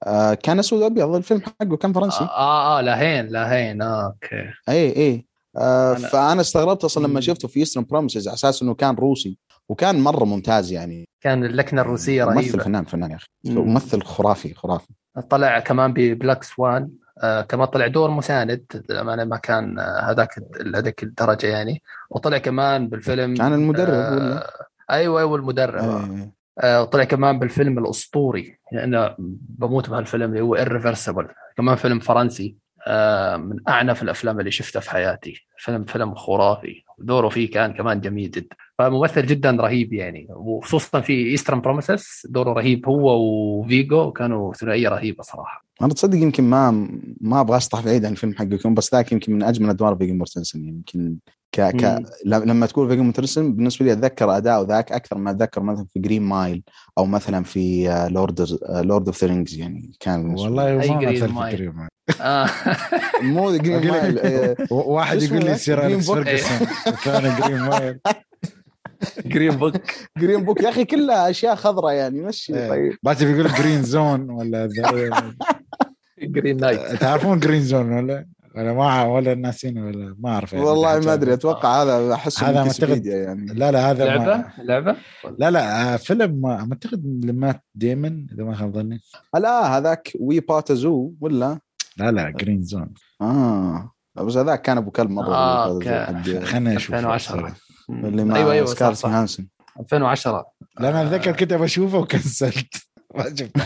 آه كان اسود ابيض الفيلم حقه، كان فرنسي. اه اه لهين لهين آه اوكي. اي اي آه أنا... فانا استغربت اصلا لما شفته في إيسترن بروميسز على اساس انه كان روسي، وكان مره ممتاز يعني. كان اللكنه الروسيه ممثل رهيبه. فنان فنان يا اخي، ممثل خرافي خرافي. طلع كمان ببلاك سوان، آه كمان طلع دور مساند، أنا ما كان هذاك آه هذاك الدرجة يعني. وطلع كمان بالفيلم كان المدرب آه ولا أيوة أيوة المدرب. أي. آه وطلع كمان بالفيلم الأسطوري، لأنه يعني بموت بهالفيلم اللي هو Irreversible، كمان فيلم فرنسي آه من أعنف الأفلام اللي شفتها في حياتي. فيلم فيلم خرافي، دوره فيه كان كمان جميل جدا، فممثل جدا رهيب يعني. وخصوصا في إيسترن بروميسز دوره رهيب، هو وفيجو كانوا ثنائية رهيبة صراحة. انا تصدق يمكن ما ما ابغى اسطح بعيد عن الفيلم حقكم، بس ذاك يمكن من اجمل ادوار فيجو مورتنسن. يمكن ك ك لما تقول فيجو مورتنسن بالنسبه لي اتذكر اداء ذاك اكثر ما اتذكر مثلا في جرين مايل او مثلا في لورد لورد اوف ذا رينجز يعني. كان والله ما جرين مثل مايل. في جرين مايل آه. مو جرين مايل. واحد يقول لي سير أليكس فيرغسون ثاني جرين مايل. جرين بوك جرين بوك يا اخي كلها اشياء خضراء يعني مشي. طيب بس بيقول جرين زون ولا جرين نايت. تعرفون جرين زون ولا ولا ما ولا ناسين ولا ما اعرف يعني. والله ما ادري، اتوقع هذا احسه هذا متفيد يعني. لا لا هذا لعبه ما... لعبه لا لا فيلم اعتقد لمات ديمن اذا ما خاب ظني. لا هذاك وي باتزو ولا لا لا جرين زون. اه بس هذاك كان ابو كلب مره. آه خلنا نشوف ألفين وعشرة اللي مع ايوه ايوه سكارلت يوهانسون ألفين وعشرة. لا انا اتذكر كنت بشوفه وكنسلت ما شفته.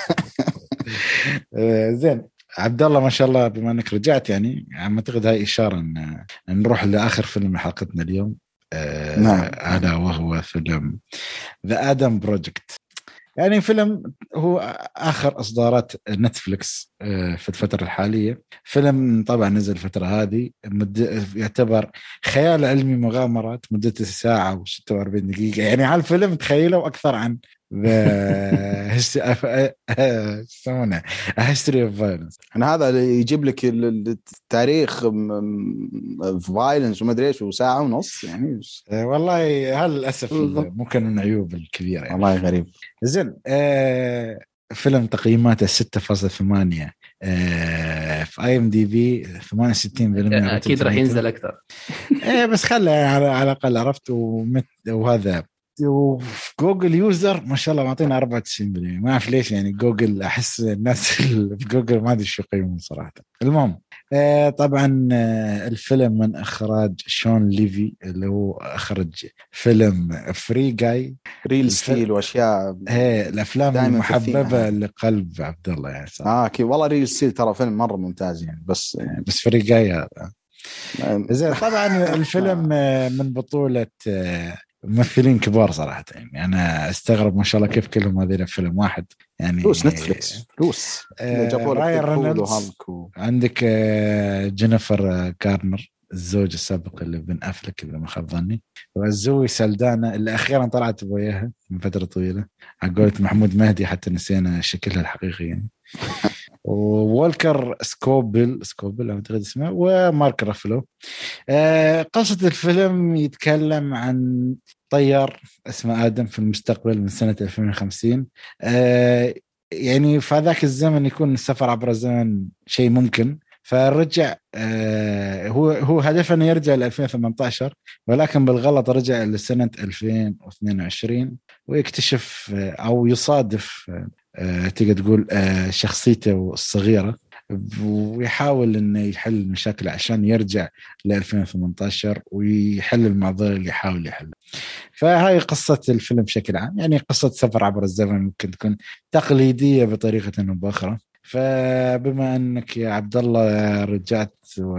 زين عبد الله ما شاء الله بما انك رجعت يعني عم اعتقد هاي اشاره ان نروح لاخر فيلم حلقتنا اليوم. آه نعم. هذا وهو فيلم ذا آدم بروجكت. يعني فيلم هو آخر إصدارات نتفليكس في الفترة الحالية. فيلم طبعا نزل الفترة هذه، يعتبر خيال علمي مغامرات مدته ساعة وستة وأربعين دقيقة. يعني على الفيلم تخيلوا أكثر عن يسمونه هيستوري اوف فايلنس. انا هذا اللي يجيب لك التاريخ فايلنس وما ادري ايش وساعه ونص يعني. والله هالاسف ممكن من عيوب الكبيره يعني. والله غريب. زين آه فيلم تقييماته ستة فاصلة ثمانية آه في اي ام دي بي ثمانية وستين بالمئة. اكيد راح ينزل اكثر. ايه بس خله على على الاقل عرفت. وهذا وفي جوجل يوزر ما شاء الله معطينا أربعة وتسعين بالمئة. ما أعرف ليش يعني جوجل أحس الناس في جوجل ما أدري شو يقيمون صراحة. المهم آه طبعا آه الفيلم من إخراج شون ليفي اللي هو أخرج فيلم فري جاي ريل ستيل وأشياء. هي الأفلام المحببة لقلب عبد الله يعني. آه كي والله ريل ستيل ترى فيلم مرة ممتاز يعني. بس يعني بس فري جاي هذا زين. طبعا الفيلم من بطولة آه ممثلين كبار صراحة يعني. أنا استغرب ما شاء الله كيف كلهم هذين فيلم واحد يعني. فلوس نتفليكس فلوس. آه راين رينولدز و... عندك آه جينيفر كارنر الزوج السابق اللي بن أفلك إذا ما خاب ظني، وزوي سلدانا اللي أخيرا طلعت بوياها من فترة طويلة على قولة محمود مهدي حتى نسينا شكلها الحقيقي يعني. وولكر سكوبل سكوبل أعتقد اسمه ومارك رافلو. آه قصة الفيلم يتكلم عن طيار اسمه آدم في المستقبل من سنة ألفين وخمسين. آه يعني في هذاك الزمن يكون السفر عبر الزمن شيء ممكن، فرجع آه هو هو هدفه انه يرجع ل ألفين وثمانية عشر ولكن بالغلط رجع لسنة ألفين واثنين وعشرين ويكتشف آه او يصادف آه آه تقدر تقول آه شخصيته الصغيرة ويحاول انه يحل مشاكله عشان يرجع ل ألفين وثمانية عشر ويحل المعضله اللي يحاول يحلها. فهاي قصه الفيلم بشكل عام يعني قصه سفر عبر الزمن ممكن تكون تقليديه بطريقه او باخرى. فبما انك يا عبد الله رجعت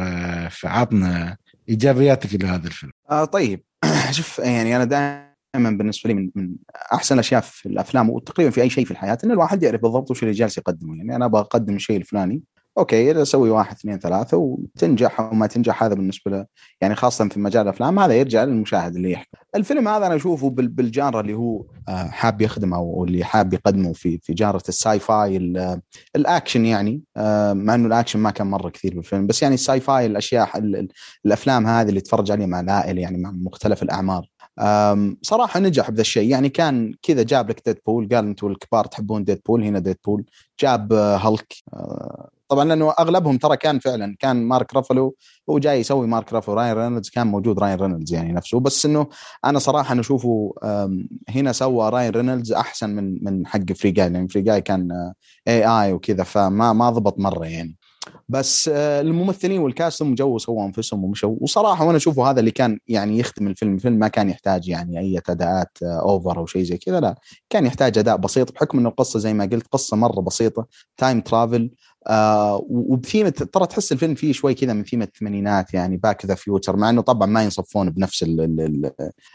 وعطنا ايجابياتك لهذا الفيلم. آه طيب شوف يعني انا دائما بالنسبه لي من, من احسن الاشياء في الافلام وتقريبا في اي شيء في الحياه ان الواحد يعرف بالضبط وش اللي جالس يقدمه. يعني انا ابغى اقدم الشيء الفلاني اوكي اسوي واحد اثنين ثلاثه وتنجح وما تنجح هذا بالنسبه له يعني خاصه في مجال الافلام هذا يرجع للمشاهد اللي يحكم. الفيلم هذا انا اشوفه بالجانرا اللي هو حاب يخدمه او اللي حاب يقدمه في في جانرا الساي فاي الاكشن يعني مع انه الاكشن ما كان مره كثير بالفيلم بس يعني الساي فاي الاشياء الافلام هذه اللي تفرج عليها مع العائله يعني مع مختلف الاعمار صراحة نجح بذا الشيء، يعني كان كذا جاب لك ديدبول، قال أنتوا الكبار تحبون ديدبول، هنا ديدبول. جاب هالك طبعا لأنه أغلبهم ترى كان فعلا كان مارك رافلو هو جاي يسوي مارك رافلو، راين رينولدز كان موجود راين رينولدز يعني نفسه، بس إنه أنا صراحة نشوفه هنا سوى راين رينولدز أحسن من من حق فري جاي، لأن فري جاي كان إيه آي وكذا فما ما ضبط مرة يعني. بس الممثلين والكاست هم جو سووا انفسهم ومشوا، وصراحه وانا اشوفه هذا اللي كان يعني يختم الفيلم. الفيلم ما كان يحتاج يعني اي اداءات اوفر او شيء زي كذا، لا كان يحتاج اداء بسيط بحكم انه القصه زي ما قلت قصه مره بسيطه، تايم ترافل آه وبثيمه ترى تحس الفيلم فيه شوي كذا من ثيمه الثمانينات يعني باك ذا فيوتشر، مع انه طبعا ما ينصفون بنفس ال ال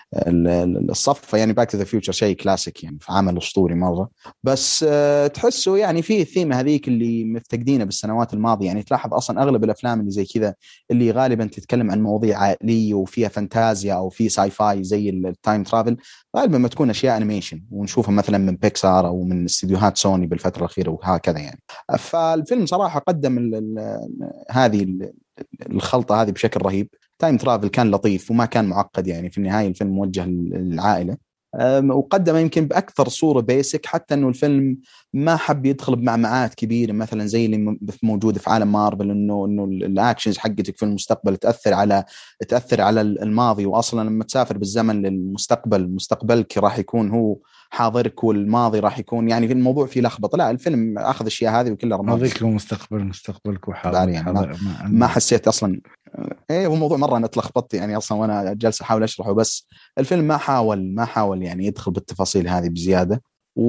ال الصفه يعني باك ذا فيوتشر شيء كلاسيك يعني في عمل اسطوري مره، بس آه تحسه يعني فيه الثيمه هذيك اللي مفتقدينه بالسنوات الماضيه. يعني تلاحظ اصلا اغلب الافلام اللي زي كذا اللي غالبا تتكلم عن مواضيع عائليه وفيها فانتازيا او في ساي فاي زي التايم ترافل غالبا ما تكون اشياء انيميشن، ونشوفها مثلا من بيكسار او من استديوهات سوني بالفتره الاخيره وهكذا يعني. فالفيلم صراحه قدم ال ال هذه الخلطه هذه بشكل رهيب. تايم ترافل كان لطيف وما كان معقد، يعني في النهايه الفيلم موجه للعائله، وقدم يمكن بأكثر صورة بيسك، حتى أنه الفيلم ما حب يدخل بمعمعات كبيرة مثلا زي اللي موجودة في عالم مارفل، أنه إنه الأكشنز حقتك في المستقبل تأثر على تأثر على الماضي، وأصلا لما تسافر بالزمن للمستقبل مستقبلك راح يكون هو حاضرك والماضي راح يكون يعني في الموضوع فيه لخبطة. لا الفيلم أخذ الأشياء هذه وكلها رماد ماضيك ومستقبل مستقبلك وحاضر يعني ما, ما, ما حسيت أصلا ايه هو موضوع مره انا اتلخبطت يعني اصلا وانا جالس احاول اشرحه، بس الفيلم ما حاول ما حاول يعني يدخل بالتفاصيل هذه بزياده،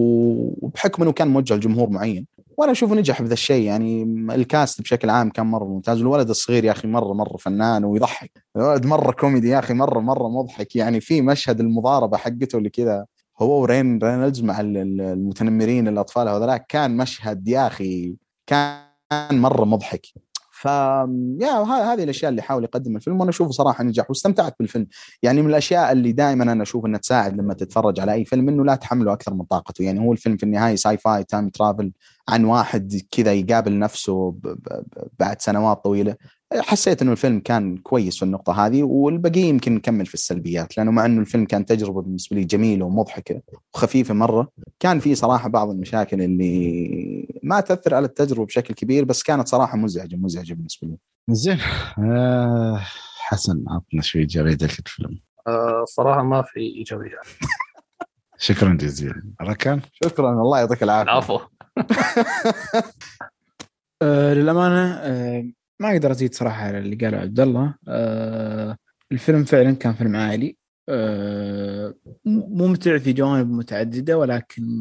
وبحكم انه كان موجه لجمهور معين وانا اشوفه نجح بذا الشيء. يعني الكاست بشكل عام كان مره ممتاز، الولد الصغير يا اخي مره مره فنان ويضحك، الولد مره كوميدي يا اخي مره مره مضحك. يعني في مشهد المضاربه حقته اللي كذا هو ورين رينولدز مع المتنمرين الاطفال هذول، كان مشهد يا اخي كان مره مضحك. ف يا هذه الاشياء اللي حاول يقدم الفيلم وانا اشوفه صراحه نجح واستمتعت بالفيلم. يعني من الاشياء اللي دائما انا اشوف انها تساعد لما تتفرج على اي فيلم انه لا تحمله اكثر من طاقته. يعني هو الفيلم في النهايه ساي فاي تايم ترافل عن واحد كذا يقابل نفسه ب ب بعد سنوات طويله. حسيت انه الفيلم كان كويس في النقطه هذه، والبقيه يمكن نكمل في السلبيات، لانه مع انه الفيلم كان تجربه بالنسبه لي جميله ومضحكه وخفيفه مره، كان في صراحه بعض المشاكل اللي ما تاثر على التجربه بشكل كبير، بس كانت صراحه مزعجه مزعجه بالنسبه لي. زين آه حسن عطنا شوي إيجابيات الفيلم. آه صراحة ما في إيجابيات. شكرا جزيلا ركان. شكرا الله يعطيك العافية. العفو. آه للأمانة آه ما أقدر أزيد صراحة على اللي قاله عبد الله. آه الفيلم فعلا كان فيلم عائلي آه ممتع في جوانب متعددة، ولكن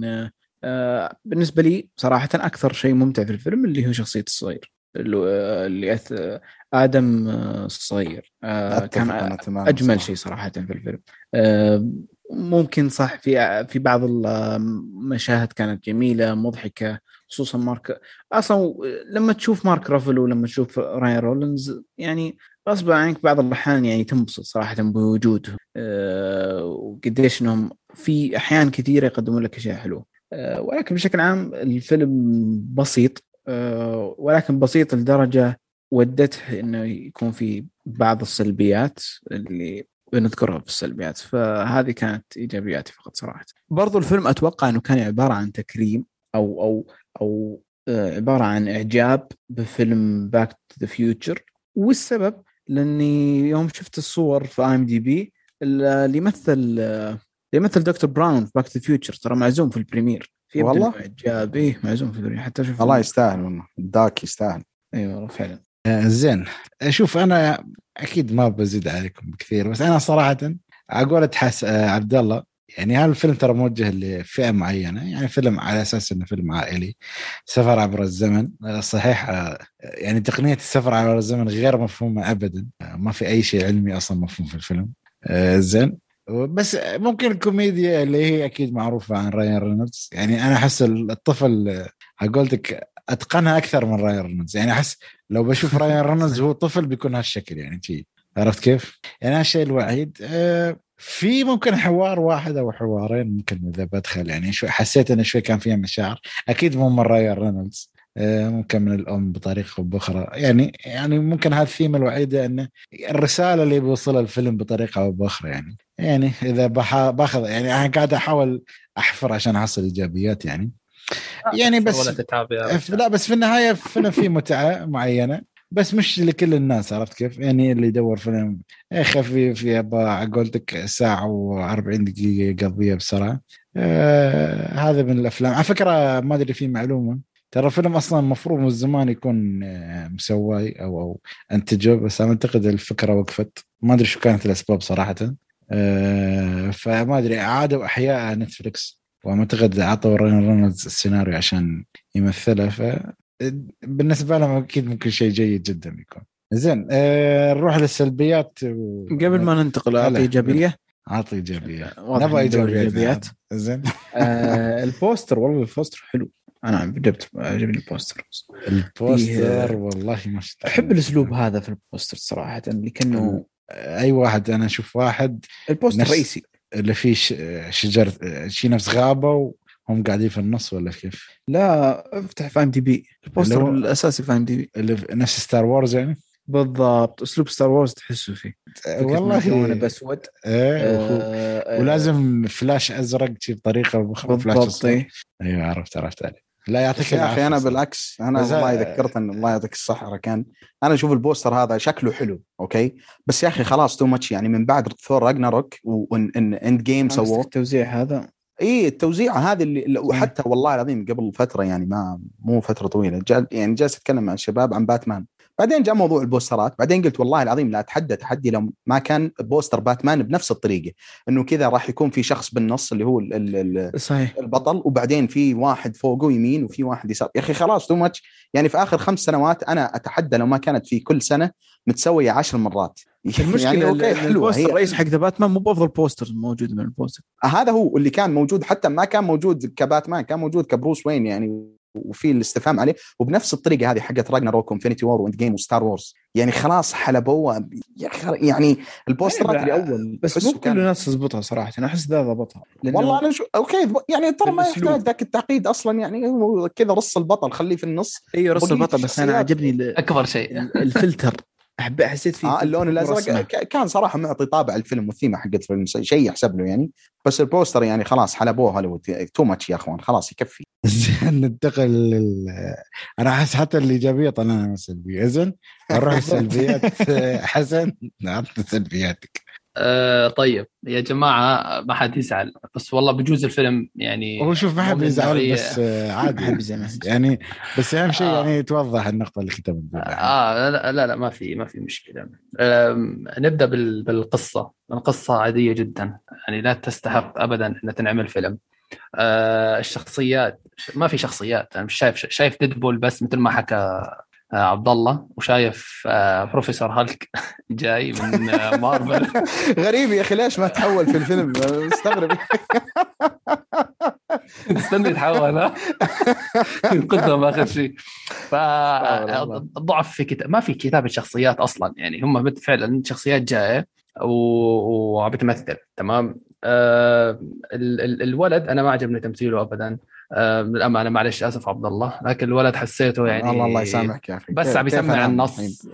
آه بالنسبة لي صراحة أكثر شيء ممتع في الفيلم اللي هو شخصية الصغير اللي أث... آدم الصغير آه كان أجمل شيء صراحة في الفيلم. آه ممكن صح في في بعض المشاهد كانت جميلة مضحكة، خصوصا مارك. أصلا لما تشوف مارك رافلو لما تشوف راين رولينز يعني غصب عنك بعض الأحيان يعني تنبسط صراحة بوجودهم أه وقديش إنهم في أحيان كثيرة يقدمون لك أشياء حلوة. أه ولكن بشكل عام الفيلم بسيط أه ولكن بسيط لدرجة ودته إنه يكون في بعض السلبيات اللي بنذكرها في السلبيات، فهذه كانت إيجابياتي فقط صراحة. برضو الفيلم أتوقع أنه كان عبارة عن تكريم أو أو أو عبارة عن إعجاب بفيلم باك تو ذا فيوتشر، والسبب لأني يوم شفت الصور في آي إم دي بي اللي يمثل اللي يمثل دكتور براون في باك تو ذا فيوتشر ترى معزوم في البريمير في والله إعجاب. إيه معزوم في البريمير حتى شوف الله يستاهل والله الداك يستاهل. أيوة فعلا. زين شوف أنا أكيد ما بزيد عليكم بكثير، بس أنا صراحة أقول تحس عبد الله يعني هذا الفيلم ترى موجه لفئة معينة، يعني فيلم على أساس إنه فيلم عائلي سفر عبر الزمن. صحيح يعني تقنية السفر عبر الزمن غير مفهومة أبدا، ما في أي شيء علمي أصلا مفهوم في الفيلم. زين بس ممكن الكوميديا اللي هي أكيد معروفة عن راين رينولدز، يعني أنا أحس الطفل قلتك أتقنها أكثر من راين رينولدز. يعني أحس لو بشوف راين رينولدز هو طفل بيكون هالشكل يعني شيء، عرفت كيف؟ يعني هالشيء الوحيد. أه في ممكن حوار واحد أو حوارين ممكن إذا بدخل يعني شوي حسيت إن شوي كان فيها مشاعر، أكيد مو من راين رينولدز ممكن من الأم بطريقة أو بأخرى. يعني يعني ممكن هذا الثيمة الوحيدة أن الرسالة اللي بيوصلها الفيلم بطريقة أو بأخرى. يعني يعني إذا باخذ يعني أنا قاعد أحاول أحفر عشان أحصل إيجابيات يعني يعني بس لا بس في النهاية فيلم فيه متعة معينة بس مش لكل الناس، عرفت كيف؟ يعني اللي يدور فيلم خفيف يبقى قلتك ساعة وأربعين دقيقة قضية بسرعة. آه هذا من الأفلام. على فكرة ما أدري فيه معلومة، ترى فيلم أصلا مفروض من زمان يكون آه مسواي أو أو أنتجه، بس أنا أعتقد الفكرة وقفت، ما أدري شو كانت الأسباب صراحة. آه فما أدري عادوا أحياء نتفليكس وأعتقد عطوا راين رونالدز السيناريو عشان يمثله، ف بالنسبة لهم أكيد ممكن شيء جيد جدا يكون. زين آه نروح للسلبيات و... قبل ما ننتقل أعطي إيجابية. أعطي إيجابية نبغى إيجابيات. زين آه البوستر والله البوستر حلو، أنا جبت عجبني البوستر. البوستر والله مش أحب الأسلوب هذا في البوستر صراحة، اللي كأنه أي واحد أنا أشوف واحد البوستر الرئيسي اللي فيه شجر شيء نفس غابة هم قاعدين في النص ولا كيف؟ لا افتح في ام دي بي البوستر الاساسي في ام دي بي اللي نفس ستار وورز يعني بالضبط، اسلوب ستار وورز تحسه فيه والله انا بسود ايه آه ولازم فلاش ازرق بطريقه بخرج فلاش اصفر. ايوه عرفت عرفت عليه. لا يعطيك يا اخي انا بالعكس انا والله ذكرتني الله يعطيك الصحه كان انا اشوف البوستر هذا شكله حلو اوكي، بس يا اخي خلاص تو ماتش يعني من بعد ثور راجناروك وان اند جيم سووا التوزيع هذا ايه التوزيعه هذه اللي وحتى والله العظيم قبل فتره يعني ما مو فتره طويله جال يعني جالس اتكلم مع الشباب عن باتمان، بعدين جاء موضوع البوسترات، بعدين قلت والله العظيم لا اتحدى تحدي لو ما كان بوستر باتمان بنفس الطريقه انه كذا راح يكون في شخص بالنص اللي هو ال ال صحيح. البطل وبعدين في واحد فوقه يمين وفي واحد يسار. يا اخي خلاص تو ماتش يعني في اخر خمس سنوات انا اتحدى لو ما كانت في كل سنه متسويه عشر مرات. المشكله يعني اوكي حلوه البوستر الرئيس حق ذا باتمان مو بافضل بوستر موجود من البوستر هذا هو اللي كان موجود، حتى ما كان موجود كباتمان كان موجود كبروس وين يعني وفي الاستفهام عليه، وبنفس الطريقه هذه حقت راجناروك وانفينيتي وور واند جيم وستار وورز يعني خلاص حلبوه يعني البوسترات اللي اول بس مو كل الناس تضبطها صراحه، انا احس ذا ضبطها والله انا شو اوكي يعني ترى ما يحتاج ذاك التعقيد اصلا يعني كذا رص البطل خليه في النص. ايوه رص البطل بس انا عجبني اكبر شيء الفلتر أحب حسيت فيه آه اللون الأزرق كان صراحة معطي طابع الفيلم والثيمة حقت الفيلم شيء يحسب له يعني، بس البوستر يعني خلاص حلبوه هوليوود تو ماتش يا أخوان خلاص يكفي. ننتقل لل... أنا أحس حتى الإيجابية طلعنا من السلبية. إذن نروح السلبيات. حسن نعطي سلبياتك. أه طيب يا جماعة ما حد يزعل بس والله بجوز الفيلم يعني هو شوف ما حد يزعل بس عادي يعني بس أهم شيء آه يعني توضح النقطة اللي كتبت آه لا لا لا ما في ما في مشكلة. نبدأ بالقصة. القصة عادية جدا يعني لا تستحق أبدا أن تنعمل فيلم. أه الشخصيات ما في شخصيات، أنا مش شايف شايف ديدبول بس مثل ما حكى آه عبد الله، وشايف آه بروفيسور هالك جاي من آه مارفل. غريب يا اخي ليش ما تحول في الفيلم مستغرب. تستني تحول ها قدام اخر شيء. فالضعف في كتاب ما في كتابة شخصيات اصلا يعني هم فعلا شخصيات جايه وبتمثل تمام. آه الولد انا ما عجبني تمثيله ابدا آه للامانه معلش اسف عبد الله، لكن الولد حسيته يعني الله الله يسامحك يا اخي بس عم يسمع النص.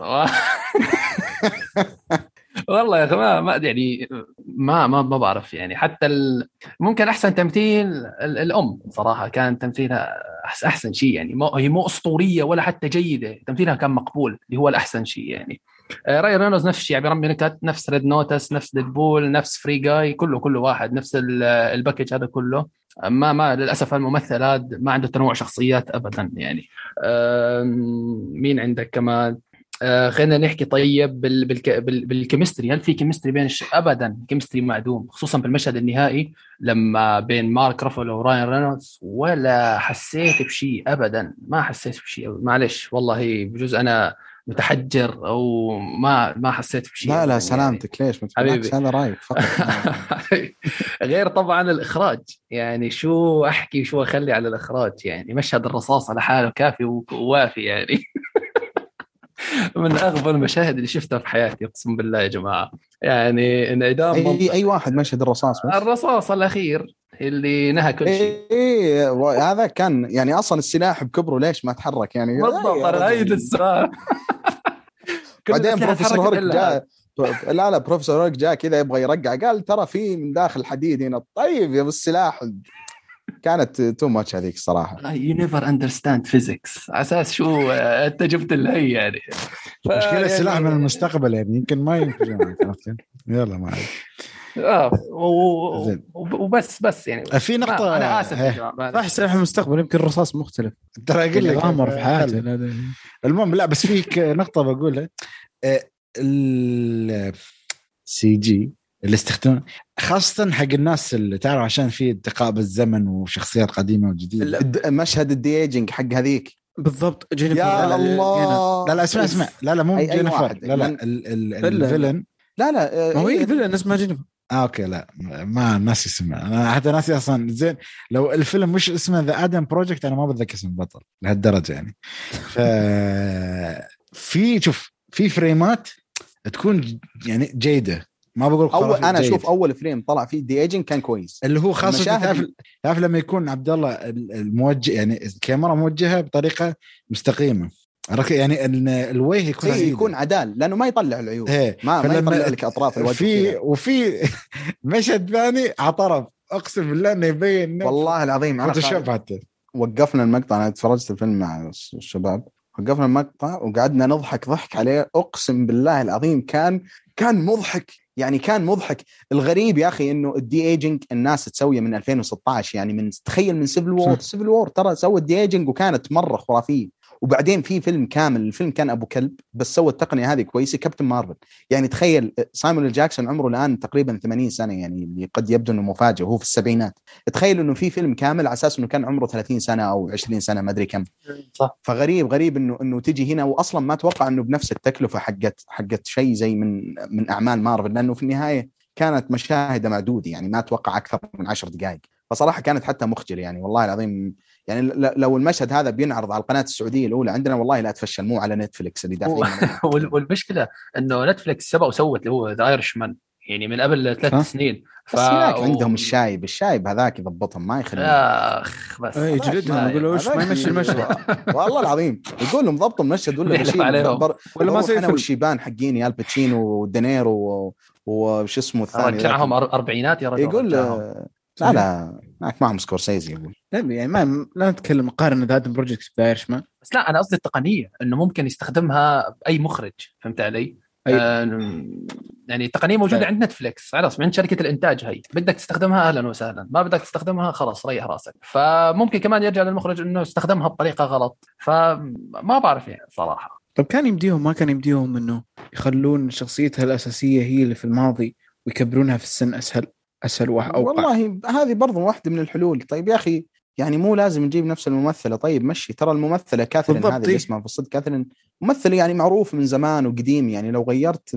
والله يا اخي ما ما يعني ما ما ما بعرف يعني حتى ال... ممكن احسن تمثيل الام صراحه كان تمثيلها احسن شيء يعني ما هي مو اسطوريه ولا حتى جيده، تمثيلها كان مقبول اللي هو الاحسن شيء يعني. راي رينولدز نفس الشيء برمي نكت نفس ريد نوتس نفس ديدبول نفس فري جاي كله كله واحد نفس الباكج هذا كله. ما ما للاسف الممثل هذا ما عنده تنوع شخصيات ابدا يعني. مين عندك كمان؟ آه خلينا نحكي طيب بال بال بالكيمستري. هل في كيمستري بين الش... ابدا كيمستري معدوم خصوصا بالمشهد النهائي لما بين مارك رافالو وراين رينولدز ولا حسيت بشيء ابدا ما حسيت بشيء معلش والله بجوز انا متحجر او ما ما حسيت بشيء. لا لا سلامتك يعني. ليش متبعكس هذا رايك فقط. غير طبعا الاخراج يعني شو احكي شو اخلي على الاخراج يعني مشهد الرصاص على حاله كافي ووافي يعني. من أغبى المشاهد اللي شفتها في حياتي أقسم بالله يا جماعة. يعني انعدام أي, أي واحد مشهد الرصاص بس. الرصاص الأخير اللي نهى كل شيء. إيه هذا كان يعني أصلا السلاح بكبره ليش ما تحرك يعني. بالضبط أنا هاي السؤال. بعدين بروفيسور هورك جاء لا لا بروفيسور هورك جاء كذا يبغى يرجع قال ترى في من داخل حديد هنا. طيب يا بالسلاح. كانت تو ماتش هذيك الصراحة. you never understand physics. أساس شو أنت جبت اللي هي يعني. مشكلة السلاح من المستقبل يعني يمكن ما ينفع. يلا ما عليك. آه وبس بس يعني في نقطة أنا آسف يا جماعة. راح سلاح المستقبل يمكن الرصاص مختلف. ترى أقول لك غامر في حياته. المهم لا بس فيك نقطة بقولها ال سي جي اللي استخدمه خاصة حق الناس اللي تعرف عشان في انتقاء بالزمن وشخصيات قديمة وجديدة. مشهد الديجينج حق هذيك بالضبط. جينيفر يا الله. لا لا اسمع اسمع لا لا مو جينيفر لا لا الفيلن لا لا ما هو الفيلن اسمه جينيفر. آه أوكي لا ما ناسي اسمه أنا حتى ناسي أصلا زين. لو الفيلم مش اسمه ذا آدم بروجكت أنا ما بتذكر اسم البطل لهالدرجة يعني. ف في شوف في فريمات تكون يعني جيدة ما بقول أول أنا أشوف أول فريم طلع فيه دي ايجين كان كويس اللي هو خاصة تعرف تعرف لما يكون عبد الله الموجه يعني الكاميرا موجهة بطريقة مستقيمة يعني الوجه يكون يكون عدال لأنه ما يطلع العيوب ما ما يطلع لك أطراف الوجه. في وفي مشهد ثاني عطرف أقسم بالله إنه يبين والله العظيم أنا حتى وقفنا المقطع. أنا تفرجت الفيلم مع الشباب وقفنا المقطع وقعدنا نضحك ضحك عليه أقسم بالله العظيم كان كان مضحك يعني كان مضحك. الغريب يا أخي إنه الدي ايجينج الناس تسويه من ألفين وستة عشر يعني من تخيل من سيفل وور سيفل وور ترى سوى الدي ايجينج وكانت مرة خرافية. وبعدين في فيلم كامل الفيلم كان أبو كلب بس سوى التقنية هذه كويسة كابتن مارفل. يعني تخيل سايمون جاكسون عمره الآن تقريبا ثمانين سنة يعني اللي قد يبدو إنه مفاجئ وهو في السبعينات. تخيل إنه في فيلم كامل على أساس إنه كان عمره ثلاثين سنة أو عشرين سنة ما أدري كم. صح. فغريب غريب إنه إنه تيجي هنا وأصلا ما توقع إنه بنفس التكلفة حقت حقت شيء زي من من أعمال مارفل لأنه في النهاية كانت مشاهدة معدودة يعني ما توقع أكثر من عشر دقائق. فصراحة كانت حتى مخجلة يعني والله العظيم. يعني لو المشهد هذا بينعرض على القناة السعودية الأولى عندنا والله لا تفشل مو على نتفليكس اللي داخلين. والمشكلة إنه نتفليكس سبق وسوت اللي هو ذا ايرشمان يعني من قبل ثلاث سنين. ف... عندهم الشايب الشايب هذاك يضبطهم ما يخلي اخ بس يجلدهم يقولوا وش ما يمشي المشهد. والله العظيم يقول لهم ضبطوا المشهد ولا بشيء بر... ولا ما انا والشيبان حقين يا الباتشينو ودينيرو وش اسمه الثاني رجعهم أربعينات يا رجل. يقول لا لا معك معهم سكورسيزي يقول لا يعني ما لا نتكلم قارن ذات بروجكت بايرشمان بس لا أنا قصدي التقنية إنه ممكن يستخدمها أي مخرج فهمت علي. آه يعني التقنية موجودة فعلا. عند نتفليكس خلاص من شركة الإنتاج هي بدك تستخدمها أهلا وسهلا ما بدك تستخدمها خلاص ريح راسك. فممكن كمان يرجع للمخرج إنه يستخدمها بطريقة غلط فما بعرف يعني صراحة. طب كان يمديهم ما كان يمديهم إنه يخلون شخصيتها الأساسية هي اللي في الماضي ويكبرونها في السن أسهل أسهل وأوقع. والله هذه برضو واحدة من الحلول. طيب يا أخي يعني مو لازم نجيب نفس الممثلة. طيب مشي ترى الممثلة كاثرين هذه اللي اسمها في الصدق كاثرين ممثلة يعني معروف من زمان وقديم. يعني لو غيرت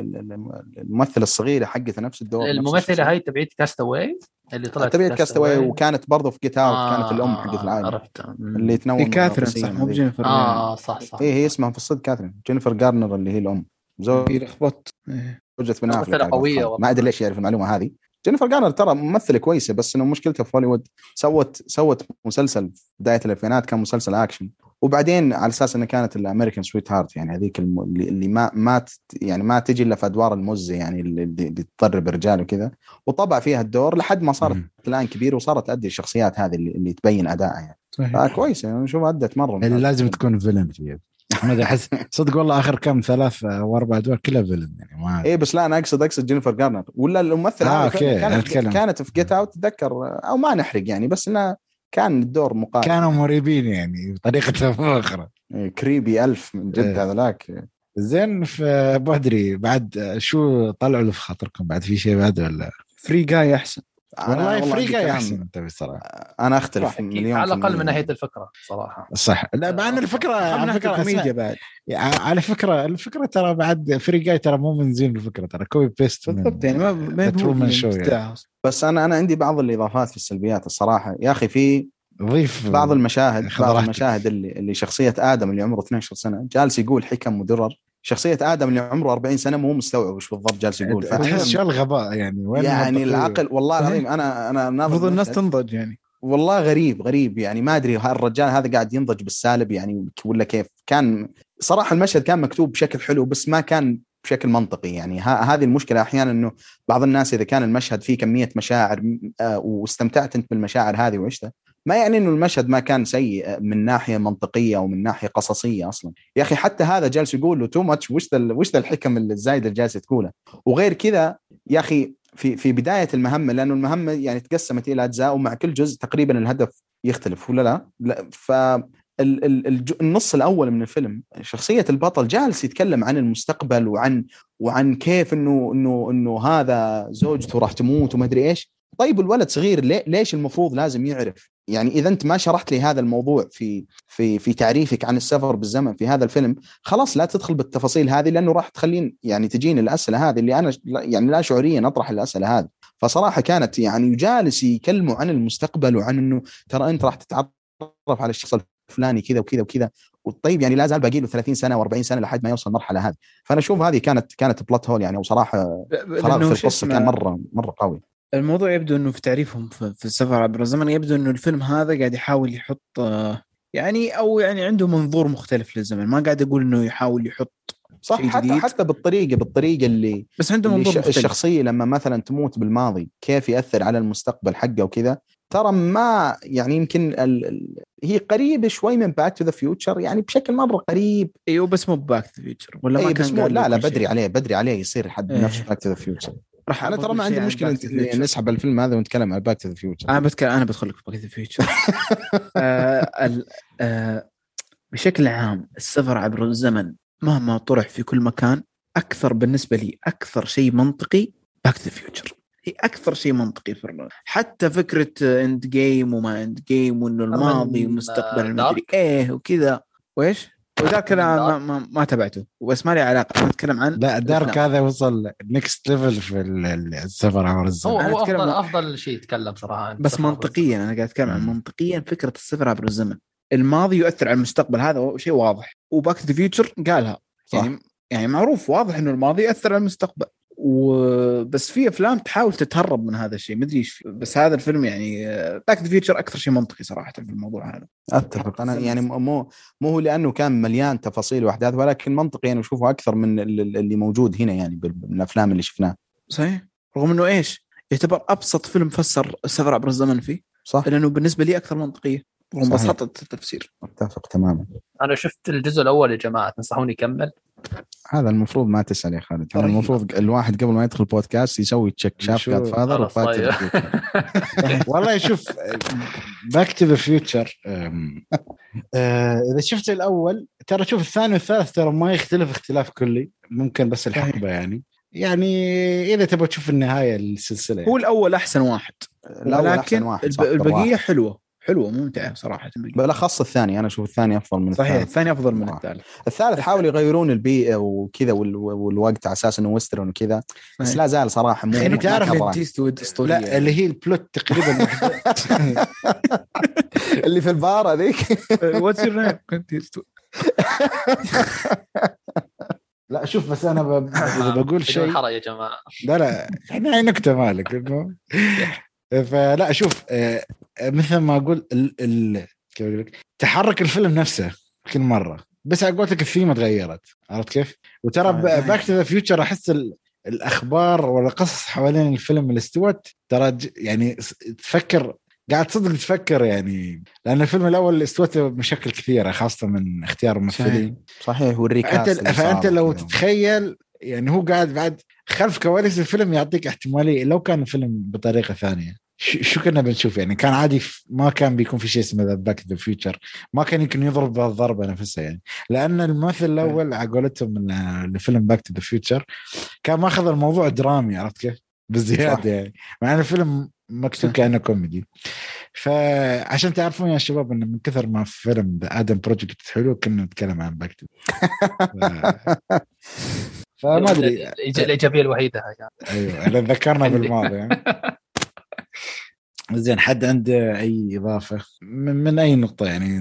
الممثلة الصغيرة حقتها نفس الدور الممثلة هاي تبعت كاستاوي اللي طلعت تبعت كاستاوي وكانت برضو في جيت اوت آه كانت الأم حقت العائلة عرفتها اللي تنوم كاثرين صح مو جينيفر. اه صح صح إيه هي اسمها في الصدق كاثرين جينيفر غارنر اللي هي الأم زوجة لخبط زوجة بن أفلك قوية ما أدري ليش يعرف المعلومة هذه. جينيفر غارنر ترى ممثلة كويسة بس إنه مشكلتها في هوليوود سوت سوت مسلسل في بداية الألفينات كان مسلسل أكشن وبعدين على أساس إنه كانت الأمريكان سويت هارت يعني هذيك الم... اللي ما ما يعني ما تجي إلا في أدوار المزة يعني اللي, اللي تضرب الرجال وكذا وطبع فيها الدور لحد ما صارت م- الآن كبير وصارت تأدي الشخصيات هذه اللي, اللي تبين أدائها يعني كويسة يعني شوف أدت مرة اللي لازم تكون فيلن فيه. أحمد أحس صدق والله آخر كم ثلاث وأربع دول كلها فيلن يعني ما إيه بس لا أنا أقصد أقصد جينيفر غارنر ولا الممثلة آه كانت, كانت في جيت أوت تذكر أو ما نحرق يعني بس إنه كان الدور مقارب كانوا مريبين يعني بطريقة أخرى إيه كريبي ألف من جد هذا لاك زين. في بودري بعد شو طلعوا له في خاطركم بعد في شيء بعد ولا فري جاي أحسن؟ والله فري جاي أحسن أنت بصراحة. أنا أختلف مليون على الأقل من ناحية الفكرة صراحة صح. لا مع الفكرة على فكرة كوميديا بعد على فكرة الفكرة ترى بعد فري جاي ترى مو من زين الفكرة ترى كوبي بيست بالضبط يعني ما ما هو من شو يعني. بس أنا أنا عندي بعض الإضافات في السلبيات الصراحة يا أخي. في ضيف بعض المشاهد خضراتك. بعض المشاهد اللي اللي شخصية آدم اللي عمره اثنتي عشرة سنة جالس يقول حكم ودرر، شخصية آدم اللي عمره أربعين سنة مو مستوعب وش بالضبط جالس يقول. تحس شو الغباء يعني، وين يعني المنطقية؟ العقل والله العظيم. أنا أنا المفروض الناس تنضج يعني. والله غريب غريب يعني، ما أدري هالرجال هذا قاعد ينضج بالسالب يعني ولا كيف. كان صراحة المشهد كان مكتوب بشكل حلو بس ما كان بشكل منطقي يعني. هذه المشكلة أحيانا، إنه بعض الناس إذا كان المشهد فيه كمية مشاعر آه واستمتعت أنت بالمشاعر هذه وعشتها، ما يعني إنه المشهد ما كان سيء من ناحية منطقية أو من ناحية قصصية أصلا. يا أخي حتى هذا جالس يقول له تو ماتش، وش ذا وش ذا الحكم الزايدة اللي جالس تقوله. وغير كذا يا أخي في في بداية المهمة، لأنه المهمة يعني تقسمت إلى أجزاء ومع كل جزء تقريبا الهدف يختلف ولا لا, لا ف النص الأول من الفيلم شخصية البطل جالس يتكلم عن المستقبل وعن وعن كيف إنه إنه إنه هذا زوجته راح تموت وما أدري إيش. طيب الولد صغير ليش المفروض لازم يعرف يعني؟ إذا أنت ما شرحت لي هذا الموضوع في في في تعريفك عن السفر بالزمن في هذا الفيلم، خلاص لا تدخل بالتفاصيل هذه، لأنه راح تخلين يعني تجيني الأسئلة هذه اللي أنا يعني لا شعوريا أطرح الأسئلة هذه. فصراحة كانت يعني جالس يكلموا عن المستقبل وعن إنه ترى أنت راح تتعرف على الشخص الفلاني كذا وكذا وكذا، وطيب يعني لا زال باقي له ثلاثين سنة وأربعين سنة لحد ما يوصل المرحلة هذه. فأنا أشوف هذه كانت كانت بلوت هول يعني، وصراحة خلاص في القصة كان مرة مرة قوي. الموضوع يبدو انه في تعريفهم في السفر عبر الزمن يبدو انه الفيلم هذا قاعد يحاول يحط يعني او يعني عنده منظور مختلف للزمن، ما قاعد اقول انه يحاول يحط صح شيء حتى جديد. حتى بالطريقه بالطريقه اللي بس عنده اللي منظور ش... مختلف. الشخصيه لما مثلا تموت بالماضي كيف يأثر على المستقبل حقه وكذا، ترى ما يعني يمكن ال... ال... هي قريبه شوي من باك تو ذا فيوتشر يعني بشكل مره قريب. ايوه بس مو باك تو ذا فيوتشر ولا ما كان قال لا لا بدري شيء. عليه بدري عليه يصير حد إيه. نفس باك تو ذا فيوتشر. انا ترى ما عندي مشكله نسحب الفيلم هذا ونتكلم عن باك تو ذا فيوتشر. انا بتكلم انا بدخل لك في باك تو ذا فيوتشر. بشكل عام السفر عبر الزمن مهما طرح في كل مكان أكثر بالنسبة لي أكثر شيء منطقي باك تو ذا فيوتشر. هي أكثر شيء منطقي في الرأي. حتى فكرة إند جيم وما إند جيم وإنه الماضي ومستقبل المدري إيه وكذا وإيش وذا كلام ما, ما, ما تبعته بس ما لي علاقة. أنا أتكلم عن لا دارك هذا وصل نيكست ليفل في السفر عبر الزمن. هو, هو أفضل, أفضل شيء يتكلم صراحة بس منطقيا أنا قاعد أتكلم عن منطقيا فكرة السفر عبر الزمن. الماضي يؤثر على المستقبل هذا شيء واضح وباك تو ذا فيوتشر قالها يعني يعني معروف واضح إنه الماضي يؤثر على المستقبل وبس في أفلام تحاول تتهرب من هذا الشيء مدري إيش. بس هذا الفيلم يعني باك تو ذا فيوتشر أكثر شيء منطقي صراحة في الموضوع هذا. أتفق أنا يعني مو مو هو لأنه كان مليان تفاصيل وأحداث ولكن منطقي أنا أشوفه أكثر من اللي موجود هنا يعني بالأفلام اللي شفناه. صحيح رغم إنه إيش يعتبر أبسط فيلم فسر السفر عبر الزمن فيه صح لأنه بالنسبة لي أكثر منطقية ومبسطة التفسير. أتفق تماما. أنا شفت الجزء الأول يا جماعة تنصحوني أكمل؟ هذا المفروض ما تسأل يا خالد. هذا المفروض الواحد قبل ما يدخل بودكاست يسوي تشيك شاف جاد فاذر وفات. والله يشوف باك تو ذا فيوتشر إذا شفت الأول ترى شوف الثاني والثالث ترى ما يختلف اختلاف كلي ممكن بس الحقبة يعني يعني إذا تبغى تشوف النهاية السلسلة هو الأول أحسن واحد الأول أحسن واحد الب... البقية حلوة حلوة ممتعة صراحة. بالأخص الثاني أنا أشوف الثاني أفضل من صحيح الثالث. الثاني أفضل من الثالث. الثالث حاولوا يغيرون البيئة وكذا والوقت على أساس إنه ويسترن وكذا بس لا زال صراحة مو يعني تعرف لا اللي هي البلوت تقريبا اللي في البار هذيك What's your name كنت يستو. لا شوف بس أنا ب... بقول شيء حرا يا جماعة. لا لا إحنا نكتة مالك إنه فلا أشوف مثل ما أقول ال ال تحرك الفيلم نفسه كل مرة بس أقول لك الثيمة تغيرت عرفت كيف. وترى باك تو ذا فيوتشر أحس الأخبار ولا قصص حوالين الفيلم اللي استوت ترى يعني تفكر قاعد تصدق تفكر يعني لأن الفيلم الأول استوت بمشاكل كثيرة خاصة من اختيار الممثلين. صحيح والريكاست. فأنت لو تتخيل يعني هو قاعد بعد خلف كواليس الفيلم يعطيك احتمالية لو كان الفيلم بطريقة ثانية شو كنا بنشوف يعني. كان عادي ما كان بيكون في شيء اسمه باك تو ذا فيوتشر ما كان يمكن يضرب بالضربة نفسها يعني لأن الممثل الأول عقولتهم من الفيلم باك تو ذا فيوتشر كان ما أخذ الموضوع درامي عرفت كيف بزيادة يعني مع أن الفيلم مكتوب كأنه كوميدي. فعشان تعرفون يا شباب أن من كثر ما فيلم آدم بروجكت حلو كنا نتكلم عن باك تو فما أدري الإيجابية الوحيدة يعني. أيوة أنا ذكرنا بالماضي يعني. زين، حد عنده أي إضافة من, من أي نقطة يعني،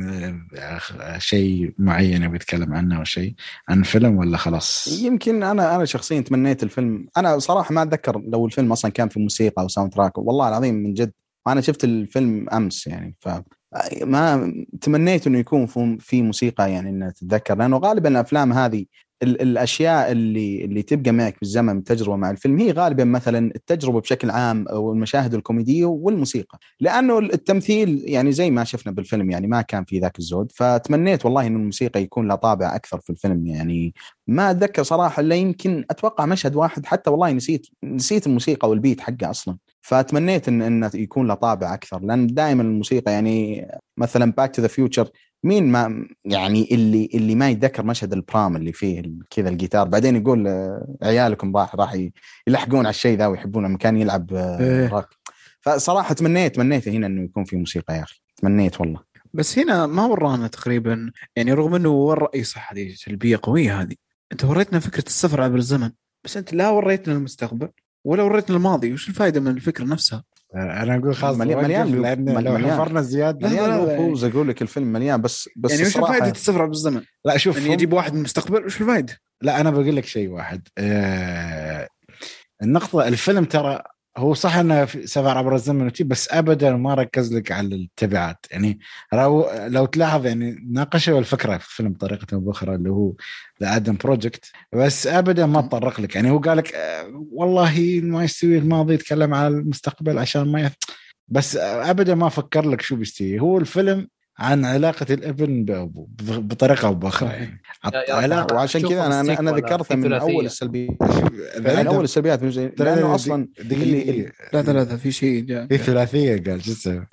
شيء معين يبي يتكلم عنه أو شيء عن فيلم ولا خلاص؟ يمكن أنا أنا شخصيا تمنيت الفيلم. أنا صراحة ما أتذكر لو الفيلم أصلا كان في موسيقى أو ساوند تراك، والله العظيم من جد. وأنا شفت الفيلم أمس يعني، فما تمنيت إنه يكون في موسيقى يعني إنه تتذكر، لأنه غالبا الأفلام هذه الأشياء اللي اللي تبقى معك بالزمن تجربة مع الفيلم هي غالبا مثلا التجربة بشكل عام أو المشاهد الكوميدية والموسيقى، لأنه التمثيل يعني زي ما شفنا بالفيلم يعني ما كان في ذاك الزود. فتمنيت والله إنه الموسيقى يكون لها طابع أكثر في الفيلم. يعني ما أتذكر صراحة، لا يمكن أتوقع مشهد واحد حتى والله نسيت نسيت الموسيقى والبيت حقه أصلا. فتمنيت إن إنه يكون له طابع أكثر، لأن دائما الموسيقى يعني مثلا Back to the Future مين ما يعني اللي اللي ما يتذكر مشهد البرام اللي فيه كذا الجيتار بعدين يقول عيالكم راح راح يلحقون على الشيء ذا ويحبونه مكان يلعب راك. فصراحة تمنيت تمنيت هنا إنه يكون في موسيقى يا أخي، تمنيت والله. بس هنا ما ورانا تقريبا يعني، رغم إنه ورا رأي صح، هذه سلبية قوية هذه. أنت وريتنا فكرة السفر عبر الزمن، بس أنت لا وريتنا المستقبل ولا وريتنا الماضي. وش الفائدة من الفكرة نفسها؟ انا اقول خلاص مليان مليان لان لو حفرنا زياده مليان فوز اقول لك الفيلم مليان. بس بس يعني وش فائده السفر بالزمن؟ لا شوف يعني يجيب واحد من المستقبل وش الفائده؟ لا انا بقول لك شيء واحد. آه النقطه الفيلم ترى هو صح انه في سفر عبر الزمن وشي، بس ابدا ما ركز لك على التبعات. يعني لو لو تلاحظ يعني ناقشوا الفكره في الفيلم بطريقه او باخرى اللي هو ذا ادم بروجكت، بس ابدا ما تطرق لك. يعني هو قال لك آه والله ما يستوي الماضي يتكلم على المستقبل عشان ما يف... بس ابدا ما فكر لك شو بيستوي. هو الفيلم عن علاقة الابن بأبوه بطريقة أو بأخرى يعني. علاقة، وعشان كذا أنا أنا ذكرتها من أول السلبيات. من أول السلبيات لأنه أصلا اللي لا ثلاثة في شيء جاء في ثلاثية قال جزء.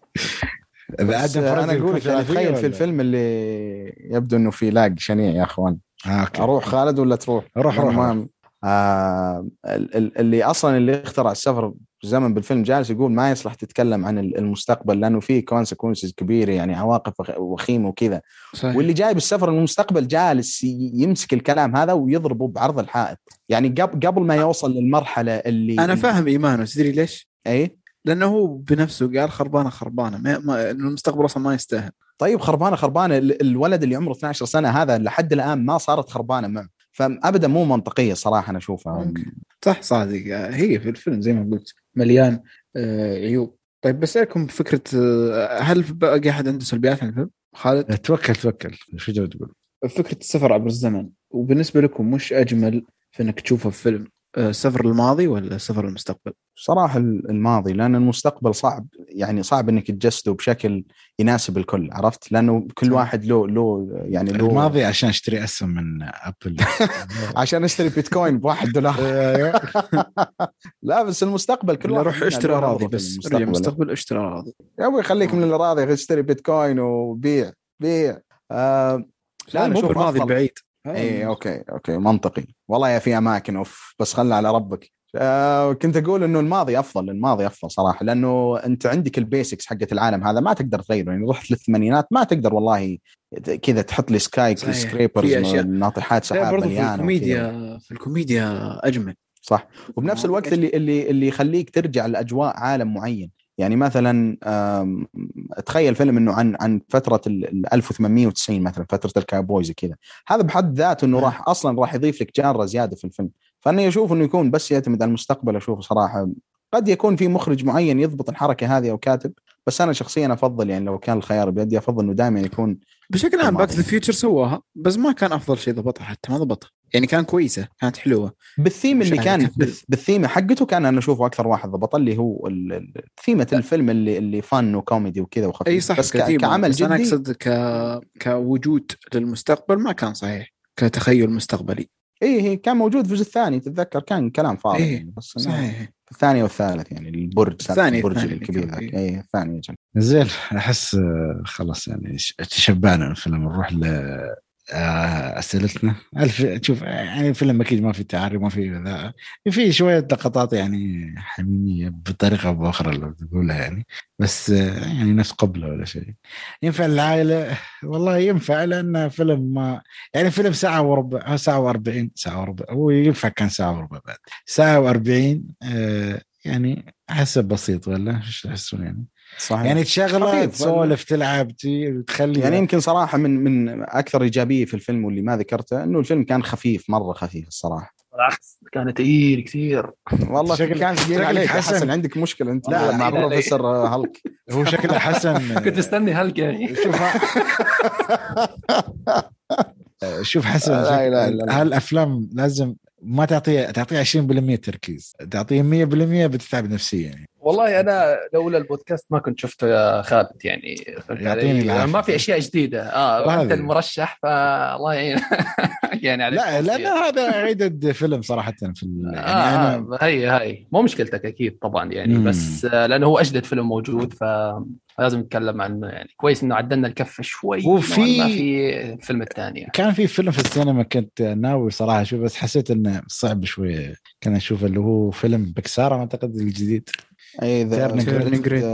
بس أنا أقول لك يعني تخيل في الفيلم اللي يبدو إنه في لاج شنيع يا أخوان. آه أروح خالد ولا تروح؟ روح روح. آه اللي أصلا اللي اخترع السفر زمن بالفيلم جالس يقول ما يصلح تتكلم عن المستقبل لأنه فيه consequences كبيرة يعني عواقب وخيمة وكذا. واللي جاي بالسفر المستقبل جالس يمسك الكلام هذا ويضربه بعرض الحائط. يعني قبل ما يوصل للمرحلة اللي أنا فاهم إيمانه. تدري ليش؟ أي لأنه هو بنفسه قال خربانة خربانة ما, ما المستقبل أصلا ما يستاهل. طيب خربانة خربانة الولد اللي عمره اثنتي عشرة سنة هذا لحد الآن ما صارت خربانة معه، فأبدا مو منطقية صراحة أنا أشوفها. صح صادق، هي في الفيلم زي ما قلت مليان عيوب. طيب بسألكم بفكرة، هل بقى أحد عنده سلبيات عن الفيلم؟ خالد توكل توكل شو جاي تقول؟ فكرة السفر عبر الزمن، وبالنسبة لكم مش أجمل في أنك تشوفه في فيلم سفر الماضي ولا سفر المستقبل؟ صراحة الماضي، لأن المستقبل صعب يعني صعب إنك تجسده بشكل يناسب الكل، عرفت؟ لأنه كل صح. واحد له له يعني له. الماضي عشان اشتري أسهم من أبل عشان اشتري بيتكوين بواحد دولار. لا بس المستقبل كل واحد روح اشتري أراضي، بس المستقبل, المستقبل اشتري أراضي يا أبوي خليك من الأراضي، اشتري بيتكوين وبيع بيع. آه لا مو بالماضي البعيد. اي اوكي اوكي منطقي والله. يا في اماكن اوف بس خلنا على ربك. آه كنت اقول انه الماضي افضل، الماضي افضل صراحه، لانه انت عندك البيسكس حقت العالم هذا ما تقدر تغيره. يعني رحت للثمانينات ما تقدر والله كذا تحط لي سكاي سكريبرز ناطحات سحاب مليانه. في الكوميديا في الكوميديا اجمل صح. وبنفس الوقت اللي اللي اللي يخليك ترجع لاجواء عالم معين. يعني مثلا تخيل فيلم انه عن عن فتره ال ألف وثمانمائة وتسعين مثلا، فتره الكاوبويز كذا، هذا بحد ذاته انه راح اصلا راح يضيف لك جانرا زياده في الفيلم. فاني اشوف انه يكون بس يعتمد على المستقبل. اشوف صراحه قد يكون في مخرج معين يضبط الحركه هذه او كاتب، بس انا شخصيا افضل يعني لو كان الخيار بيدي افضل انه دائما يكون بشكل عام. باك ذا فيوتشر سواها بس ما كان افضل شيء ضبطها، حتى ما ضبطها يعني، كان كويسة كانت حلوة بالثيم اللي كان بالثيمة حقته كان أنا أشوفه أكثر واحد ضبط اللي هو ثيمة الفيلم اللي اللي فن وكوميدي وكذا وخفيف. أي صح، بس كعمل بس جدي أنا أقصد ك كوجود للمستقبل ما كان صحيح كتخيل مستقبلي. إيه هي كان موجود في الجزء الثاني تتذكر كان كلام فاضي. إيه يعني بس صحيح. الثاني والثالث يعني البرج الثاني البرج الكبير. إيه. إيه الثاني جل. زين أحس خلاص يعني تشبعنا الفيلم. نروح ل أسئلتنا. ألف شوف يعني فيلم أكيد ما في تعاري ما في ذا، في شوية لقطات يعني حميمية بطريقة أو بأخرى لو تقولها يعني، بس يعني نفس قبله ولا شيء. ينفع العائلة والله ينفع، لأن فيلم ما يعني فيلم ساعة وربع ساعة وأربعين ساعة وربع، هو ينفع كان ساعة وربع بعد ساعة وأربعين آه يعني احسه بسيط ولا ايش تحسون يعني؟ صحيح. يعني تشغله تسولف تلعب تخلي يعني يمكن صراحه من من اكثر ايجابيه في الفيلم واللي ما ذكرته انه الفيلم كان خفيف مره خفيف الصراحه. بالعكس كان ثقيل كثير والله شكل كان ثقيل عليك حسن. حسن عندك مشكله انت لا مع لا لا بروفيسور هالك. هو شكله حسن كنت مستني هالك يعني. شوف شوف حسن لا لا لا. هالافلام لازم ما تعطيه تعطيه عشرين بالمية تركيز، تعطيه مية بالمية بتتعب نفسيا يعني. والله انا لولا البودكاست ما كنت شفته يا خالد يعني. يعطيني ما في اشياء جديده اه وانت المرشح فالله يعين يعني عليك. لا لا لا هذا عيد فيلم صراحه في ال... يعني آه انا آه هي هاي مو مشكلتك اكيد طبعا يعني. مم. بس آه لانه هو اجدد فيلم موجود فلازم نتكلم عنه يعني. كويس انه عدلنا الكفه شوي وفي ما في الفيلم الثاني يعني. كان في فيلم في السينما كنت ناوي صراحه اشوف بس حسيت انه صعب شويه. كان اشوف اللي هو فيلم بيكسار اعتقد الجديد اي تيرنينج ريد.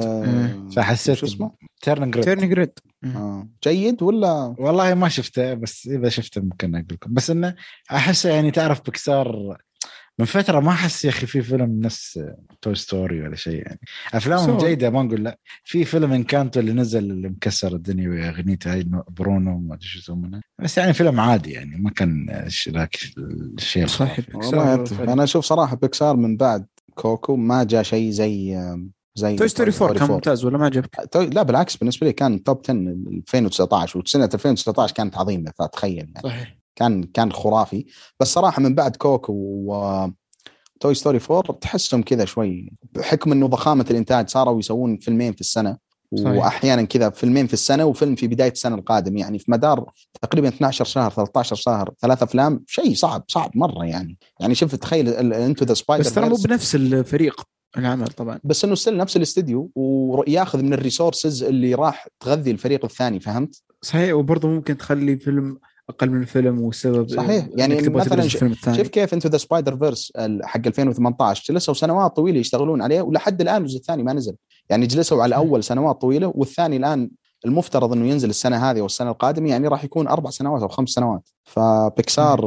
فحسيت اسمه تيرنينج ريد. تيرنينج ريد آه. جيد ولا والله ما شفته بس اذا شفته ممكن اقول لكم. بس انه احس يعني تعرف بيكسار من فتره ما احس يا اخي في فيلم نفس توي ستوري ولا شيء يعني. افلامهم جيده ما نقول لا. في فيلم انكانتو اللي نزل اللي مكسر الدنيا واغنيته هاي برونو ما ادري شو يسمونه بس يعني فيلم عادي يعني ما كان ذاك الشيء صحيح. انا اشوف صراحه بيكسار من بعد كوكو ما جاء شيء زي زي توي ستوري فور كان ممتاز ولا ما جبت؟ لا بالعكس بالنسبه لي كان توب عشرة ألفين وتسعة عشر وسنه ألفين وتسعة عشر كانت عظيمه فتخيل يعني. صحيح. كان كان خرافي. بس صراحه من بعد كوكو و توي ستوري فور تحسهم كذا شوي بحكم انه ضخامه الانتاج صاروا يسوون فيلمين في السنه. صحيح. واحيانا كذا فيلمين في السنه وفيلم في بدايه السنه القادمه يعني في مدار تقريبا اثنا عشر شهر ثلاثة عشر شهر ثلاث افلام شيء صعب صعب مره يعني. يعني شوف تخيل انتو ذا سبايدر بس ترى مو بنفس الفريق العمل طبعا بس انه ستيل نفس الاستديو وياخذ من الريسورسز اللي راح تغذي الفريق الثاني فهمت. صحيح. وبرضه ممكن تخلي فيلم اقل من الفيلم والسبب صحيح يعني مثلا شوف كيف انتو ذا سبايدر فيرس حق ألفين وثمانية عشر جلسوا سنوات طويله يشتغلون عليه ولحد الان الجزء الثاني ما نزل يعني. جلسوا على الاول سنوات طويله والثاني الان المفترض انه ينزل السنه هذه والسنه القادمه يعني راح يكون اربع سنوات او خمس سنوات. فبيكسار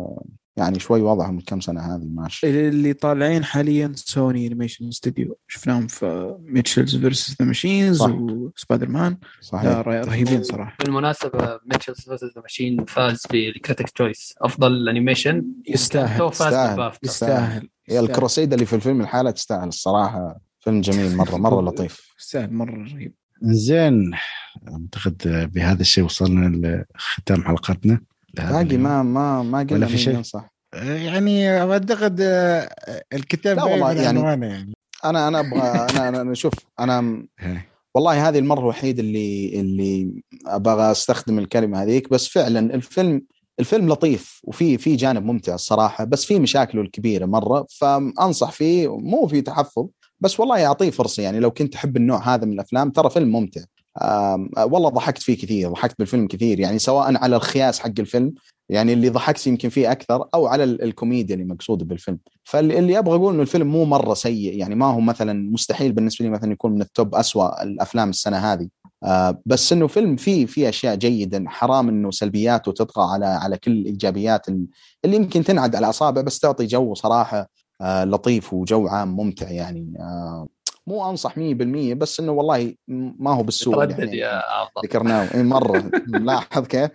يعني شوي وضعهم من كم سنه هذه ماشي. اللي طالعين حاليا سوني انيميشن ستوديو شفناهم في ميتشلز فيرسس ذا ماشينز وسبايدر مان. صحيح. رهيبين صراحه. بالمناسبه ميتشلز فيرسس ذا ماشين فاز بالكريتيك تشويس افضل انيميشن. يستاهل يستاهل يستاهل هي الكروسيد اللي في الفيلم الحالة تستاهل الصراحه. فيلم جميل مره مره لطيف يستاهل مره رهيب. زين اعتقد بهذا الشيء وصلنا لختام حلقتنا. باقي ما ما ما قلنا في شيء صح يعني اعتقد الكتاب لا والله يعني, يعني انا انا ابغى انا انا شوف انا والله هذه المره الوحيده اللي اللي ابغى استخدم الكلمه هذيك. بس فعلا الفيلم الفيلم لطيف وفي في جانب ممتع الصراحه بس في مشاكله الكبيره مره فانصح فيه مو في تحفظ بس والله يعطيه فرصه يعني. لو كنت تحب النوع هذا من الافلام ترى فيلم ممتع. والله ضحكت فيه كثير ضحكت بالفيلم كثير يعني سواء على الخياس حق الفيلم يعني اللي ضحكت يمكن فيه أكثر أو على الكوميديا اللي مقصودة بالفيلم. فاللي أبغى أقول إنه الفيلم مو مرة سيء يعني ما هو مثلا مستحيل بالنسبة لي مثلا يكون من التوب أسوأ الأفلام السنة هذه. آه بس إنه فيلم فيه فيه أشياء جيدة. حرام إنه سلبياته تطغى على على كل الإيجابيات اللي يمكن تنعد على أصابع بس تعطي جو صراحة آه لطيف وجو عام ممتع يعني. آه مو أنصح مية بالمية بس إنه والله ما هو بالسوء تردد يعني يا عبد ذكرناه إيه مرة لاحظ كيف.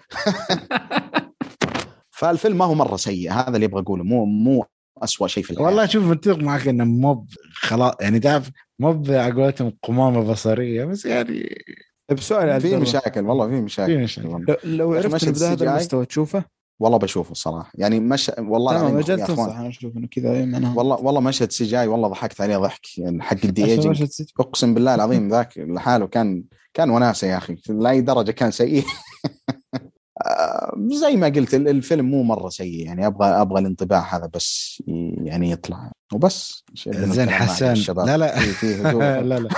فالفيلم ما هو مرة سيء هذا اللي أبغى أقوله مو مو أسوأ شيء في الحياة. والله شوف متفق معك إنه مو خلاص يعني تعرف مو بعقولتهم قمامة بصرية بس يعني بسؤال في مشاكل والله في مشاكل, في مشاكل. لو, لو عرفت بهذا المستوى تشوفه والله بشوفه الصراحة يعني مش والله العظيم مجال تنصح أنا أشوف إنه كذا أنا والله والله مشهد سي جاي والله ضحكت عليه ضحك يعني حق الدي ايجنج أقسم بالله العظيم ذاك لحاله كان كان وناسة يا أخي لأي درجة كان سيء. زي ما قلت الفيلم مو مرة سيء يعني أبغى أبغى الانطباع هذا بس يعني يطلع وبس. زين حسن لا لا لا لا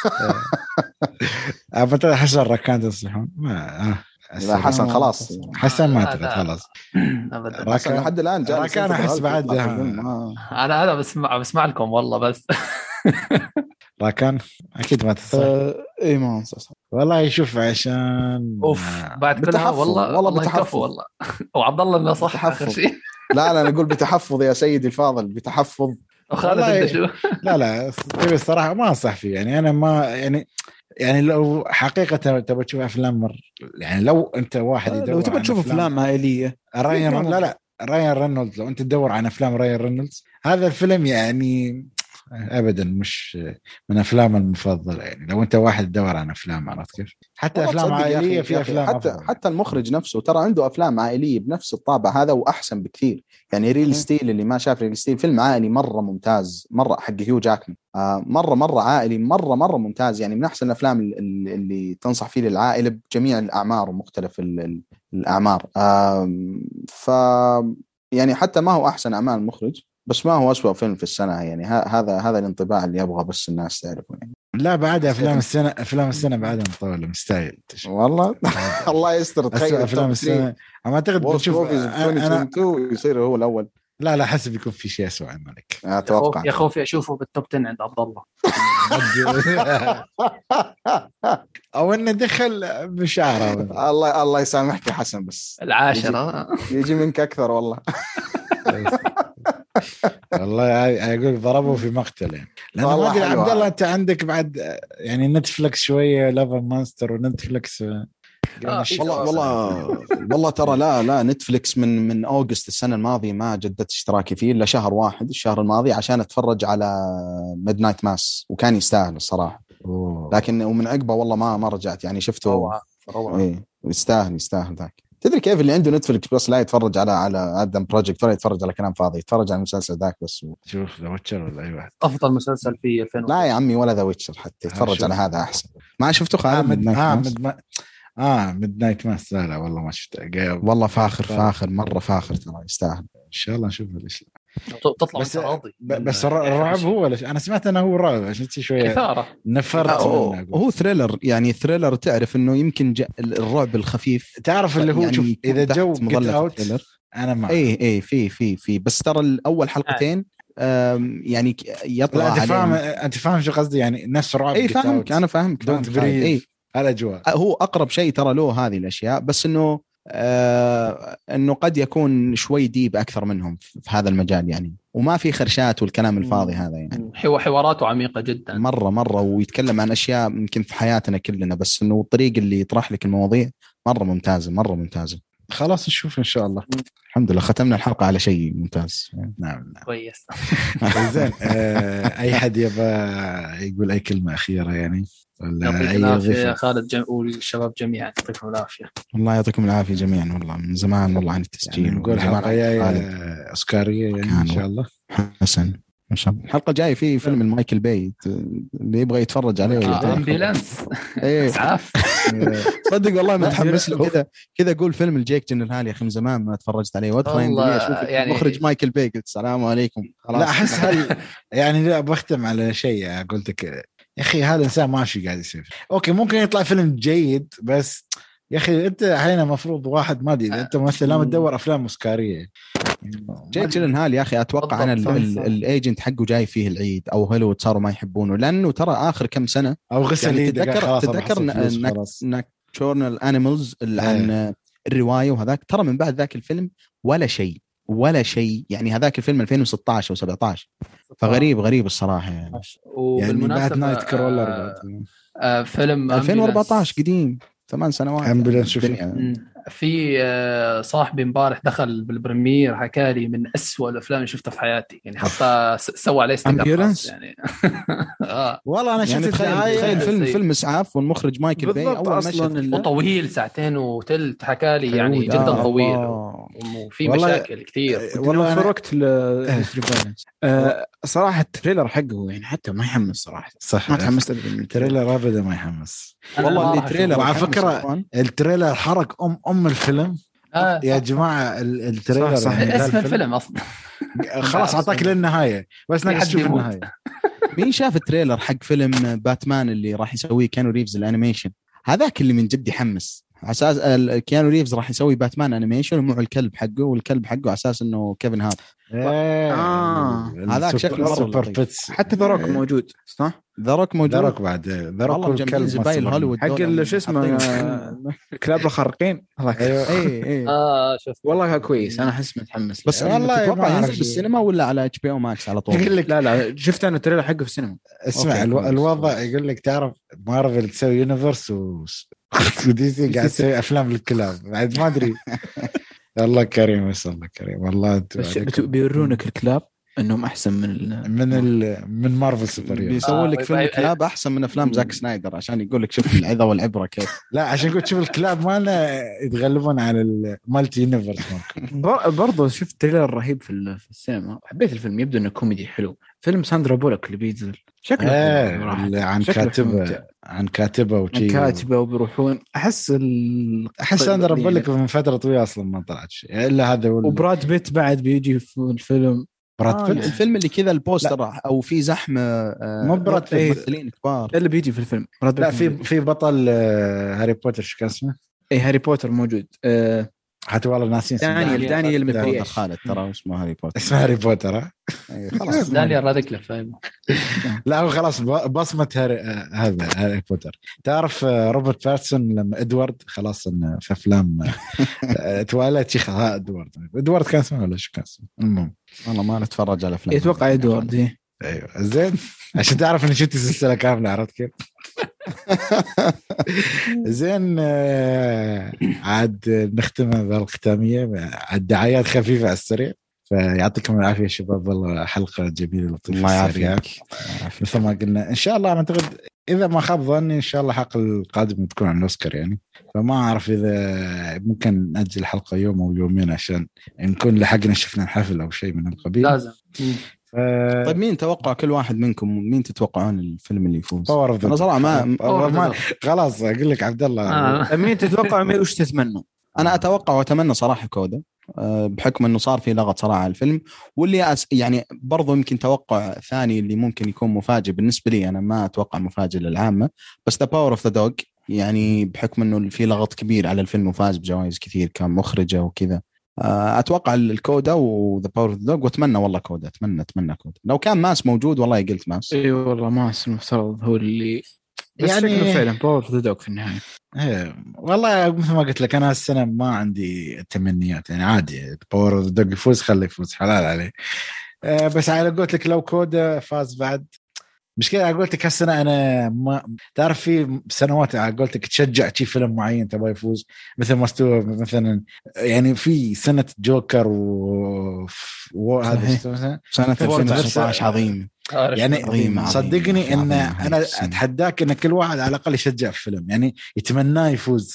أبغى حسن ركان تصلحون ما لا حسن خلاص حسن ما تبغى خلاص ركان لحد الآن جالس ركان أحس بعد أنا أنا بسمع بسمع لكم والله بس راكان أكيد ما تصح إيه ما أنصح والله يشوف عشان أوف بعد كلها والله والله بتحفظ والله وعبد الله اللي صح آخر شيء. لا لا أنا أقول بتحفظ يا سيدي الفاضل بتحفظ وخالد والله- انت شو؟ لا لا تبي الصراحه ما انصح فيه يعني انا ما يعني يعني لو حقيقه تبغى تشوف افلام مر يعني لو انت واحد يدور لو تبغى عن تشوف افلام عائليه راين أفلام لا لا راين رينولدز، لو انت تدور عن افلام راين رينولدز هذا الفيلم يعني ابدا مش من افلام المفضله. يعني لو انت واحد تدور عن افلام، عرفت كيف؟ حتى والله افلام تصدق يا عائليه أخي- في يا أخي افلام حتى أفضل. حتى المخرج نفسه ترى عنده افلام عائليه بنفس الطابع هذا واحسن بكثير. يعني ريل ستيل، اللي ما شاف ريل ستيل فيلم عائلي مره ممتاز، مره حق هيو جاكمان، آه مره مره عائلي، مره مره ممتاز. يعني من احسن الافلام اللي, اللي تنصح فيه للعائله بجميع الاعمار ومختلف ال- ال- الاعمار. آه ف يعني حتى ما هو احسن اعمال المخرج، بس ما هو أسوأ فيلم في السنه. يعني هذا هذا الانطباع اللي يبغى بس الناس تعرفه يعني. لا بعد افلام السنه افلام السنه بعدها مطوله مستاهل. والله الله يستر. تخيل افلام السنه ما اعتقد بنشوف انا يصير هو الاول. لا لا حسب يكون في شيء اسوء عن ملك. اتوقع يا خوفي اشوفه بالتوب عشرة عند عبد الله. او انه دخل بشعره. الله الله يسامحك يا حسن، بس العاشرة يجي, يجي منك اكثر والله. والله يقول ضربه في مقتل يعني. لأنه ما أدري عبد الله أنت عندك بعد يعني نتفلكس شوية لافر مانستر ونتفلكس آه والله والله والله ترى لا لا نتفلكس من من أوغست السنة الماضية ما جددت اشتراكي فيه إلا شهر واحد الشهر الماضي عشان أتفرج على ميدنايت ماس، وكان يستاهل الصراحة. أوه. لكن ومن عقبه والله ما ما رجعت يعني شفته. روعة روعة. إيه يستاهل يستاهل ذاك. تدري كيف اللي عنده نتفلكس بس لا يتفرج على على ادم بروجكت ولا يتفرج على كلام فاضي، يتفرج على المسلسل ذاك بس. و... شوف ذا ويتشر ولا اي واحد افضل مسلسل في ألفين. لا يا عمي ولا ذا ويتشر حتى يتفرج على هذا احسن. ما شفته خالد؟ اه ميد نايت اه ماس. ميد ما... اه ميد نايت ماس. لا لا والله ما شفته. والله فاخر فاخر مره فاخر ترى يستاهل. ان شاء الله نشوف ليش تطلع بس راضي. بس الرعب هو ولا انا سمعت انه هو رعب عشان شويه إثارة. نفرت منه. هو ثريلر يعني ثريلر تعرف انه يمكن الرعب الخفيف تعرف اللي هو يعني شوف اذا جو جيت اوت انا ما اي اي في في في بس ترى الاول حلقتين يعني يطلع انت فاهم انت فاهم شو قصدي يعني نفس رعب اي فاهمك انا فاهمك دونت بريث الاجواء هو اقرب شيء ترى له هذه الاشياء بس انه آه انه قد يكون شوي ديب اكثر منهم في هذا المجال يعني وما في خرشات والكلام الفاضي هذا يعني حواراته عميقه جدا مره مره ويتكلم عن اشياء يمكن في حياتنا كلنا بس انه الطريق اللي يطرح لك المواضيع مره ممتازه مره ممتازه. خلاص نشوف ان شاء الله. الحمد لله ختمنا الحلقه على شيء ممتاز. نعم نعم كويس. زين آه اي حد يبغى يقول اي كلمه اخيره يعني يعطيك العافيه خالد جم... والشباب جميعا يعطيكم العافيه. الله يعطيكم العافيه جميعا والله من زمان والله عن التسجيل يعني نقول حلقه اسكاريه يعني ان شاء الله. حسن ما شاء الله. الحلقه الجايه في فيلم المايكل باي اللي يبغى يتفرج عليه آه امبيلانس ايه اسعاف صدق والله متحمس له كذا كذا اقول فيلم الجيك جنرال يا اخي من زمان ما تفرجت عليه وادخل اندونيسيا اشوف يعني مخرج مايكل باي قلت السلام عليكم خلاص. لا احس هل يعني لا بختم على شيء قلت لك يا اخي هذا الانسان ماشي قاعد يصير اوكي ممكن يطلع فيلم جيد بس يا اخي انت احيانا مفروض واحد ما ادري انت مثلا لا تدور افلام اوسكاريه. جاي جيلنهال يا اخي اتوقع انا الايجنت حقه جاي فيه العيد او هوليوود صاروا ما يحبونه لانه ترى اخر كم سنه او غسل يعني تذكر تذكر نكتورنال انيمالز عن الروايه وهذاك ترى من بعد ذاك الفيلم ولا شيء ولا شيء يعني هذاك الفيلم ألفين وستة عشر او سبعة عشر فغريب غريب الصراحه يعني. وبالمناسبه يعني نايت كرولر آه فيلم ألفين وأربعة عشر قديم ثمان سنوات يعني. في صاحبي امبارح دخل بالبريمير حكى لي من أسوأ الافلام اللي شفتها في حياتي يعني حتى سوى عليه استقرار يعني اه والله انا يعني شفت تخيل, تخيل فيلم فيلم اسعاف والمخرج مايكل باي اول مشهد وطويل ساعتين وثلث حكى لي يعني جدا آه طويل وفي مشاكل كثير. والله اتفرجت ل صراحه التريلر حقه يعني حتى ما يحمس صراحه صح ما تحمست التريلر ابدا ما يحمس والله التريلر وعلى فكره التريلر حرق ام ام الفيلم آه يا جماعه التريلر صح صح. يعني اسم الفيلم اصلا خلاص اعطاك للنهايه بس نقدر نشوف النهايه. مين شاف التريلر حق فيلم باتمان اللي راح يسويه كيانو ريفز الانيميشن هذاك اللي من جد يحمس على اساس كيانو ريفز راح يسوي باتمان انيميشن ومعه الكلب حقه والكلب حقه على اساس انه كيفن هارت آه. هذاك شكله سوبر بيتس. حتى ذروك موجود صح؟ ذروك موجود. ذروك بعد ذروك جنبين زباين هوليوود حق شو اسمه كلاب الخارقين. ايوه اي اي اه شوف والله كويس، انا احس متحمس بس والله تتوقع ينزل بالسينما ولا على اتش بي او ماكس على طول؟ يقول لك لا لا شفت انا التريلر حقه في السينما. اسمع الو... الوضع يقول لك تعرف مارفل تسوي يونيفرس و... ودي سي قاعد تسوي افلام للكلاب بعد ما ادري. الله كريم بس الله كريم والله. بيورونك الكلاب انهم احسن من ال... من ال... من مارفل سوبر هيرو. بيسوون لك فيلم كلاب احسن من افلام زاك سنايدر عشان يقول لك شوف العظه والعبره كيف. لا عشان قلت شوف الكلاب مالنا يتغلبون على المالتي يونيفرس. برضه شفت تريلر رهيب في في السينما، حبيت الفيلم، يبدو انه كوميدي حلو. فيلم ساندرا بولوك اللي بينزل شكله ايه عن كاتبه عن كاتبه وشي كاتبه وبيروحون. احس ال... احس ساندرا بولوك من فتره طويله اصلا ما طلعت شيء الا هذا وال... وبراد بيت بعد بيجي في الفيلم. براد آه بيت الفيلم اللي كذا البوستر او في زحمه آه مو براد بيت ممثلين كبار اللي بيجي في الفيلم. لا في في بطل آه هاري بوتر شو كان اسمه؟ اي هاري بوتر موجود. آه حتى والله ناسين دانيال دانيال من خالد ترى اسمه هاري بوتر. اسمه هاري بوتر ها خلاص دانيال رادكليف فاهم. لا هو خلاص بصمه هاري هذا هاري بوتر. تعرف روبرت باتسون لما ادوارد خلاص إن في افلام توالت شيخ ادوارد ادوارد كان اسمه ولا شو كان اسمه؟ المهم والله ما نتفرج على افلام. يتوقع ادوارد. ايوه زين عشان تعرف اني شفت السلسله كامله عرفت كيف. زين عاد نختمها بالختاميه على الدعايات خفيفه على السريع. فيعطيكم العافيه شباب والله حلقه جميله لطيفه. الله يعافيك. مثل ما قلنا ان شاء الله اعتقد اذا ما خاب ظني ان شاء الله الحلقه القادمه تكون عن الاوسكار يعني. فما اعرف اذا ممكن ناجل الحلقه يوم او يومين عشان نكون لحقنا شفنا الحفل او شيء من القبيل. لازم. ف... طيب مين توقع كل واحد منكم مين تتوقعون الفيلم اللي يفوز؟ انا صراحه ما, ما... خلاص اقول لك عبد الله آه. مين تتوقع مين وش تتمنى؟ انا اتوقع واتمنى صراحه كودا بحكم انه صار في لغط صراحه على الفيلم. واللي أس... يعني برضو يمكن توقع ثاني اللي ممكن يكون مفاجئ بالنسبه لي، انا ما اتوقع مفاجئ للعامه، بس ذا باور اوف ذا دوغ يعني بحكم انه في لغط كبير على الفيلم وفاز بجوائز كثير كان مخرجه وكذا. اتوقع الكودا وذا باور اوف ذا دوغ، واتمنى والله كودا، اتمنى اتمنى كودا. لو كان ماس موجود والله قلت ماس. اي أيوة والله ماس المفترض هو اللي يعني فعلا باور اوف ذا دوغ في النهايه. ايه والله مثل ما قلت لك انا هالسنه ما عندي تمنيات يعني عادي باور اوف ذا دوغ يفوز خليه يفوز حلال عليه. أه بس على قلت لك لو كودا فاز بعد مشكلة. قلت لك هالسنة أنا ما تعرف في سنوات قلت لك تشجع شيء فيلم معين تبغى يفوز مثل ما استوى مثلا يعني في سنة جوكر و وهذا سنة ألفين وتسعة عشر عظيم يعني عظيم صدقني عظيم. إن أنا أتحداك إن كل واحد على الأقل يشجع فيلم يعني يتمناه يفوز.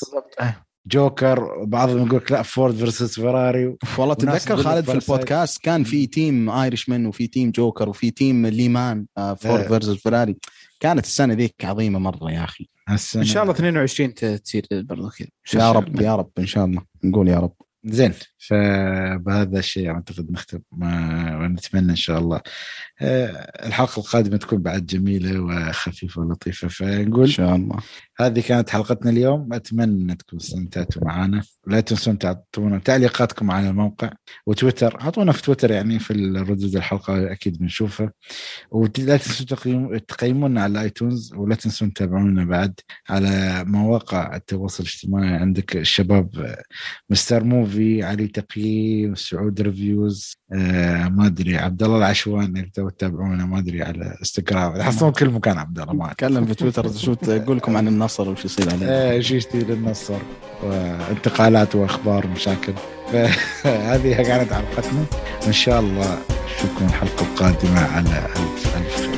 جوكر بعضهم يقول لا فورد فيرسس فيراري. والله تتذكر خالد في البودكاست كان في تيم ايرشمان وفي تيم جوكر وفي تيم ليمان فورد فيرسس فيراري. كانت السنه ذيك عظيمه مره يا اخي. ان شاء الله اثنين وعشرين تصير برضو كذا يا رب يا رب ان شاء الله نقول يا رب. زين فبهذا الشيء اعتقد نختم ونتمنى ان شاء الله الحلقه القادمه تكون بعد جميله وخفيفه ولطيفه. فنقول ان شاء الله هذه كانت حلقتنا اليوم. اتمنى انكم استمتعتوا معنا. لا تنسون تعطونا تعليقاتكم على الموقع وتويتر. اعطونا في تويتر يعني في الردود الحلقه اكيد بنشوفها. ولا تنسون تقيمونا على الايتونز ولا تنسون تتابعونا بعد على مواقع التواصل الاجتماعي. عندك الشباب مستر موفي، علي تقييم، سعود ريفيوز، آه ما ادري عبد الله العشوان اللي تتابعونا ما ادري على انستغرام تحصلون كل مكان عبد الله. ما اتكلم في تويتر شو تقول لكم عن النصر وش يصير عليه. ايه شو يصير للنصر وانتقالات واخبار ومشاكل. فهذه كانت حلقتنا وان شاء الله نشوفكم الحلقه القادمه على الف الف